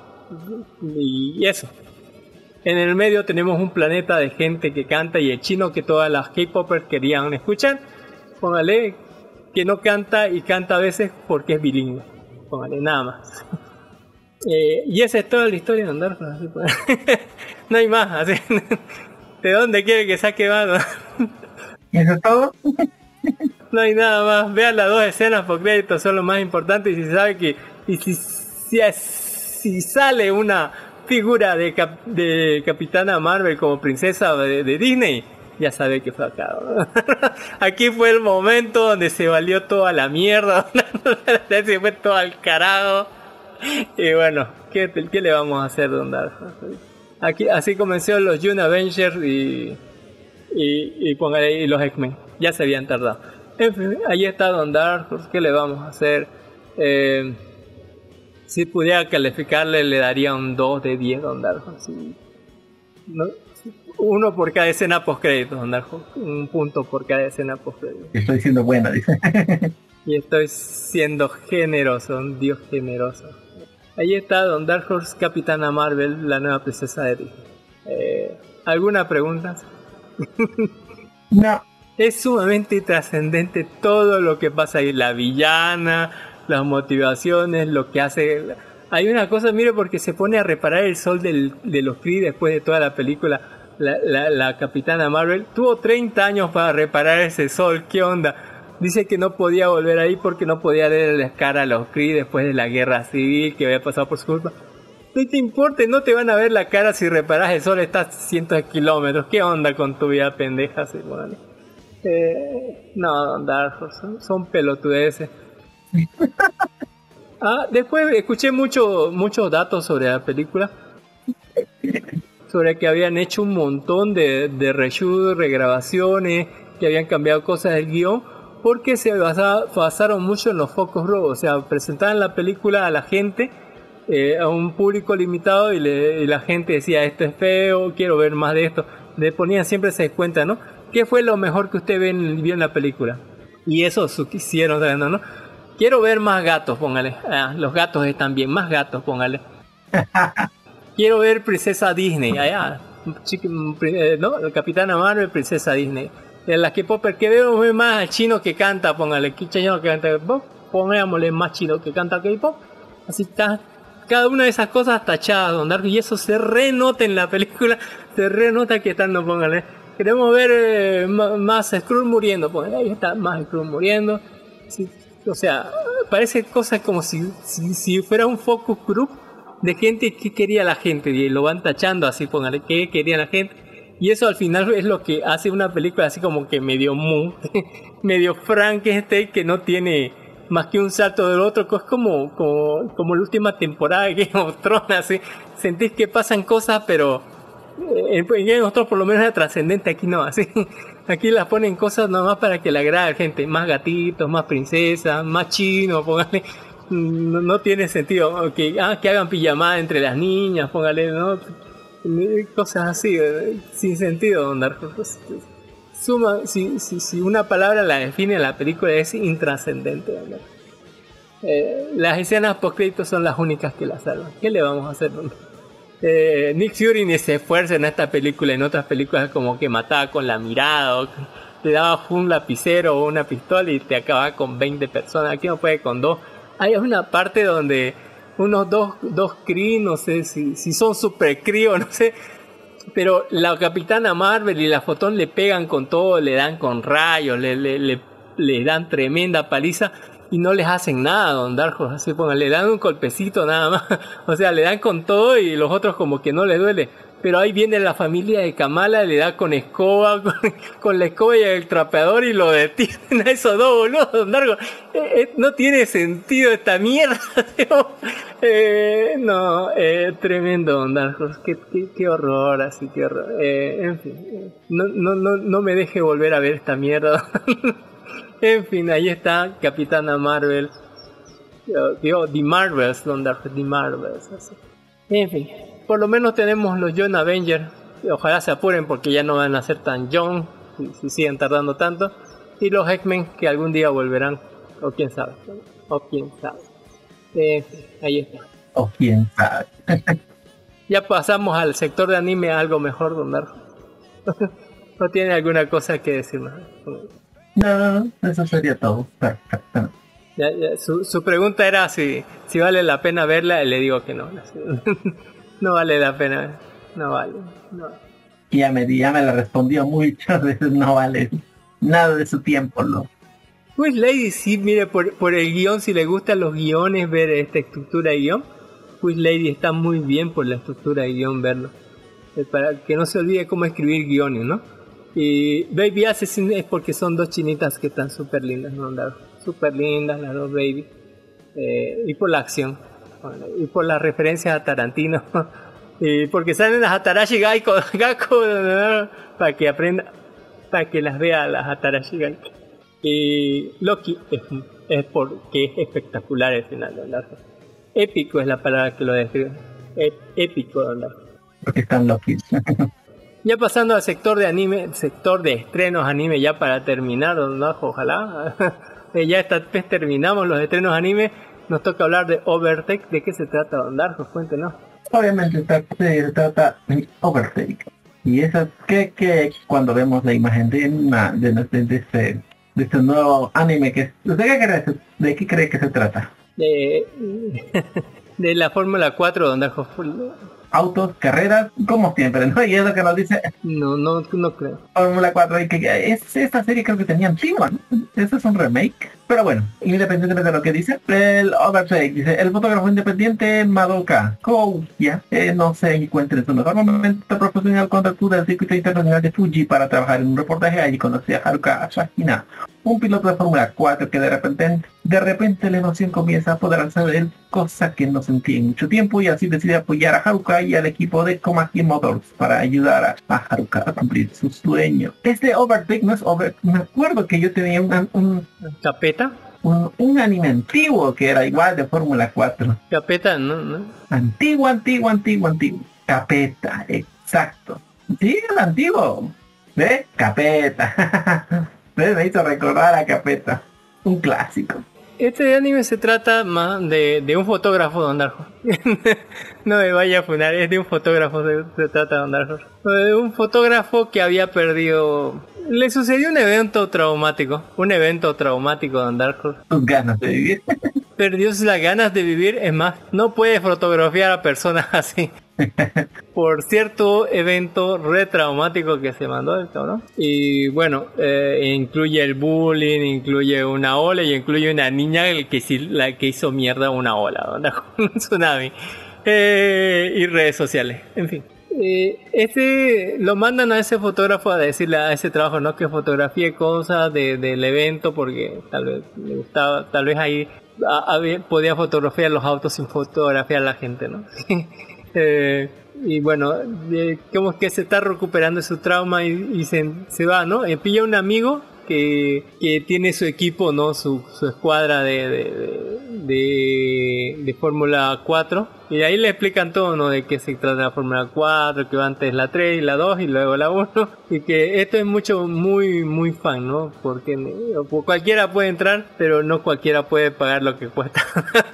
Speaker 5: Y, y eso. En el medio tenemos un planeta de gente que canta, y el chino que todas las K-popers querían escuchar. Póngale, que no canta, y canta a veces porque es bilingüe. Póngale, nada más. Eh, y esa es toda la historia de Andar. No hay más, así. ¿De dónde quiere que saque más?
Speaker 6: ¿Y eso es todo?
Speaker 5: No hay nada más. Vean las dos escenas por crédito, son lo más importante. Y si se sabe que, y si, si, si sale una figura de, cap, de Capitana Marvel como princesa de, de Disney, ya sabe que fue acá, ¿no? Aquí fue el momento donde se valió toda la mierda, se fue todo al carajo. Y bueno, ¿qué, qué le vamos a hacer, Don Dark? Aquí, así comenzó los Young Avengers y, y, y, póngale, y los X-Men. Ya se habían tardado. En fin, ahí está Don Dark. ¿Qué le vamos a hacer? Eh, si pudiera calificarle, le daría un dos de diez, Don Darjo. Sí. ¿No? Uno por cada escena post-crédito, Don Darjo. Un punto por cada escena post-crédito.
Speaker 6: Estoy siendo buena, dice.
Speaker 5: Y estoy siendo generoso, un dios generoso. Ahí está Don Dark Horse, Capitana Marvel, la nueva princesa de Disney. Eh, ¿Alguna pregunta?
Speaker 6: No.
Speaker 5: Es sumamente trascendente todo lo que pasa ahí. La villana, las motivaciones, lo que hace... Hay una cosa, mire, porque se pone a reparar el sol del, de los Kree después de toda la película. La, la, la Capitana Marvel tuvo treinta años para reparar ese sol. ¿Qué onda? Dice que no podía volver ahí porque no podía darle la cara a los Kree después de la guerra civil que había pasado por su culpa. ¿Qué te importa? No te van a ver la cara si reparas el sol, estás cientos de kilómetros. ¿Qué onda con tu vida pendeja? Sí, bueno. eh, no, Dark Horse, son, son pelotudeces. Ah, después escuché mucho, muchos datos sobre la película. Sobre que habían hecho un montón de, de reshoots, regrabaciones, que habían cambiado cosas del guión, porque se basa, basaron mucho en los focus group. O sea, presentaban la película a la gente, eh, a un público limitado, y, le, y la gente decía, esto es feo, quiero ver más de esto. Le ponían siempre esa cuenta, ¿no? ¿Qué fue lo mejor que usted ve en, vio en la película? Y eso su, quisieron, ¿no? ¿no? Quiero ver más gatos, póngale. Ah, los gatos están bien, más gatos, póngale. Quiero ver Princesa Disney, allá, ¿no? Capitana Marvel, Princesa Disney. En la K-Popper, que veo más al chino que canta, póngale, que chino que canta K-Pop, pongámosle más chino que canta K-Pop. Así está, cada una de esas cosas tachadas, Don Darko, y eso se renota en la película, se renota que están, no, póngale. Queremos ver eh, más Skrull muriendo, póngale, ahí está, más Skrull muriendo. Sí, o sea, parece cosas como si, si, si fuera un focus group de gente que quería la gente, y lo van tachando así, póngale, que quería la gente. Y eso al final es lo que hace una película así como que medio mu, medio Frankenstein, que no tiene más que un salto del otro. Es como, como, como la última temporada de Game of Thrones, así. Sentís que pasan cosas, pero en Game of Thrones por lo menos era trascendente, aquí no, así. Aquí las ponen cosas nomás para que le agrade a la gente. Más gatitos, más princesas, más chino, póngale. No, no tiene sentido. Que, ah, que hagan pijamada entre las niñas, póngale, ¿no? Cosas así, sin sentido, Don Darko. Suma, si, si, si una palabra la define la película, es intrascendente. Eh, las escenas post-créditos son las únicas que la salvan. ¿Qué le vamos a hacer? Eh, Nick Fury ni se esfuerza en esta película. En otras películas como que mataba con la mirada, o te daba un lapicero o una pistola y te acababa con veinte personas. Aquí no puede con dos. Hay una parte donde unos dos, dos Kree, no sé si, si son super Kree o no sé, pero la Capitana Marvel y la Fotón le pegan con todo, le dan con rayos, le, le, le, le dan tremenda paliza y no les hacen nada, Don Darko, así pongan, le dan un golpecito nada más, o sea, le dan con todo y los otros como que no les duele. Pero ahí viene la familia de Kamala, le da con escoba, con, con la escoba y el trapeador y lo detienen a esos dos boludos, Don Darko. Eh, eh, no tiene sentido esta mierda. eh, no, eh, tremendo, Don Darko. Qué, qué, qué horror, así, qué horror. Eh, en fin, no, no, no, no me deje volver a ver esta mierda. En fin, ahí está Capitana Marvel. Digo, The Marvels, Don Darko, The Marvels. Así. En fin. Por lo menos tenemos los Young Avengers. Ojalá se apuren porque ya no van a ser tan young si, si siguen tardando tanto. Y los X-Men que algún día volverán. O quién sabe. O quién sabe. Eh, ahí está.
Speaker 6: O quién sabe.
Speaker 5: Ya pasamos al sector de anime, algo mejor, Don Darko. ¿No tiene alguna cosa que decir más?
Speaker 6: No, eso sería todo. Perfecto.
Speaker 5: Ya, ya, su, su pregunta era si, si vale la pena verla. Le digo que no. No vale la pena, no vale. No.
Speaker 6: Ya me, ya me la respondió muchas veces, no vale nada de su tiempo, ¿no?
Speaker 5: Pues Lady, sí, mire, por, por el guión, si le gustan los guiones, ver esta estructura de guión, pues Lady está muy bien por la estructura de guión verlo. Para que no se olvide cómo escribir guiones, ¿no? Y Baby Assassin es porque son dos chinitas que están súper lindas, ¿no? Súper lindas las dos Baby. Eh, y por la acción. Y por las referencias a Tarantino. Y porque salen las Hatarashi Gaiko, Gakko, para que aprenda, para que las vea las Hatarashi Gaiko. Y Loki es, es porque es espectacular el final, ¿verdad? épico es la palabra que lo describe. E- épico, ¿verdad?
Speaker 6: Porque están locos.
Speaker 5: Ya pasando al sector de anime, sector de estrenos anime, ya para terminar, ¿no? Ojalá. Ya esta vez terminamos los estrenos anime. Nos toca hablar de Overtake. ¿De qué se trata, Don Darjo? Cuéntenos.
Speaker 6: Obviamente esta serie se trata de Overtake. Y eso que, que cuando vemos la imagen de una de, de, de, este, de este nuevo anime, que ¿de qué cree, de qué cree que se trata?
Speaker 5: De, de la Fórmula cuatro, Don Darjo.
Speaker 6: Autos, carreras, como siempre, ¿no? Y es lo que nos dice
Speaker 5: No, no, no creo.
Speaker 6: Fórmula cuatro, y que es, esta serie creo que tenía antigua, ¿no? Eso es un remake. Pero bueno, independientemente de lo que dice, el Overtake dice, el fotógrafo independiente Madoka Kouya eh, no se encuentra en su mejor momento profesional cuando acude al circuito internacional de Fuji para trabajar en un reportaje. Allí conoce a Haruka Ashina, un piloto de Fórmula cuatro que de repente, de repente la emoción comienza a apoderarse de él, cosa que no sentía en mucho tiempo, y así decide apoyar a Haruka y al equipo de Komaki Motors para ayudar a, a Haruka a cumplir su sueño. Este Overtake no es over... Me acuerdo que yo tenía un... un
Speaker 5: ¿Capeta?
Speaker 6: Un, un anime antiguo que era igual de Fórmula cuatro.
Speaker 5: Capeta, no, no.
Speaker 6: Antiguo, antiguo, antiguo, antiguo. Capeta, exacto. Sí, es antiguo. ¿Ves? Capeta. ¿Ves? Me hizo recordar a Capeta. Un clásico.
Speaker 5: Este anime se trata más de, de un fotógrafo, Don Darjo. No me vaya a funar, es de un fotógrafo, se, se trata, Don Darjo. De un fotógrafo que había perdido... Le sucedió un evento traumático. Un evento traumático, Don Darjo.
Speaker 6: Tus ganas de vivir.
Speaker 5: Perdió las ganas de vivir, es más, no puede fotografiar a personas así. Por cierto evento re traumático que se mandó el cabrón. Y bueno, eh, incluye el bullying, incluye una ola y incluye una niña el que, la que hizo mierda una ola, ¿no? Un tsunami. Eh, y redes sociales, en fin. Eh, este lo mandan a ese fotógrafo a decirle a ese trabajo, no, que fotografíe cosas de, del evento, porque tal vez le gustaba, tal vez ahí a, a, podía fotografiar los autos sin fotografiar a la gente, ¿no? eh, y bueno, eh, como que se está recuperando su trauma y, y se, se va, ¿no? Eh, pilla un amigo que, que tiene su equipo, ¿no? Su, su escuadra de, de, de, de Fórmula cuatro. Y ahí le explican todo, ¿no? De qué se trata la Fórmula cuatro, que va antes la tres y la dos y luego la uno. Y que esto es mucho, muy, muy fan, ¿no? Porque cualquiera puede entrar, pero no cualquiera puede pagar lo que cuesta.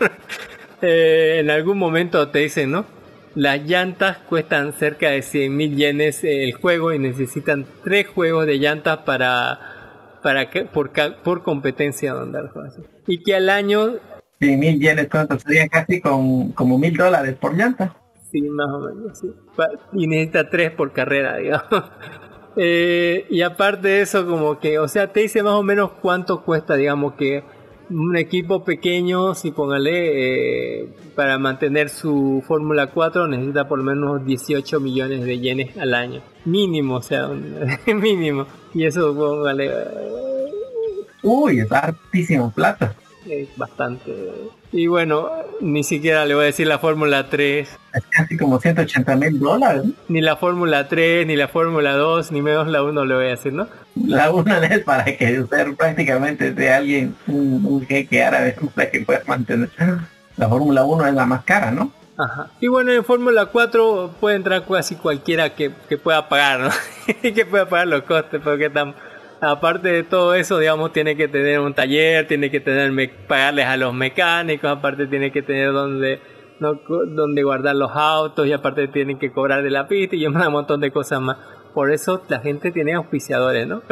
Speaker 5: eh, en algún momento te dicen, ¿no? Las llantas cuestan cerca de cien mil yenes el juego y necesitan tres juegos de llantas para, para que, por, por competencia, Don Darjo. Y que al año...
Speaker 6: cien mil yenes, ¿cuánto? Sería casi con, como mil dólares por llanta.
Speaker 5: Sí, más o menos, sí. Y necesita tres por carrera, digamos. Eh, y aparte de eso, como que, o sea, te dice más o menos cuánto cuesta, digamos, que un equipo pequeño, si póngale, eh, para mantener su Fórmula cuatro necesita por lo menos dieciocho millones de yenes al año. Mínimo, o sea, mínimo. Y eso, póngale... Eh,
Speaker 6: Uy, es hartísima plata.
Speaker 5: Es bastante. Y bueno, ni siquiera le voy a decir la Fórmula tres.
Speaker 6: Es casi como ciento ochenta mil dólares.
Speaker 5: Ni la Fórmula tres, ni la Fórmula dos, ni menos la uno le voy a decir, ¿no?
Speaker 6: La una es para que usted prácticamente sea alguien, un, un jeque árabe, o sea, que pueda mantener. La Fórmula uno es la más cara, ¿no?
Speaker 5: Ajá. Y bueno, en Fórmula cuatro puede entrar casi cualquiera que, que pueda pagar, ¿no? Y que pueda pagar los costes, porque tan... Aparte de todo eso, digamos, tiene que tener un taller, tiene que tener me- pagarles a los mecánicos, aparte tiene que tener donde, no, donde guardar los autos, y aparte tienen que cobrar de la pista y un montón de cosas más. Por eso la gente tiene auspiciadores, ¿no?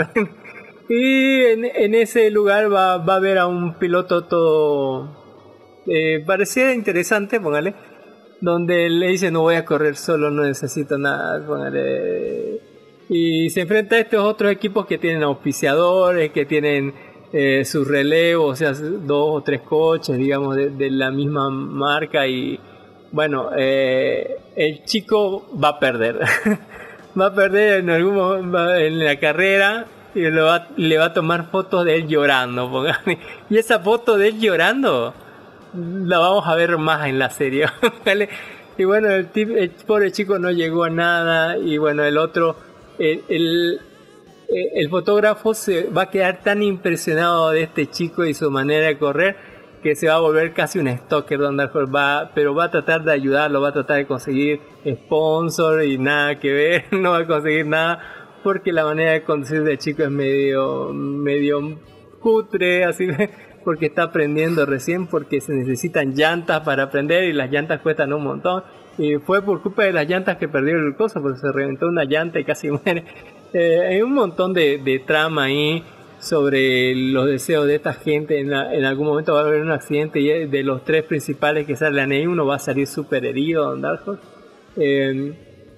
Speaker 5: Y en, en ese lugar va, va a haber a un piloto todo... Eh, parecía interesante, póngale, donde le dice, no voy a correr solo, no necesito nada, póngale... Y se enfrenta a estos otros equipos que tienen auspiciadores, que tienen eh, sus relevos, o sea, dos o tres coches, digamos, de, de la misma marca. Y bueno, eh, el chico va a perder. Va a perder en algún momento en la carrera y le va, le va a tomar fotos de él llorando. Póngame. Y esa foto de él llorando la vamos a ver más en la serie. Y bueno, el, tip, el pobre chico no llegó a nada. Y bueno, el otro... El, el, el fotógrafo se va a quedar tan impresionado de este chico y su manera de correr que se va a volver casi un stalker Don Dark Horse, va, pero va a tratar de ayudarlo, va a tratar de conseguir sponsor y nada que ver, no va a conseguir nada porque la manera de conducir de chico es medio medio cutre, así porque está aprendiendo recién, porque se necesitan llantas para aprender y las llantas cuestan un montón. Y fue por culpa de las llantas que perdió el coso, porque se reventó una llanta y casi muere. Eh, hay un montón de, de trama ahí sobre los deseos de esta gente. En, la, en algún momento va a haber un accidente y de los tres principales que salen ahí, uno va a salir súper herido, Don Dark Horse. Eh,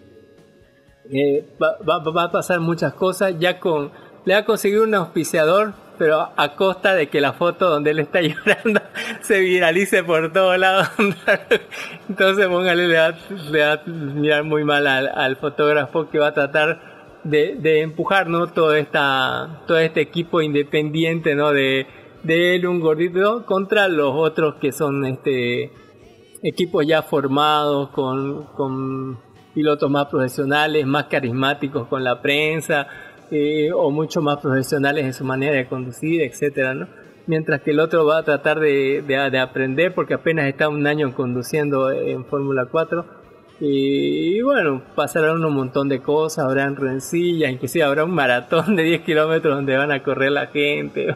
Speaker 5: eh, va, va, va a pasar muchas cosas. Ya con le va a conseguir un auspiciador, pero a costa de que la foto donde él está llorando se viralice por todos lados. Entonces póngale, le va, le va a mirar muy mal al, al fotógrafo que va a tratar de, de empujar, ¿no? todo esta todo este equipo independiente, ¿no? de, de él, un gordito, contra los otros que son este equipos ya formados con, con pilotos más profesionales, más carismáticos con la prensa. Eh, o mucho más profesionales en su manera de conducir, etcétera, ¿no? Mientras que el otro va a tratar de, de, de aprender porque apenas está un año conduciendo en Fórmula cuatro y, y bueno, pasarán un montón de cosas, habrán rencillas, inclusive habrá un maratón de diez kilómetros donde van a correr la gente,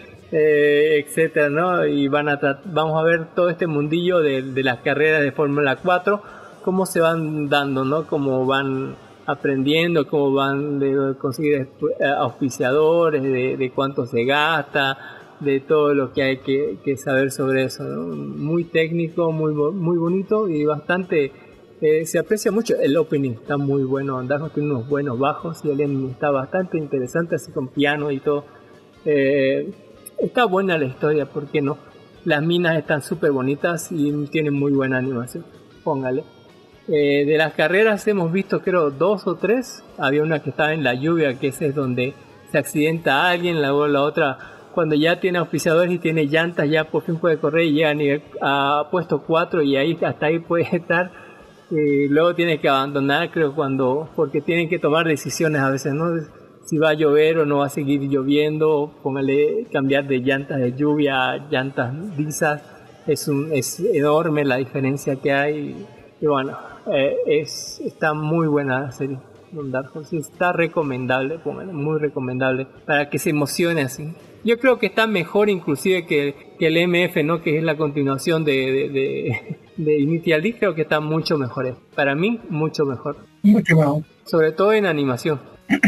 Speaker 5: eh, etcétera, ¿no? Y van a vamos a ver todo este mundillo de, de las carreras de Fórmula cuatro, cómo se van dando, ¿no? Cómo van aprendiendo, cómo van de conseguir auspiciadores, de, de cuánto se gasta, de todo lo que hay que, que saber sobre eso, ¿no? Muy técnico, muy muy bonito y bastante, eh, se aprecia mucho. El opening está muy bueno, Andajo tiene unos buenos bajos y el ending está bastante interesante, así con piano y todo. Eh, está buena la historia, ¿por qué no? Las minas están súper bonitas y tienen muy buena animación, póngale. Eh, de las carreras hemos visto creo dos o tres. Había una que estaba en la lluvia, que esa es donde se accidenta a alguien. La, la otra cuando ya tiene auspiciadores y tiene llantas, ya por fin puede correr y llega a, nivel, a puesto cuatro y ahí hasta ahí puede estar. Eh, luego tiene que abandonar, creo, cuando porque tienen que tomar decisiones a veces, ¿no? Si va a llover o no va a seguir lloviendo, póngale cambiar de llantas de lluvia a llantas lisas. Es, un, es enorme la diferencia que hay. Y bueno, eh, es está muy buena la serie Don Dark Horse, está recomendable, póngale, muy recomendable para que se emocione así. Yo creo que está mejor inclusive que, que el M F, ¿no? Que es la continuación de, de, de, de Initial D. Creo que está mucho mejor, para mí mucho mejor,
Speaker 6: mucho mejor,
Speaker 5: sobre todo en animación.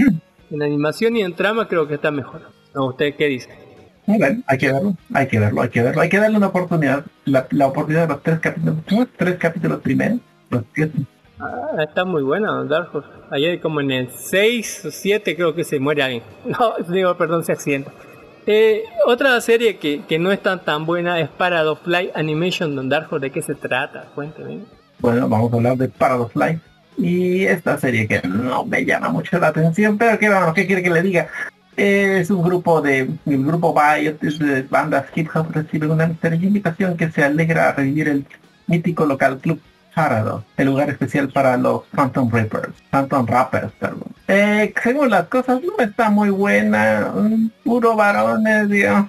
Speaker 5: En animación y en trama creo que está mejor. ¿No? ¿Usted qué dice?
Speaker 6: Bueno, hay que verlo, hay que verlo, hay que verlo, hay que darle una oportunidad, la, la oportunidad de los tres capítulos, los tres capítulos primeros, los siete.
Speaker 5: Ah, está muy buena Dark Horse. Ayer como en el seis o siete creo que se muere alguien. No, digo, perdón, se accidenta. Eh, otra serie que, que no es tan tan buena es Paradox Light Animation Don Dark Horse. ¿De qué se trata? Cuénteme.
Speaker 6: Bueno, vamos a hablar de Paradox Light. Y esta serie que no me llama mucho la atención, pero que vamos, ¿qué quiere que le diga? Es un grupo de, el grupo Biot, de bandas hip hop, recibe una misteriosa invitación que se alegra a revivir el mítico local club Paradox, el lugar especial para los Phantom Rappers, Phantom Rappers, perdón. Eh, según las cosas no está muy buena, um, puro varones, digamos.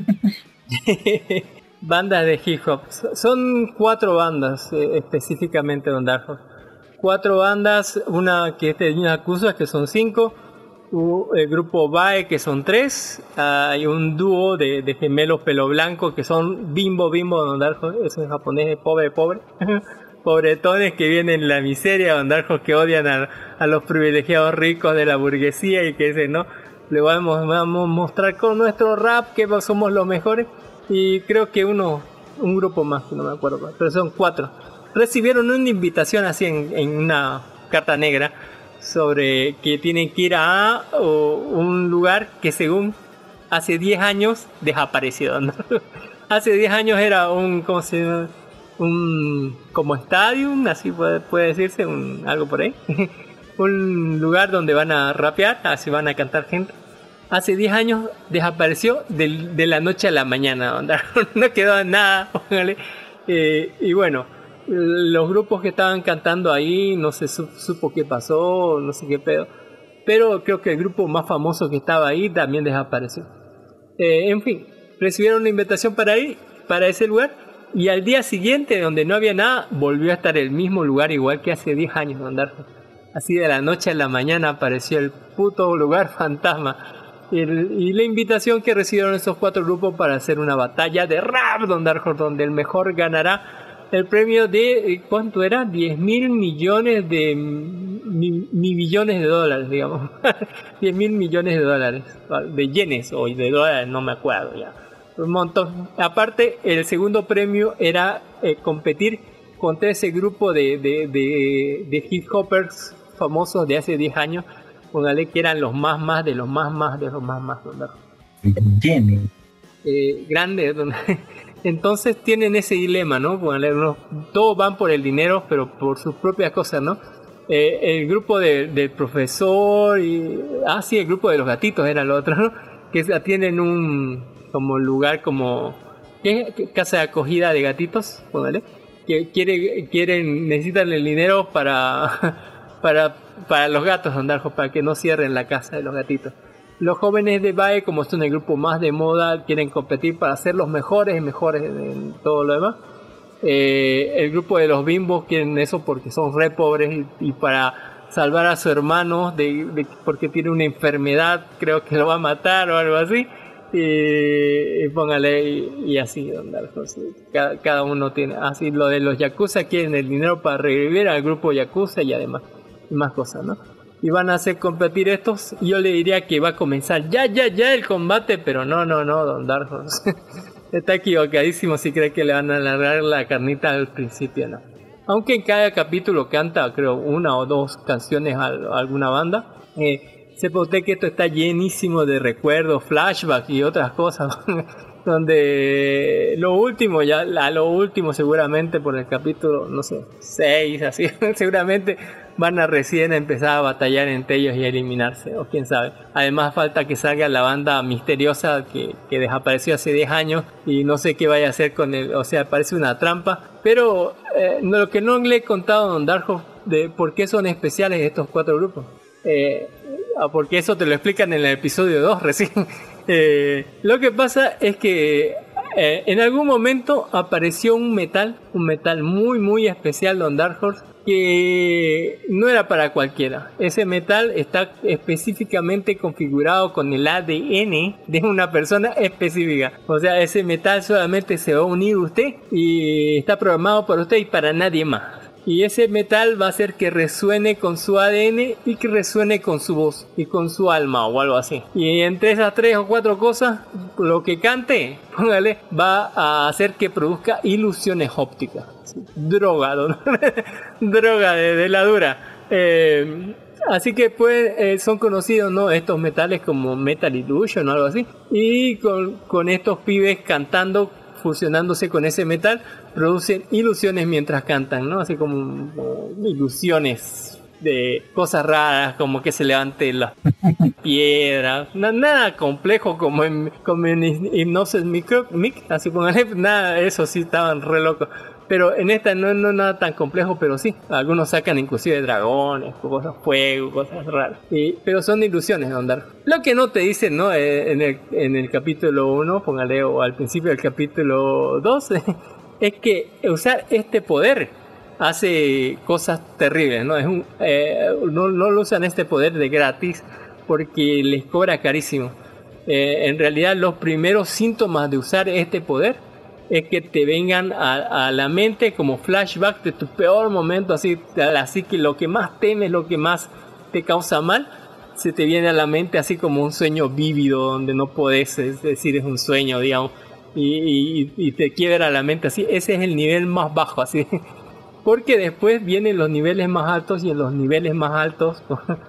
Speaker 5: Bandas de hip hop, son cuatro bandas eh, específicamente Don Dark Horse. Cuatro bandas, una que es de Yakuza, que son cinco. El grupo B A E, que son tres. Hay un dúo de, de gemelos pelo blanco que son Bimbo Bimbo Don Dark Horse. Eso en japonés, pobre pobre. Pobretones que vienen en la miseria Don Dark Horse, que odian a, a los privilegiados ricos de la burguesía y que dicen, no, le vamos, vamos a mostrar con nuestro rap que somos los mejores. Y creo que uno, un grupo más, que no me acuerdo, pero son cuatro. Recibieron una invitación así en, en una carta negra sobre que tienen que ir a o, un lugar que según hace diez años desapareció, ¿no? Hace diez años era un, ¿cómo se llama? Un como stadium, así puede, puede decirse, un, algo por ahí. Un lugar donde van a rapear, así van a cantar gente. Hace diez años desapareció de, de la noche a la mañana, ¿no? No quedó nada, póngale. Eh, y bueno, los grupos que estaban cantando ahí, no se supo qué pasó, no sé qué pedo, pero creo que el grupo más famoso que estaba ahí también desapareció. Eh, en fin, recibieron una invitación para ir, para ese lugar. Y al día siguiente, donde no había nada, volvió a estar el mismo lugar, igual que hace diez años, don Darjo. Así de la noche a la mañana apareció el puto lugar fantasma. Y, el, y la invitación que recibieron esos cuatro grupos para hacer una batalla de rap, don Darjo, donde el mejor ganará el premio de, ¿cuánto era? diez mil millones de mi, mi billones de dólares, digamos. diez mil millones de dólares. De yenes o de dólares, no me acuerdo ya. Un montón. Aparte, el segundo premio era eh, competir contra ese grupo de, de, de, de hip hoppers famosos de hace diez años, póngale que eran los más más de los más más de los más más.
Speaker 6: Jenny.
Speaker 5: Eh, grandes. Entonces tienen ese dilema, ¿no? Póngale, unos, todos van por el dinero, pero por sus propias cosas, ¿no? Eh, el grupo de, del profesor y... Ah, sí, el grupo de los gatitos era lo otro, ¿no? Que tienen un... como lugar como ¿qué? Casa de acogida de gatitos, póngale, que quiere, quieren, necesitan el dinero para para para los gatos, don Darjo, para que no cierren la casa de los gatitos. Los jóvenes de Bae, como son el grupo más de moda, quieren competir para ser los mejores y mejores en todo lo demás. Eh, el grupo de los bimbos quieren eso porque son re pobres y, y para salvar a su hermano de, de porque tiene una enfermedad, creo que lo va a matar o algo así. Y, y póngale y, y así, don Darjo, sí. cada, cada uno tiene así. Lo de los yakuza, quieren el dinero para revivir al grupo yakuza y además y más cosas, ¿no? Y van a hacer competir estos. Yo le diría que va a comenzar ya, ya, ya el combate, pero no, no, no, don Darjo. Está equivocadísimo si cree que le van a alargar la carnita al principio, ¿no? Aunque en cada capítulo canta, creo, una o dos canciones a, a alguna banda. Eh, Sepa usted que esto está llenísimo de recuerdos, flashbacks y otras cosas, donde lo último, ya a lo último seguramente por el capítulo, no sé, seis, así, seguramente van a recién empezar a batallar entre ellos y a eliminarse, o quién sabe. Además falta que salga la banda misteriosa que, que desapareció hace diez años y no sé qué vaya a hacer con él, o sea, parece una trampa. Pero eh, lo que no le he contado a don Darjo de por qué son especiales estos cuatro grupos. Eh, porque eso te lo explican en el episodio dos recién. Eh, lo que pasa es que eh, en algún momento apareció un metal, un metal muy muy especial, don Dark Horse, que no era para cualquiera. Ese metal está específicamente configurado con el A D N de una persona específica. O sea, ese metal solamente se va a unir usted y está programado para usted y para nadie más. Y ese metal va a hacer que resuene con su A D N y que resuene con su voz y con su alma o algo así. Y entre esas tres o cuatro cosas, lo que cante, póngale, va a hacer que produzca ilusiones ópticas. ¿Sí? Droga, ¿no? Droga de, de la dura. Eh, así que pues, eh, son conocidos, ¿no?, estos metales como Metal Illusion o algo así. Y con, con estos pibes cantando, fusionándose con ese metal, producen ilusiones mientras cantan, ¿no? Así como, como ilusiones de cosas raras, como que se levanten las piedras, no, nada complejo como en, como en Hypnosis Mic, así como nada, eso sí estaban re locos. Pero en esta no es no, nada tan complejo, pero sí. Algunos sacan inclusive dragones, cosas fuego, cosas raras. Y, pero son ilusiones, don Dark. Lo que no te dicen, ¿no?, en el, en el capítulo uno, póngale, o al principio del capítulo dos, es que usar este poder hace cosas terribles, ¿no? Es un, eh, no, no lo usan este poder de gratis porque les cobra carísimo. Eh, en realidad, los primeros síntomas de usar este poder es que te vengan a, a la mente como flashback de tu peor momento, así, así que lo que más temes, lo que más te causa mal, se te viene a la mente así como un sueño vívido donde no podés, es decir, es un sueño, digamos, y, y, y te quiebra la mente así. Ese es el nivel más bajo, así, porque después vienen los niveles más altos, y en los niveles más altos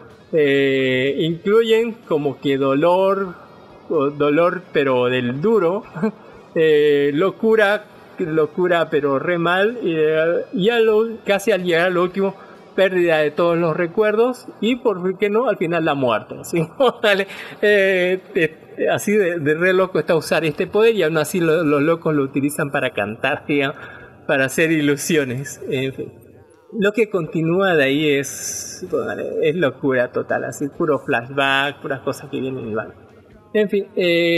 Speaker 5: eh, incluyen como que dolor, dolor pero del duro, Eh, locura, locura pero re mal, y, y a lo, casi al llegar al último, pérdida de todos los recuerdos y por qué no, al final la muerte, ¿sí? eh, eh, así de, de re loco está usar este poder, y aún así lo, los locos lo utilizan para cantar, digamos, para hacer ilusiones, en fin. Lo que continúa de ahí es, es locura total, así puro flashback, puras cosas que vienen y van. En fin, eh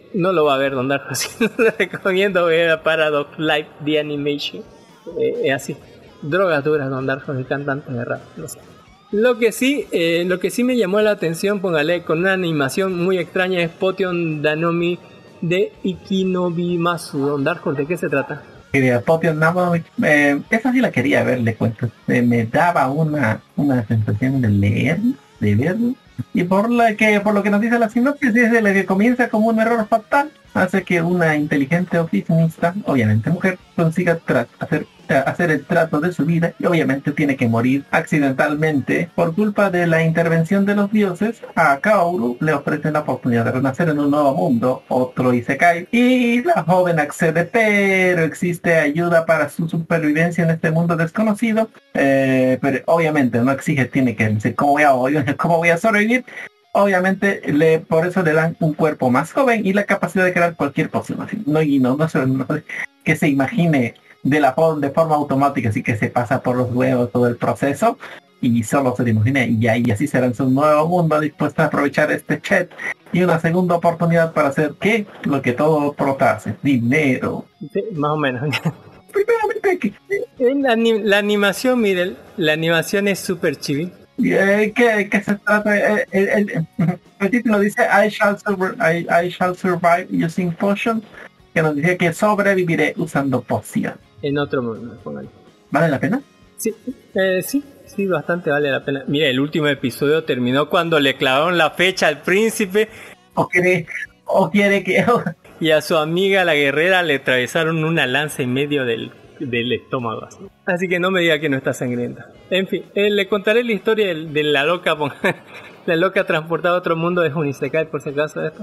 Speaker 5: no lo va a ver Don Darko, así no le recomiendo ver a Paradox Live The Animation. Eh, es así, drogas duras Don Darko y cantantes de rap, no sé. Lo que sí, eh, lo que sí me llamó la atención, póngale, con una animación muy extraña, es Potion Danomi de Ikinobimasu. Don Darko, ¿de qué se trata?
Speaker 6: Quería Potion Danomi, eh, esa sí la quería ver, le cuento. Eh, me daba una, una sensación de leer, de ver. Y por la que por lo que nos dice la sinopsis, es de la que comienza como un error fatal, hace que una inteligente oficinista, obviamente mujer, consiga tra- hacer, hacer el trato de su vida y obviamente tiene que morir accidentalmente por culpa de la intervención de los dioses. A Kaoru le ofrecen la oportunidad de renacer en un nuevo mundo, otro isekai, y la joven accede, pero existe ayuda para su supervivencia en este mundo desconocido, eh, pero obviamente no exige, tiene que decir cómo voy a, cómo voy a sobrevivir. Obviamente le, por eso le dan un cuerpo más joven y la capacidad de crear cualquier poción, así, no, y no, no, se, no que se imagine de la de forma automática, así que se pasa por los huevos todo el proceso y solo se lo imagina, y ahí así será en su nuevo mundo dispuesto a aprovechar este chat y una segunda oportunidad para hacer ¿qué? Lo que todo prota hace, dinero.
Speaker 5: Sí, más o menos.
Speaker 6: Primeramente que
Speaker 5: La, anim- la animación, miren, la animación es súper chibi.
Speaker 6: Eh, ¿qué, qué se trata? Eh, el, el, el título dice I shall, survive, I, I shall survive using potion, que nos dice que sobreviviré usando poción.
Speaker 5: En otro mundo, póngale.
Speaker 6: ¿Vale la pena?
Speaker 5: Sí, eh, sí, sí, bastante vale la pena. Mira, el último episodio terminó cuando le clavaron la fecha al príncipe
Speaker 6: ¿O quiere, o quiere que...
Speaker 5: y a su amiga la guerrera le atravesaron una lanza en medio del, del estómago? Así. Así que no me diga que no está sangrienta. En fin, eh, le contaré la historia de, de la loca, la loca transportada a otro mundo, es un isekai por si acaso esto.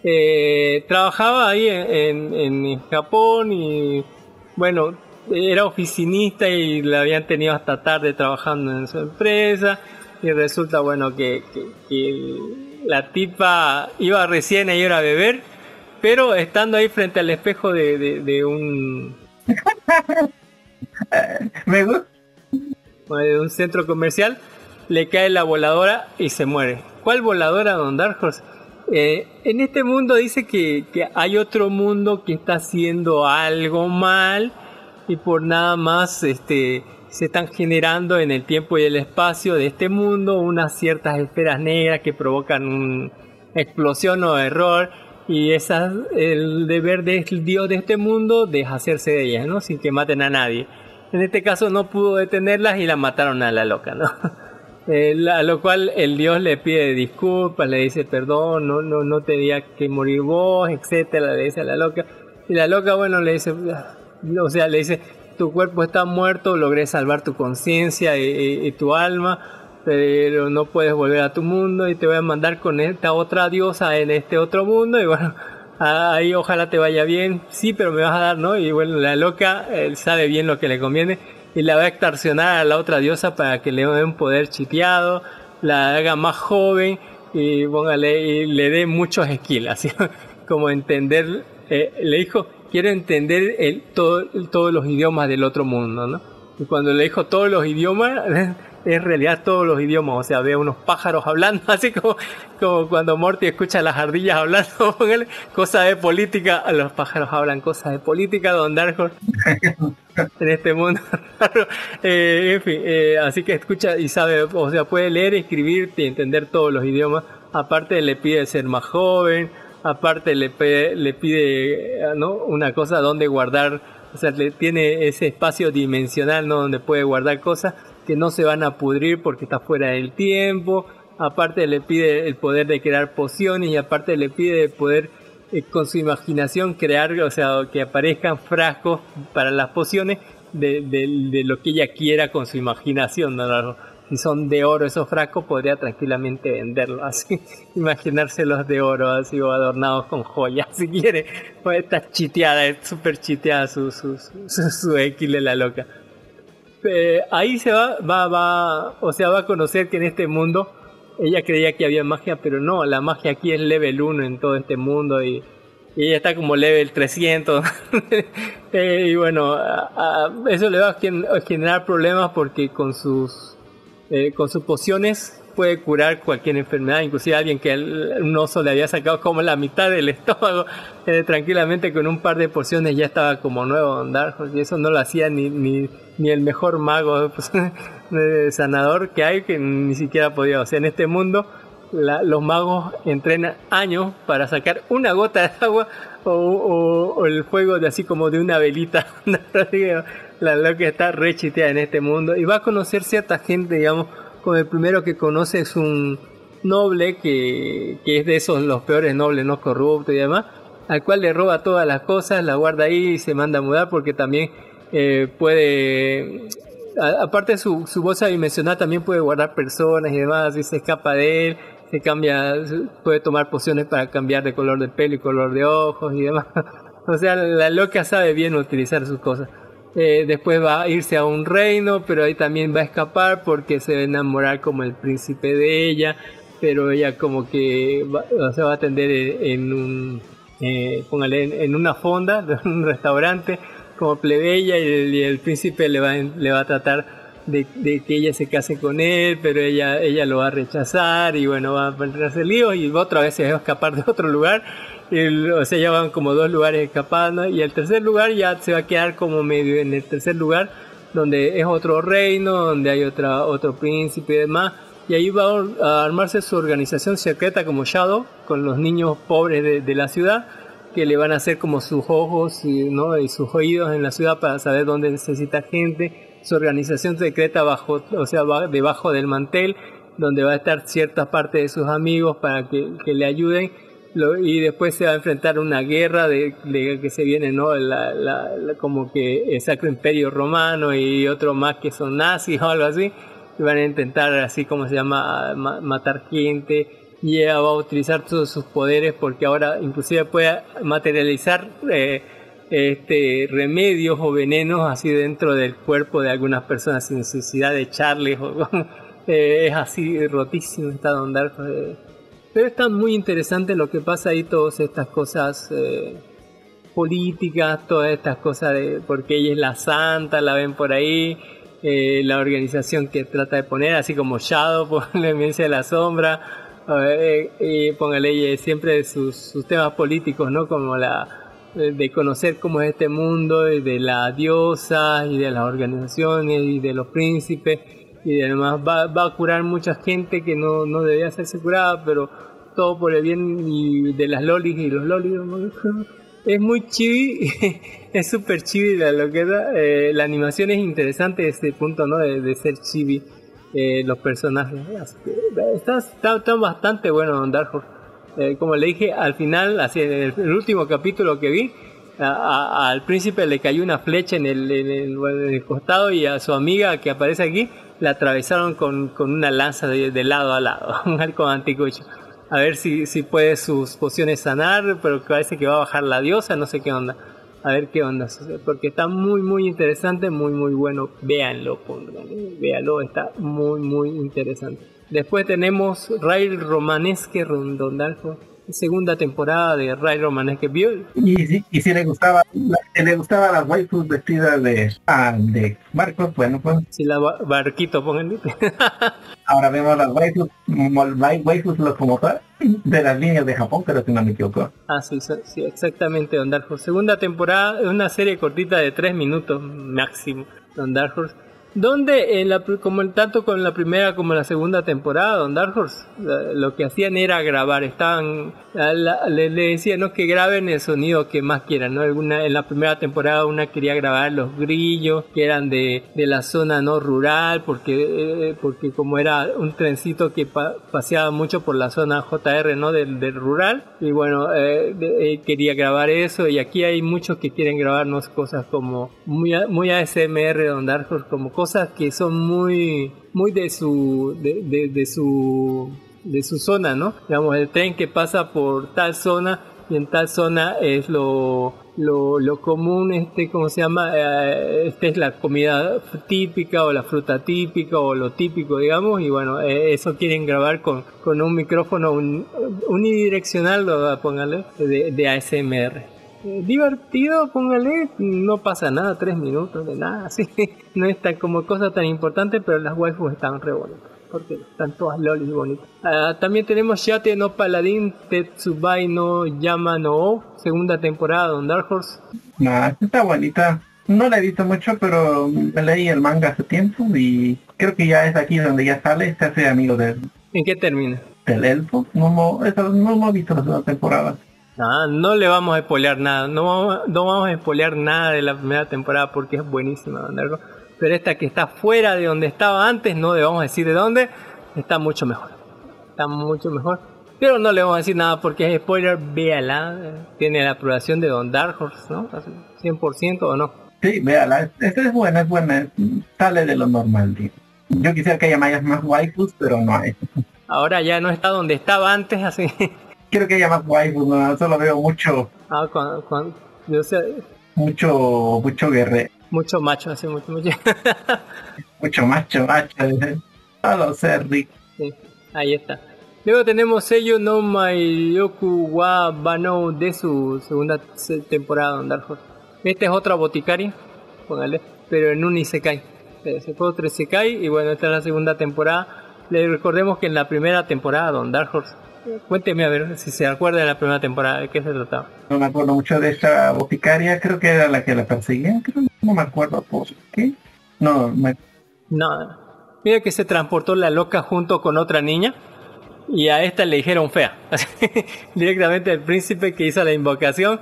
Speaker 5: Eh, trabajaba ahí en, en, en Japón y bueno, era oficinista y la habían tenido hasta tarde trabajando en su empresa y resulta bueno que, que, que la tipa iba recién a ir a beber, pero estando ahí frente al espejo de, de, de un
Speaker 6: Me gusta.
Speaker 5: de un centro comercial, le cae la voladora y se muere. ¿Cuál voladora, Don Dark Horse? Eh, en este mundo dice que, que hay otro mundo que está haciendo algo mal y por nada más este, se están generando en el tiempo y el espacio de este mundo unas ciertas esferas negras que provocan una explosión o error, y esas, el deber del dios de este mundo es hacerse de ellas, ¿no? Sin que maten a nadie. En este caso no pudo detenerlas y la mataron a la loca, ¿no? Eh, a lo cual el dios le pide disculpas, le dice perdón, no, no, no tenía que morir vos, etcétera, le dice a la loca. Y la loca, bueno, le dice, o sea, le dice, tu cuerpo está muerto, logré salvar tu conciencia y, y, y tu alma, pero no puedes volver a tu mundo y te voy a mandar con esta otra diosa en este otro mundo y bueno, ahí ojalá te vaya bien, sí, pero me vas a dar, ¿no? Y bueno, la loca él sabe bien lo que le conviene y la va a extorsionar a la otra diosa para que le dé un poder chiteado, la haga más joven y póngale y le dé muchos skills, así como entender, eh, le dijo, quiero entender el, todo, todos los idiomas del otro mundo, ¿no? Y cuando le dijo todos los idiomas, en realidad todos los idiomas, o sea, ve unos pájaros hablando, así como, como cuando Morty escucha a las ardillas hablando, cosas de política, los pájaros hablan cosas de política, Don Dark Horse, en este mundo raro, eh, en fin, eh, así que escucha y sabe, o sea, puede leer, escribir y entender todos los idiomas, aparte le pide ser más joven, aparte le pide, le pide ¿no? una cosa donde guardar, o sea, le tiene ese espacio dimensional, ¿no? Donde puede guardar cosas que no se van a pudrir porque está fuera del tiempo, aparte le pide el poder de crear pociones y aparte le pide el poder eh, con su imaginación crear, o sea, que aparezcan frascos para las pociones de, de, de lo que ella quiera con su imaginación, ¿no? Si son de oro esos frascos, podría tranquilamente venderlos, así, imaginárselos de oro, así, o adornados con joyas, si quiere. Pues está chiteada, es súper chiteada su, su, su, su X de la loca. Eh, ahí se va, va, va, o sea, va a conocer que en este mundo, ella creía que había magia, pero no, la magia aquí es level uno en todo este mundo, y, y ella está como level trescientos. eh, y bueno, a, a, eso le va a generar problemas porque con sus... Eh, con sus pociones puede curar cualquier enfermedad, inclusive alguien que un oso le había sacado como la mitad del estómago, eh, tranquilamente con un par de porciones ya estaba como nuevo Don Dark, y eso no lo hacía ni, ni, ni el mejor mago pues, sanador que hay, que ni siquiera podía. O sea, en este mundo la, los magos entrenan años para sacar una gota de agua o, o, o el fuego de así como de una velita. La loca está re chiteada en este mundo y va a conocer cierta gente, digamos, como el primero que conoce es un noble que, que es de esos los peores nobles, no corruptos y demás, al cual le roba todas las cosas, la guarda ahí y se manda a mudar porque también eh, puede, a, aparte de su, su bolsa dimensional, también puede guardar personas y demás, y se escapa de él, se cambia, puede tomar pociones para cambiar de color de pelo y color de ojos y demás. O sea, la loca sabe bien utilizar sus cosas. Eh, después va a irse a un reino, pero ahí también va a escapar porque se va a enamorar como el príncipe de ella, pero ella como que va, o sea, va a atender en un, eh, póngale, en, en una fonda, en un restaurante, como plebeya, y el, y el príncipe le va, le va a tratar de, de que ella se case con él, pero ella, ella lo va a rechazar, y bueno, va a encontrarse líos, y otra vez se va a escapar de otro lugar. El, o sea, ya van como dos lugares escapando y el tercer lugar ya se va a quedar como medio en el tercer lugar, donde es otro reino, donde hay otra, otro príncipe y demás, y ahí va a armarse su organización secreta como Shadow, con los niños pobres de, de la ciudad, que le van a hacer como sus ojos y, ¿no? y sus oídos en la ciudad para saber dónde necesita gente, su organización secreta bajo, o sea, debajo del mantel, donde va a estar cierta parte de sus amigos para que, que le ayuden. Lo, y después se va a enfrentar a una guerra de, de que se viene, ¿no? La, la, la, como que el Sacro Imperio Romano y otro más que son nazis o algo así, y van a intentar, así como se llama, ma matar gente, y ella va a utilizar todos sus poderes porque ahora inclusive puede materializar eh, este remedios o venenos así dentro del cuerpo de algunas personas sin necesidad de echarles o, eh, es así rotísimo está Don Dark. eh. Pero está muy interesante lo que pasa ahí, todas estas cosas eh, políticas, todas estas cosas de porque ella es la santa, la ven por ahí, eh, la organización que trata de poner, así como Shadow, por la evidencia de la sombra, eh, eh, póngale siempre sus, sus temas políticos, ¿no? Como la de conocer cómo es este mundo, y de la diosa, y de las organizaciones, y de los príncipes, y además va, va a curar mucha gente que no, no debía hacerse curada, pero todo por el bien y de las lolis y los lolis, ¿no? Es muy chibi, es súper chibi la loquera, eh, la animación es interesante desde el punto, ¿no? de, de ser chibi, eh, los personajes, está, está, está bastante bueno Don Dark Horse. Eh, como le dije, al final, así en el, el último capítulo que vi, a, a, al príncipe le cayó una flecha en el, en, el, en el costado, y a su amiga que aparece aquí la atravesaron con, con una lanza de, de lado a lado, un arco anticucho. A ver si, si puede sus pociones sanar, pero parece que va a bajar la diosa, no sé qué onda. A ver qué onda, porque está muy muy interesante, muy muy bueno. Véanlo, véanlo, está muy muy interesante. Después tenemos Rail Romanesque Rondondalfo, segunda temporada de Rail Romanesque. ¿Vio?
Speaker 6: Y si, y si le gustaba si le gustaba las waifus vestidas de ah, de barcos, bueno pues.
Speaker 5: Si la ba barquito, pónganle.
Speaker 6: Ahora vemos las waifus, waifus locomotoras de las líneas de Japón, pero si no me equivoco.
Speaker 5: Ah, sí, sí, exactamente, Don Dark Horse. Segunda temporada, es una serie cortita de tres minutos máximo, Don Dark Horse. Donde, en la, como en, tanto con la primera como la segunda temporada, Don Dark Horse, lo que hacían era grabar, estaban, la, le, le decían, ¿no? que graben el sonido que más quieran, ¿no? Alguna, en la primera temporada una quería grabar los grillos, que eran de, de la zona no rural, porque, eh, porque como era un trencito que pa, paseaba mucho por la zona J R, ¿no? Del, del rural, y bueno, eh, de, eh, quería grabar eso, y aquí hay muchos que quieren grabarnos cosas como muy, muy A S M R, Don Dark Horse, como cosas que son muy muy de su de, de, de su de su zona, ¿no? Digamos, el tren que pasa por tal zona, y en tal zona es lo lo, lo común, este, ¿cómo se llama? Eh, esta es la comida típica, o la fruta típica, o lo típico, digamos, y bueno, eh, eso quieren grabar con, con un micrófono un, unidireccional, lo, póngale, de, de A S M R. Divertido, póngale, no pasa nada, tres minutos de nada, así, no es tan, como cosa tan importante, pero las waifus están re bonitas. porque están todas lolis bonitas. Uh, también tenemos Yate no Paladin Tetsubai no Yama no O, segunda temporada de Dark Horse.
Speaker 6: Nah, está bonita. No la he visto mucho, pero me leí el manga hace tiempo y creo que ya es aquí donde ya sale, se hace amigo del,
Speaker 5: ¿En qué termina?
Speaker 6: del elfo. No, no, eso, no hemos visto la segunda temporada.
Speaker 5: No, no le vamos a spoilear nada, no vamos, no vamos a spoilear nada de la primera temporada porque es buenísima, Dark Horse. Pero esta que está fuera de donde estaba antes, no le vamos a decir de dónde, está mucho mejor. Está mucho mejor. Pero no le vamos a decir nada porque es spoiler, véala. Tiene la aprobación de Don Dark Horse, ¿no? cien por ciento o no.
Speaker 6: Sí, véala, esta es buena, es buena, sale de lo normal, tío. Yo quisiera que haya más, más waifus, pero no hay.
Speaker 5: Ahora ya no está donde estaba antes, así.
Speaker 6: Quiero que haya más waifus, no, solo veo mucho...
Speaker 5: Ah, cuando, cuando, yo sé,
Speaker 6: mucho, mucho guerrero.
Speaker 5: mucho macho, así, mucho, mucho.
Speaker 6: Mucho macho, macho. No lo sé, Rick.
Speaker 5: Sí, ahí está. Luego tenemos Seiyu no Maiyoku wa Bano de su segunda temporada en Dark Horse. Este es otra boticaria, póngale, pero en un Isekai. Se fue otro Isekai y bueno, esta es la segunda temporada. Le recordemos que en la primera temporada Don Dark Horse, cuénteme a ver si se acuerda de la primera temporada, ¿de qué se trataba?
Speaker 6: No me acuerdo mucho de esta boticaria, creo que era la que la perseguía, creo, no me acuerdo por qué. No, me...
Speaker 5: No, mira que se transportó la loca junto con otra niña y a esta le dijeron fea. Directamente el príncipe que hizo la invocación.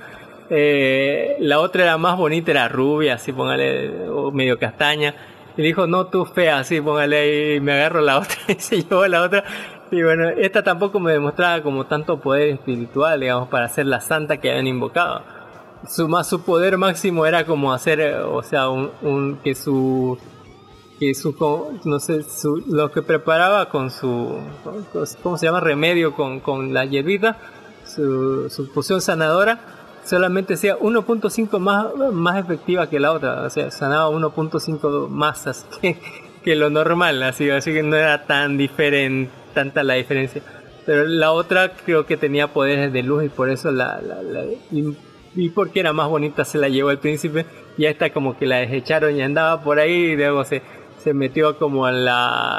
Speaker 5: Eh, la otra era más bonita, era rubia, así póngale, o medio castaña. Y dijo, no, tú fea, así póngale ahí, y me agarro la otra y se llevó a la otra. Y bueno, esta tampoco me demostraba como tanto poder espiritual, digamos, para ser la santa que habían invocado. Su, más, su poder máximo era como hacer, o sea, un, un que su... que su, no sé, su, lo que preparaba con su, ¿cómo se llama? Remedio con, con la hierbita, su, su poción sanadora, solamente sea uno punto cinco más, más efectiva que la otra, o sea, sanaba uno punto cinco más así que, que lo normal, así, así que no era tan diferente, tanta la diferencia. Pero la otra creo que tenía poderes de luz y por eso la, la, la y, y porque era más bonita se la llevó el príncipe, y a esta como que la desecharon y andaba por ahí y luego se se metió como al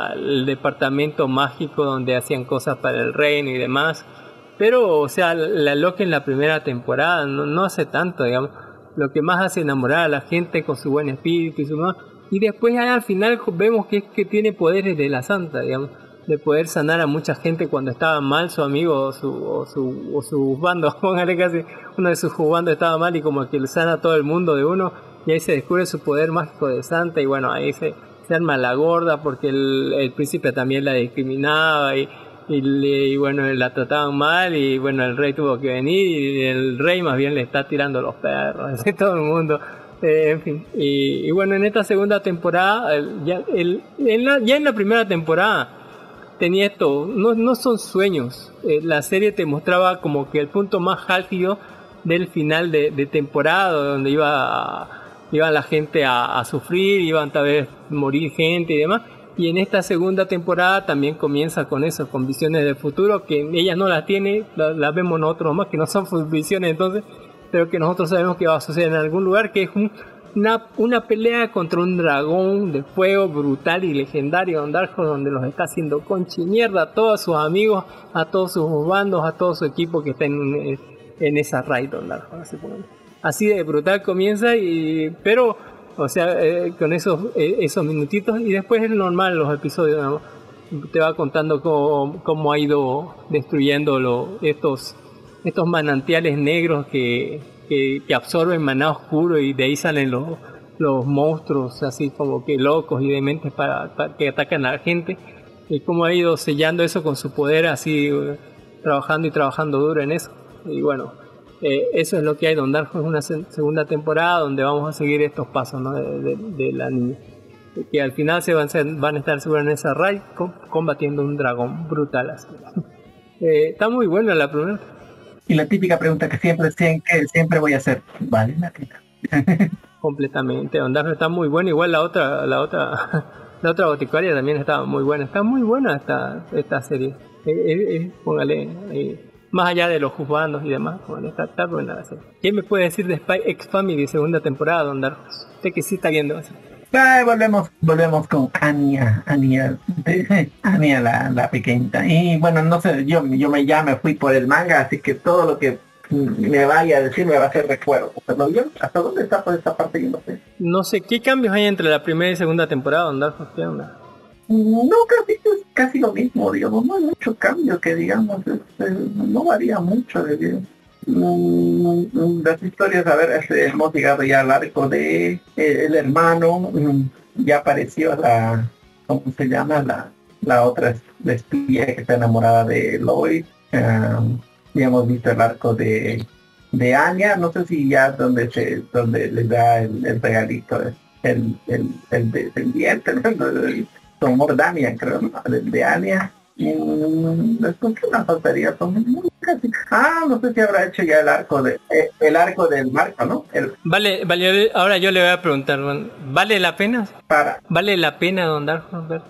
Speaker 5: departamento mágico donde hacían cosas para el reino y demás. Pero, o sea, la loca en la primera temporada no, no hace tanto, digamos. Lo que más hace enamorar a la gente con su buen espíritu y su más. Y después ya al final vemos que es que tiene poderes de la santa, digamos. De poder sanar a mucha gente cuando estaba mal su amigo o su, o su, o su bando. Póngale casi, uno de sus bandos estaba mal y como que le sana a todo el mundo de uno. Y ahí se descubre su poder mágico de santa y bueno, ahí se... se arma la gorda porque el, el príncipe también la discriminaba y, y, le, y bueno, la trataban mal y bueno, el rey tuvo que venir y el rey más bien le está tirando los perros, así todo el mundo, eh, en fin. Y, y bueno, en esta segunda temporada, el, ya, el, en la, ya en la primera temporada tenía esto, no, no son sueños, eh, la serie te mostraba como que el punto más álgido del final de, de temporada donde iba a... iba la gente a, a sufrir, iban tal vez morir gente y demás, y en esta segunda temporada también comienza con eso, con visiones del futuro, que ella no las tiene, las la vemos nosotros más, que no son visiones entonces, pero que nosotros sabemos que va a suceder en algún lugar, que es un, una, una pelea contra un dragón de fuego brutal y legendario, donde los está haciendo concha y mierda a todos sus amigos, a todos sus bandos, a todo su equipo que está en, en esa raid, así por ejemplo. Así de brutal comienza, y pero, o sea, eh, con esos eh, esos minutitos, y después es normal los episodios, ¿no? Te va contando cómo, cómo ha ido destruyendo lo, estos estos manantiales negros que, que, que absorben maná oscuro, y de ahí salen los, los monstruos así como que locos y dementes para, para que atacan a la gente, y cómo ha ido sellando eso con su poder, así trabajando y trabajando duro en eso. Y bueno, Eh, eso es lo que hay. Don Dark Horse es una se- segunda temporada donde vamos a seguir estos pasos, ¿no? de, de, de la niña, que al final se van, se van a estar seguros en esa raid com- combatiendo un dragón brutal así. eh, está muy buena la primera.
Speaker 6: Y la típica pregunta que siempre, siempre, siempre voy a hacer, ¿vale la pena?
Speaker 5: Completamente, Don Dark Horse está muy buena. Igual la otra la otra la otra boticaria también estaba muy buena. Está muy buena esta, esta serie. Eh, eh, eh, póngale eh, más allá de los juzgandos y demás, bueno, está, está buena la serie. ¿Quién me puede decir de Spy X Family segunda temporada, Don Dark Horse? Usted que sí está viendo eso.
Speaker 6: Ay, volvemos, volvemos con Anya, Anya, Anya la, la pequeñita. Y bueno, no sé, yo, yo me ya me fui por el manga, así que todo lo que me vaya a decir me va a hacer recuerdo. Pero yo, ¿hasta dónde está por esta parte? Yo no sé.
Speaker 5: No sé, ¿qué cambios hay entre la primera y segunda temporada, Don Darjo? ¿Qué onda?
Speaker 6: No, casi es casi lo mismo, digamos, no hay mucho cambio que digamos, este, no varía mucho de mm, las historias. A ver, este, hemos llegado ya al arco de eh, el hermano, mm, ya apareció la, ¿cómo se llama? La, la otra la espía que está enamorada de Lloyd, um, ya hemos visto el arco de de Anya, no sé si ya donde se donde le da el, el regalito, el el el descendiente, Son Mordania, creo, ¿no? De, de Anya. Mm, después que una faltaría, son muy casi. Ah, no sé si habrá hecho ya el arco de eh, el arco del marco, ¿no? El,
Speaker 5: Vale, vale, ahora yo le voy a preguntar, ¿vale la pena?
Speaker 6: para.
Speaker 5: ¿Vale la pena, Don Darjo? Ver?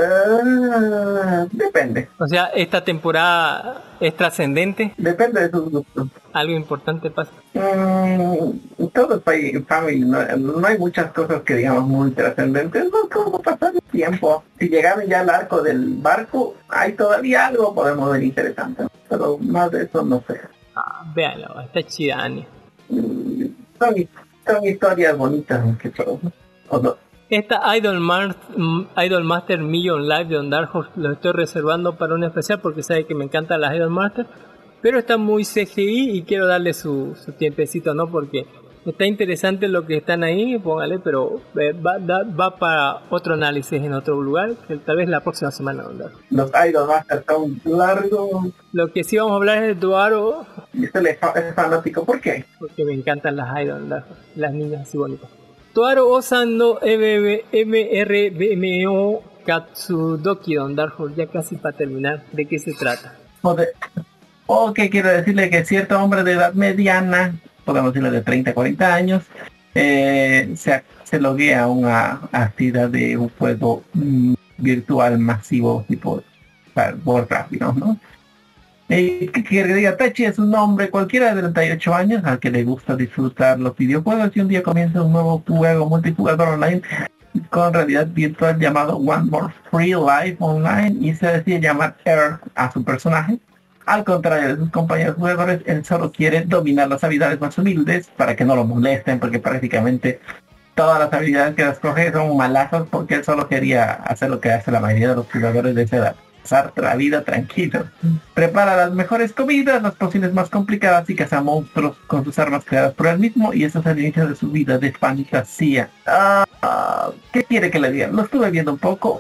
Speaker 6: Uh, depende.
Speaker 5: O sea, esta temporada es trascendente.
Speaker 6: Depende de sus gustos.
Speaker 5: Algo importante pasa.
Speaker 6: Mm, todo es family, no, no hay muchas cosas que digamos muy trascendentes, no como pasar el tiempo. Si llegaron ya al arco del barco, hay todavía algo podemos ver interesante, pero más de eso no sé.
Speaker 5: Ah, véanlo, está chida, Anya.
Speaker 6: Mm, son, son historias bonitas que todo. O no.
Speaker 5: Esta Idol, Mar Idol Master Million Live de Don Darjo lo estoy reservando para un especial porque sabe que me encantan las Idol Master, pero está muy C G I y quiero darle su, su tiempecito, ¿no? Porque está interesante lo que están ahí, póngale, pero va, va, va para otro análisis en otro lugar, que tal vez la próxima semana, Don Darjo.
Speaker 6: Los Idol Masters son largos.
Speaker 5: Lo que sí vamos a hablar es de Tuaro.
Speaker 6: Y este le es fanático, ¿por qué?
Speaker 5: Porque me encantan las Idol, Don Darjo, las niñas así bonitas. Tuaro Osan no M R B M O Katsudoki, Don Darjo, ya casi para terminar. ¿De qué se trata?
Speaker 6: O de... O que quiero decirle que cierto hombre de edad mediana, podemos decirle de treinta a cuarenta años, eh, se, se loguea a una actividad de un juego mm, virtual masivo tipo Warcraft, ¿no? Eh, que, que diga Tachi es un hombre cualquiera de treinta y ocho años al que le gusta disfrutar los videojuegos y un día comienza un nuevo juego multijugador online con realidad virtual llamado One More Free Life Online y se decide llamar Earth a su personaje. Al contrario de sus compañeros jugadores, él solo quiere dominar las habilidades más humildes para que no lo molesten, porque prácticamente todas las habilidades que las coge son malazos, porque él solo quería hacer lo que hace la mayoría de los jugadores de esa edad: pasar la vida tranquilo. Prepara las mejores comidas, las pociones más complicadas y caza monstruos con sus armas creadas por él mismo, y eso es el inicio de su vida de fantasía. Ah, ¿qué quiere que le diga? Lo estuve viendo un poco.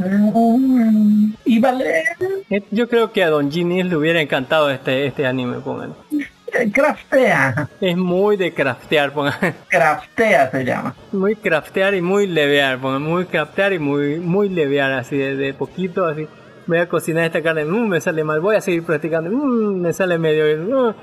Speaker 6: Mm, y vale.
Speaker 5: Yo creo que a Don Ginny le hubiera encantado este este anime, pongan.
Speaker 6: Craftea.
Speaker 5: Es muy de craftear, pongan.
Speaker 6: Craftea se llama.
Speaker 5: Muy craftear y muy levear, pongan. Muy craftear y muy muy levear, así de, de poquito, así. Voy a cocinar esta carne, mmm, me sale mal, voy a seguir practicando, mmm, me sale medio bien. Uh.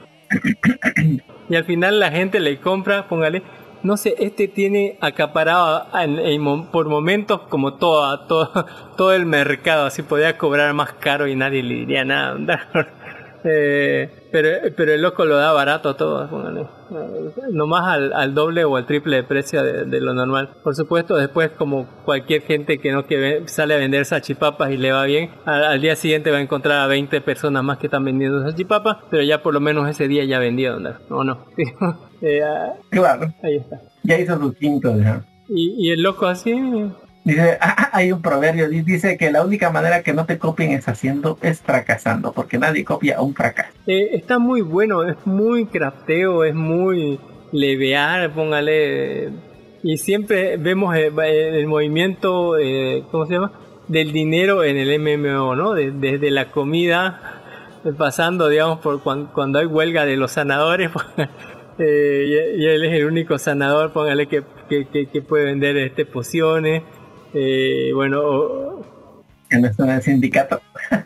Speaker 5: Y al final la gente le compra, póngale. No sé, este tiene acaparado en, en, por momentos como todo, todo, todo el mercado, así podía cobrar más caro y nadie le diría nada. eh, pero, pero el loco lo da barato todo, póngale. Eh, nomás al, al doble o al triple de precio de, de lo normal. Por supuesto, después como cualquier gente que no que ve, sale a vender salchipapas y le va bien, al, al día siguiente va a encontrar a veinte personas más que están vendiendo salchipapas, pero ya por lo menos ese día ya vendió, ¿no? ¿O no? Eh,
Speaker 6: claro.
Speaker 5: Ahí está.
Speaker 6: Ya hizo su quinto, ¿no?
Speaker 5: Y, y el loco así...
Speaker 6: Dice, ah, hay un proverbio, dice que la única manera que no te copien es haciendo, es fracasando, porque nadie copia un fracaso.
Speaker 5: Eh, está muy bueno, es muy crafteo, es muy levear, póngale... Y siempre vemos el, el movimiento, eh, ¿cómo se llama? Del dinero en el M M O, ¿no? Desde de, de la comida, pasando, digamos, por cuando, cuando hay huelga de los sanadores... Eh, y, y él es el único sanador, póngale que, que, que, que puede vender este pociones, eh, bueno, o,
Speaker 6: en el sindicato.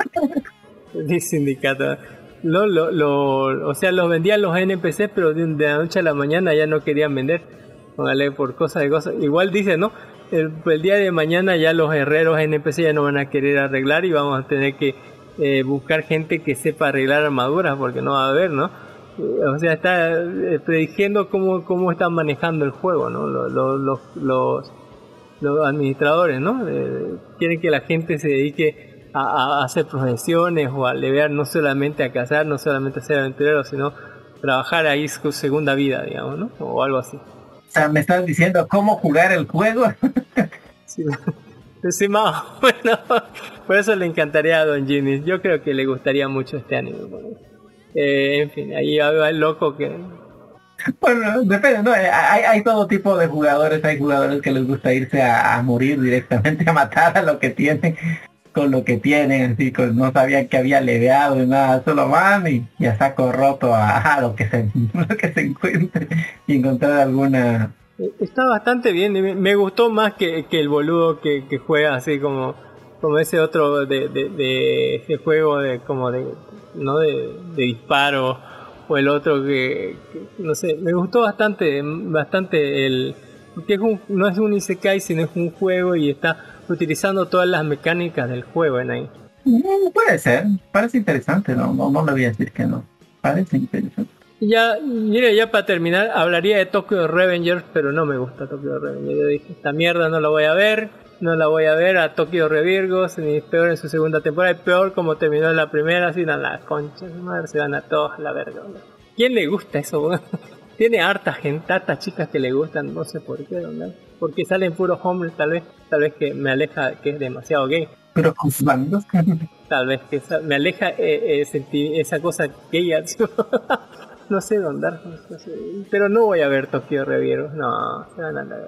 Speaker 5: el sindicato, lo, lo, lo, o sea, los vendían los N P C, pero de, de la noche a la mañana ya no querían vender, póngale por cosas de cosas, igual dice, ¿no? El, el día de mañana ya los herreros N P C ya no van a querer arreglar y vamos a tener que eh, buscar gente que sepa arreglar armaduras, porque no va a haber, ¿no? O sea, está prediciendo cómo, cómo están manejando el juego, ¿no? Los, los, los, los administradores, ¿no? De, quieren que la gente se dedique a, a hacer profesiones o a levear, no solamente a cazar, no solamente a ser aventurero, sino trabajar ahí su segunda vida, digamos, ¿no? O algo así.
Speaker 6: O sea, ¿me estás diciendo cómo jugar el juego?
Speaker 5: Sí, sí, más o menos. Por eso le encantaría a Don Ginny. Yo creo que le gustaría mucho este anime. Eh, en fin, ahí va el loco que...
Speaker 6: Bueno, depende, ¿no? Hay, hay todo tipo de jugadores. Hay jugadores que les gusta irse a, a morir directamente, a matar a lo que tienen, con lo que tienen, así, con, no sabían que había leveado y nada, solo van y ya saco roto a, a lo que se lo que se encuentre y encontrar alguna...
Speaker 5: Está bastante bien, me gustó más que, que el boludo que, que juega así como como ese otro de, de, de ese juego de como de no de, de disparo, o el otro que, que no sé, me gustó bastante bastante el porque es un, no es un isekai sino es un juego y está utilizando todas las mecánicas del juego en ahí.
Speaker 6: Mm, puede ser, parece interesante, no no no le voy a decir que no, parece interesante.
Speaker 5: Ya, mire, ya para terminar, hablaría de Tokyo Revengers, pero no me gusta Tokyo Revengers. Yo dije, esta mierda no la voy a ver, no la voy a ver a Tokyo Revirgos, ni peor en su segunda temporada, y peor como terminó en la primera, así a la concha de madre, se van a todos a la verga. ¿No? ¿Quién le gusta eso? Tiene harta gente, hartas chicas que le gustan, no sé por qué, ¿no? Porque salen puros hombres, tal vez, tal vez que me aleja que es demasiado gay.
Speaker 6: Pero con sus bandos.
Speaker 5: Tal vez que me aleja eh, eh, sentir esa cosa gay, ¿sí? No sé dónde andar, no sé, pero no voy a ver Tokyo Revirgos, no, se van a andar,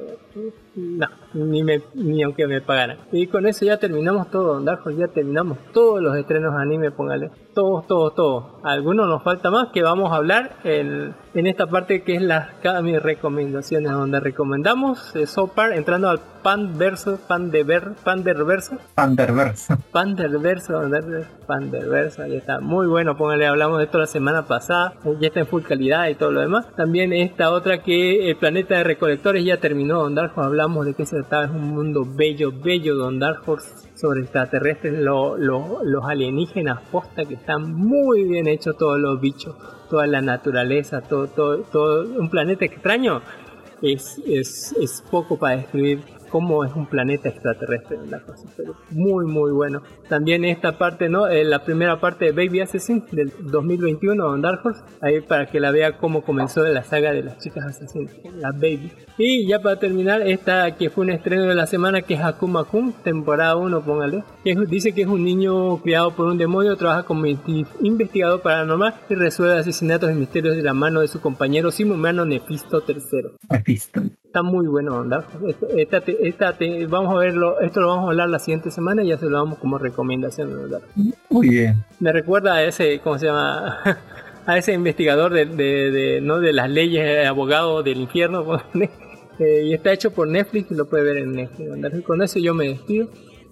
Speaker 5: no, ni, me, ni aunque me pagaran. Y con eso ya terminamos todo, Don Dark Horse, ya terminamos todos los estrenos anime, póngale, todos, todos, todos. Algunos nos falta más que vamos a hablar en, en esta parte que es las cada mis recomendaciones, donde recomendamos eh, Sopar, entrando al Panverso, Pandever, Panderverso,
Speaker 6: Panderverso,
Speaker 5: Panderverso, Panderverso, ahí está, muy bueno, póngale, hablamos de esto la semana pasada, ya está en full calidad y todo lo demás. También esta otra que el planeta de recolectores ya terminó, Don Dark Horse, hablamos de que se trataba, es un mundo bello, bello, Don Dark Horse, sobre extraterrestres, lo, lo, los alienígenas posta que están muy bien hechos, todos los bichos, toda la naturaleza, todo, todo, todo un planeta extraño. Es, es, es poco para describir cómo es un planeta extraterrestre, la cosa, pero muy muy bueno. También esta parte, ¿no? Eh, la primera parte de Baby Assassin del dos mil veintiuno, Don Dark Horse, ahí para que la vea cómo comenzó la saga de las chicas asesinas, la Baby. Y ya para terminar, esta que fue un estreno de la semana, que es Akuma Kun, temporada uno, póngale, que es, dice que es un niño criado por un demonio, trabaja como investigador paranormal y resuelve asesinatos y misterios de la mano de su compañero simulmano Nefisto tercero.
Speaker 6: Nefisto.
Speaker 5: Está muy bueno, Don Dark Horse. Esta, esta, esta, esta, vamos a verlo, esto lo vamos a hablar la siguiente semana y ya se lo damos como recomendación, Don Dark Horse.
Speaker 6: Muy bien.
Speaker 5: Me recuerda a ese, ¿cómo se llama? A ese investigador de, de, de, ¿no? de las leyes, abogado del infierno. eh, y está hecho por Netflix y lo puede ver en Netflix, Don Dark Horse. Con eso yo me despido.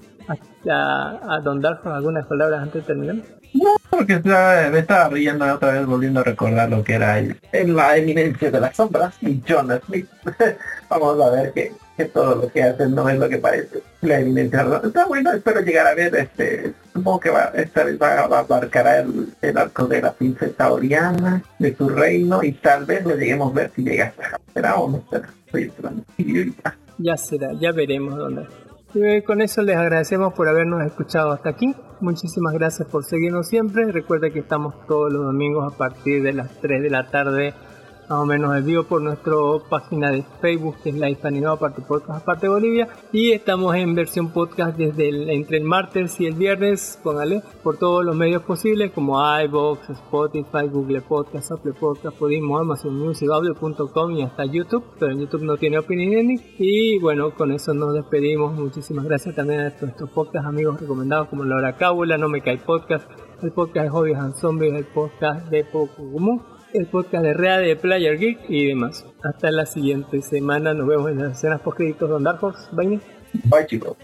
Speaker 5: A, a Don Dark Horse, algunas palabras antes de terminar.
Speaker 6: No, porque estaba, me estaba riendo otra vez, volviendo a recordar lo que era el, en la eminencia de las sombras y John Smith. Vamos a ver que, que todo lo que hacen no es lo que parece. La eminencia está bueno, espero llegar a ver, este, supongo que va, esta vez va, va a abarcar el, el arco de la princesa Oriana, de su reino, y tal vez lo lleguemos a ver si llega hasta será o no será. Estoy esperando.
Speaker 5: Ya será, ya veremos dónde. Y con eso les agradecemos por habernos escuchado hasta aquí. Muchísimas gracias por seguirnos siempre. Recuerda que estamos todos los domingos a partir de las tres de la tarde, más o menos en vivo, por nuestra página de Facebook, que es La Hispanidad, aparte podcast, aparte Bolivia. Y estamos en versión podcast desde el, entre el martes y el viernes, póngale, por todos los medios posibles, como iVoox, Spotify, Google Podcast, Apple Podcast, Podimo, Amazon Music, Audio punto com y hasta YouTube, pero en YouTube no tiene opening ending. Y bueno, con eso nos despedimos. Muchísimas gracias también a estos, estos podcast amigos recomendados como La Hora Cábula, No Me Cae Podcast, el podcast de Hobbies and Zombies, el podcast de Poco Común, el podcast de Rea de Player Geek y demás. Hasta la siguiente semana, nos vemos en las escenas post créditos de Don Dark Horse. Bye.
Speaker 6: Bye, chicos.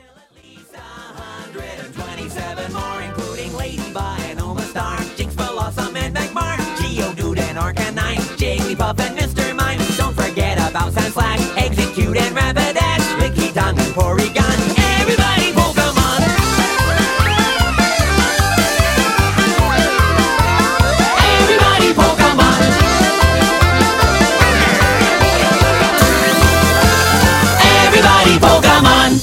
Speaker 1: Pokemon!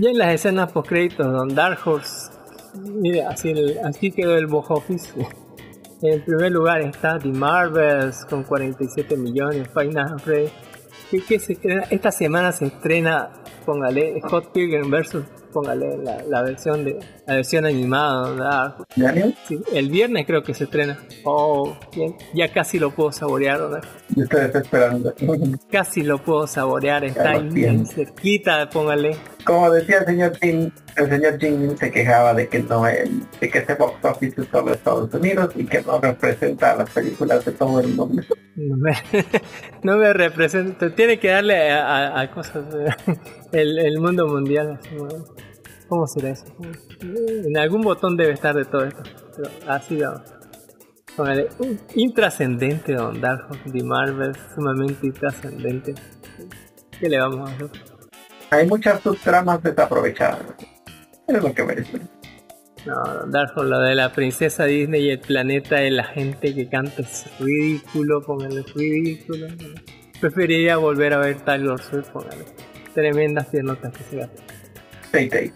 Speaker 5: Ya en las escenas post créditos, Don Dark Horse, mire, así, el, así quedó el box office. En primer lugar está The Marvels con cuarenta y siete millones, Final Fantasy. ¿Qué, qué se estrena? Esta semana se estrena, póngale, Hot Pilgrim versus, póngale la, la versión de la versión animada de Don Dark Horse.
Speaker 6: ¿Daniel?
Speaker 5: Sí, el viernes creo que se estrena. Oh, bien, ya casi lo puedo saborear, ¿no?
Speaker 6: Yo estoy esperando.
Speaker 5: Casi lo puedo saborear, está ahí bien cerquita, póngale.
Speaker 6: Como decía el señor Jim, el señor Jim se quejaba de que no es, de que este box office es solo Estados Unidos y que no representa las películas de todo el mundo.
Speaker 5: No me, no me representa, tiene que darle a, a, a cosas el, el mundo mundial. Así, bueno. ¿Cómo será eso? En algún botón debe estar de todo esto, pero así vamos. Póngale, intrascendente Don Dark Horse, The Marvel, sumamente intrascendente. ¿Qué le vamos a hacer?
Speaker 6: Hay muchas subtramas desaprovechadas. Es lo que merece.
Speaker 5: No, Don Dark Horse, lo de la princesa Disney y el planeta de la gente que canta es ridículo, póngale ridículo. Preferiría volver a ver Taylor Swift, póngale. Tremendas piernotas que se gastan.
Speaker 6: Take, take.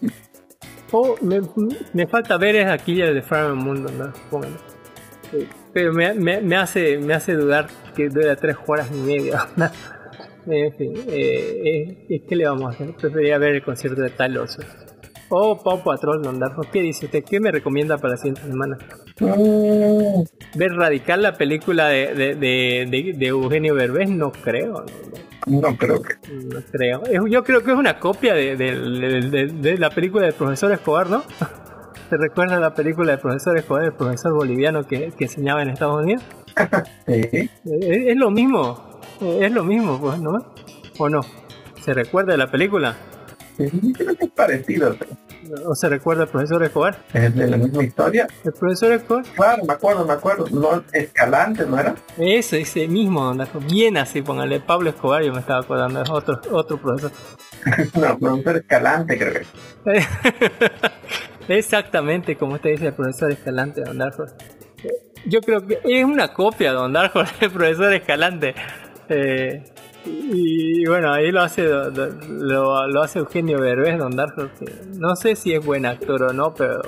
Speaker 5: Oh, me, me falta ver es aquí el de Farm Mundo, ¿no? Póngale. Sí, pero me, me, me hace me hace dudar que dura tres horas y media. En fin, eh, eh, ¿qué le vamos a hacer? Preferiría ver el concierto de Taylor Swift. Oh, Paw Patrol, Don Darjo. ¿Qué dice usted? ¿Qué me recomienda para la siguiente semana?
Speaker 6: Mm.
Speaker 5: ¿Ver Radical, la película de, de, de, de, de Eugenio Derbez? No creo. No,
Speaker 6: no creo que.
Speaker 5: No creo. Yo creo que es una copia de, de, de, de, de la película del profesor Escobar, ¿no? ¿Te recuerdas la película del profesor Escobar, el profesor boliviano que, que enseñaba en Estados Unidos?
Speaker 6: Sí.
Speaker 5: Es, es lo mismo. Es lo mismo, pues, ¿no? ¿O no? ¿Se recuerda de la película?
Speaker 6: Sí, creo que es parecido.
Speaker 5: ¿O se recuerda el profesor Escobar?
Speaker 6: ¿Es de la misma historia?
Speaker 5: ¿El profesor Escobar?
Speaker 6: Claro, me acuerdo, me acuerdo. No, Escalante, ¿no era?
Speaker 5: Ese, ese mismo, Don Darjo. Bien así, póngale. Pablo Escobar, yo me estaba acordando. Es otro, otro profesor.
Speaker 6: No, profesor Escalante, creo que.
Speaker 5: Exactamente como usted dice, el profesor Escalante, Don Darjo. Yo creo que es una copia, Don Darjo, del profesor Escalante. Eh, y, y bueno, ahí lo hace lo, lo, lo hace Eugenio Derbez, Don Dark Horse. No sé si es buen actor o no, pero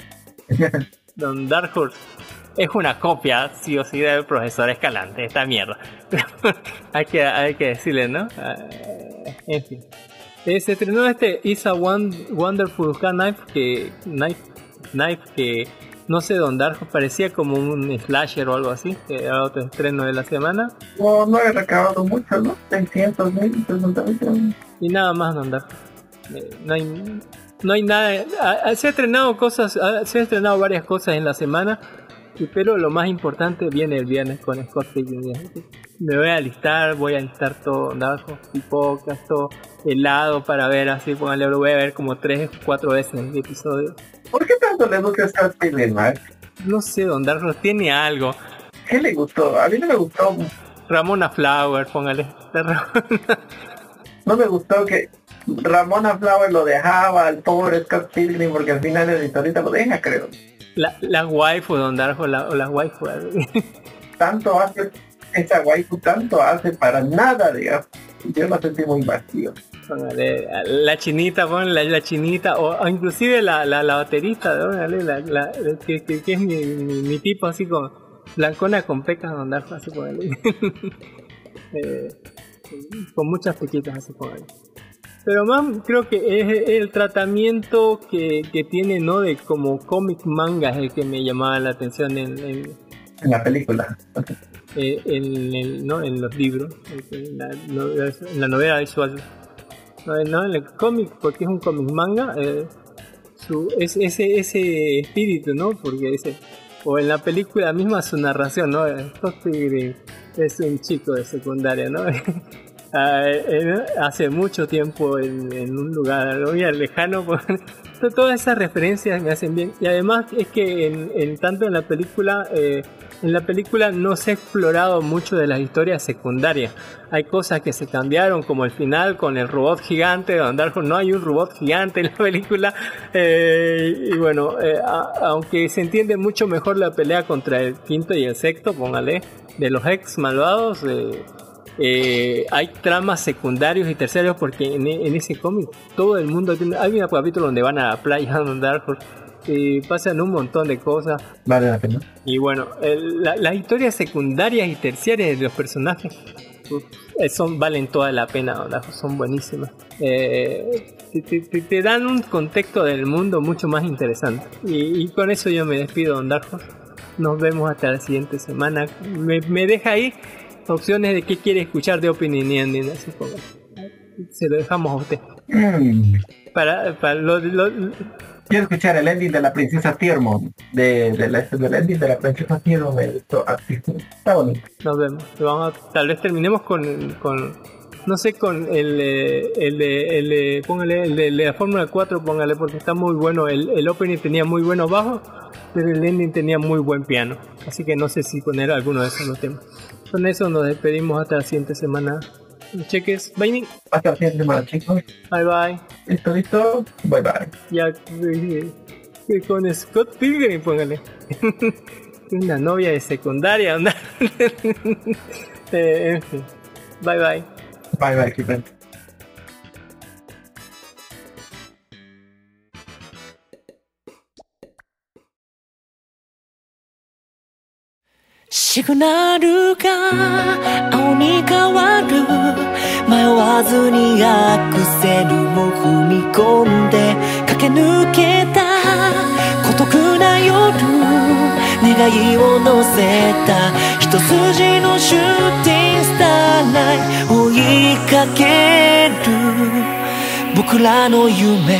Speaker 5: Don Dark Horse es una copia, sí o sí, del profesor Escalante, esta mierda. hay, que, hay que decirle, ¿no? Uh, en fin. Eh, se estrenó este It's a One, Wonderful Knife, que, knife, knife que no sé, Don Darjo, parecía como un slasher o algo así, que era otro estreno de la semana.
Speaker 6: No, no he recabado mucho, ¿no? seiscientos mil, trescientos mil.
Speaker 5: Y nada más, Don Darjo. Eh, no hay no hay nada. Ah, se ha estrenado cosas, ah, se ha estrenado varias cosas en la semana, y, pero lo más importante viene el viernes con Scott Pilgrim. Me voy a alistar, voy a alistar todo, Don Darjo, pipocas, todo helado para ver así, póngale, lo voy a ver como tres, cuatro veces en el episodio.
Speaker 6: ¿Por qué tanto le gusta Scott Pilgrim, Mark?
Speaker 5: No sé, Don Darjo, tiene algo.
Speaker 6: ¿Qué le gustó? A mí no me gustó.
Speaker 5: Ramona Flower, póngale.
Speaker 6: No me gustó que Ramona Flower lo dejaba al pobre Scott Pilgrim porque al final de la historieta lo deja, creo.
Speaker 5: La, la waifu, Don Darjo, la, la waifu.
Speaker 6: Tanto hace, esa waifu tanto hace para nada, digamos. Yo lo sentí muy vacío.
Speaker 5: Póngale, la chinita, ponle la, la chinita, o, o inclusive la, la, la baterista, póngale, la, la, que, que, que es mi, mi, mi tipo así como blancona con pecas, Don Darjo, así póngale. eh, con muchas pequitas, así póngale. Pero más creo que es el tratamiento que, que tiene, ¿no? De como cómic manga es el que me llamaba la atención en, en,
Speaker 6: en la película.
Speaker 5: Eh, en, el, ¿no? En los libros, en la, en la novela visual. No, en el cómic, porque es un cómic manga, eh, su, es, ese, ese espíritu, ¿no? Porque ese, o en la película misma su narración, ¿no? Es un chico de secundaria, ¿no? Hace mucho tiempo en, en un lugar muy lejano, pues, todas esas referencias me hacen bien. Y además es que en, en tanto en la película eh, en la película no se ha explorado mucho de las historias secundarias. Hay cosas que se cambiaron, como el final con el robot gigante. Don Darjo, no hay un robot gigante en la película. Eh, y bueno, eh, a, aunque se entiende mucho mejor la pelea contra el quinto y el sexto, póngale, de los ex malvados, eh, eh, hay tramas secundarios y terciarios porque en, en ese cómic todo el mundo tiene... Hay un capítulo donde van a la playa de Dark Horse y pasan un montón de cosas.
Speaker 6: Vale la pena.
Speaker 5: Y bueno, el, la, las historias secundarias y terciarias de los personajes uf, son, valen toda la pena, ¿verdad? Son buenísimas. Eh, te, te, te dan un contexto del mundo mucho más interesante. Y, y con eso yo me despido, Don Dark Horse. Nos vemos hasta la siguiente semana. Me, me deja ahí opciones de qué quiere escuchar de Opening y Ending, así como se lo dejamos a usted.
Speaker 6: Mm.
Speaker 5: Para, para lo, lo,
Speaker 6: Quiero escuchar el ending de la princesa Tiermon, de, de la, del ending de la princesa Tiermon. Está bonito.
Speaker 5: Nos vemos. Vamos a, tal vez terminemos con, con no sé, con el, el, de, el, de, póngale, el de, el de la Fórmula cuatro, póngale, porque está muy bueno. El, el opening tenía muy buenos bajos, pero el ending tenía muy buen piano. Así que no sé si poner alguno de esos temas. Con eso nos despedimos hasta la siguiente semana. Cheques, bye.
Speaker 6: Hasta la siguiente semana, chicos.
Speaker 5: Bye bye.
Speaker 6: Listo, listo. Bye bye.
Speaker 5: Ya eh, eh, con Scott Pilgrim, póngale. Una novia de secundaria, ¿no? eh, en fin. Bye bye.
Speaker 6: Bye bye, Kipren.
Speaker 1: シグナルが青に変わる迷わずにアクセルを踏み込んで駆け抜けた孤独な夜願いを乗せた一筋のシューティングスターライン追いかける僕らの夢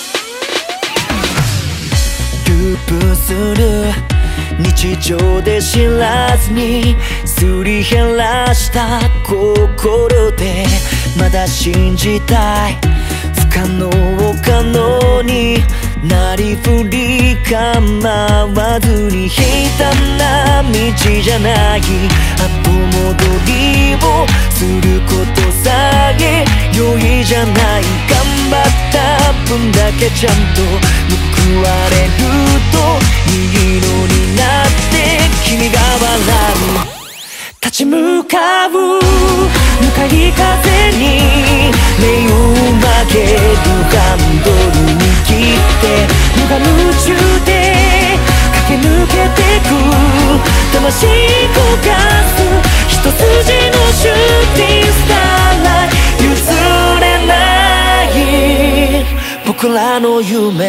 Speaker 1: ループする日常で知らずにすり減らした心でまだ信じたい不可能を可能になりふり構わずに平坦な道じゃない後戻りをすることさえ容易じゃない頑張った分だけちゃんと報われるといいのになって君が笑う立ち向かう向かい風に目を曲げるハンドルに切って無我夢中で駆け抜けてく魂焦がす一筋のシューティングスターライン譲れない僕らの夢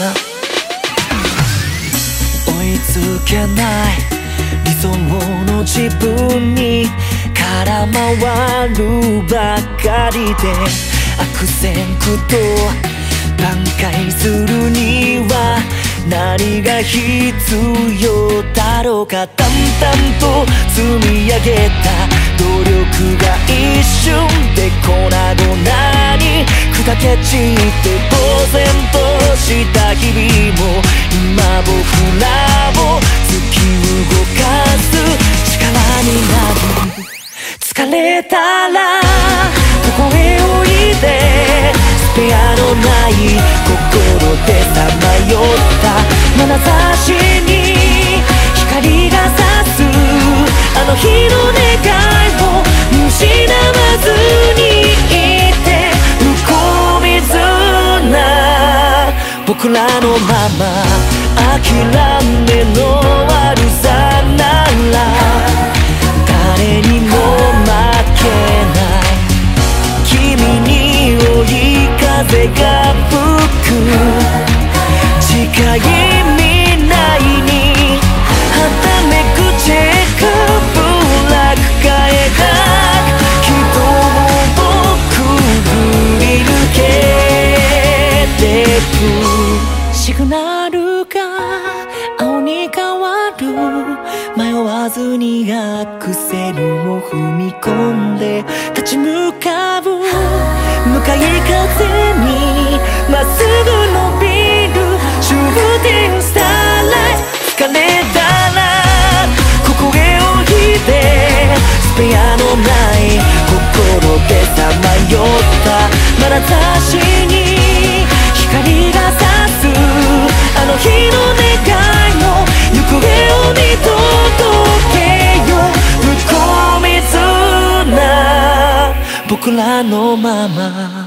Speaker 1: 追いつけない理想の自分に空回るばかりで悪戦苦闘挽回するには何が必要だろうか淡々と積み上げた努力が一瞬で粉々に砕け散って呆然とした日々も今僕らを突き動かす力になる疲れたらここへおいでスペアのない心でさまよった眼差しに光が差すあの日の願いを見失わずにいて向こう水な僕らのまま諦めの悪さなら誰にも負けない君に追い風が吹く近い未来にはためくチェックブラック変えた希望をくぐり抜けてくシグナルが青に変わる迷わずにアクセルを踏み込んで立ち向かう向かい風にまっすぐ伸びるシューティングスターライン疲れたらここへおいでスペアのない心でさまよった眼差しに光が差すあの日の願いの行方を見届けよ向こう水なのまま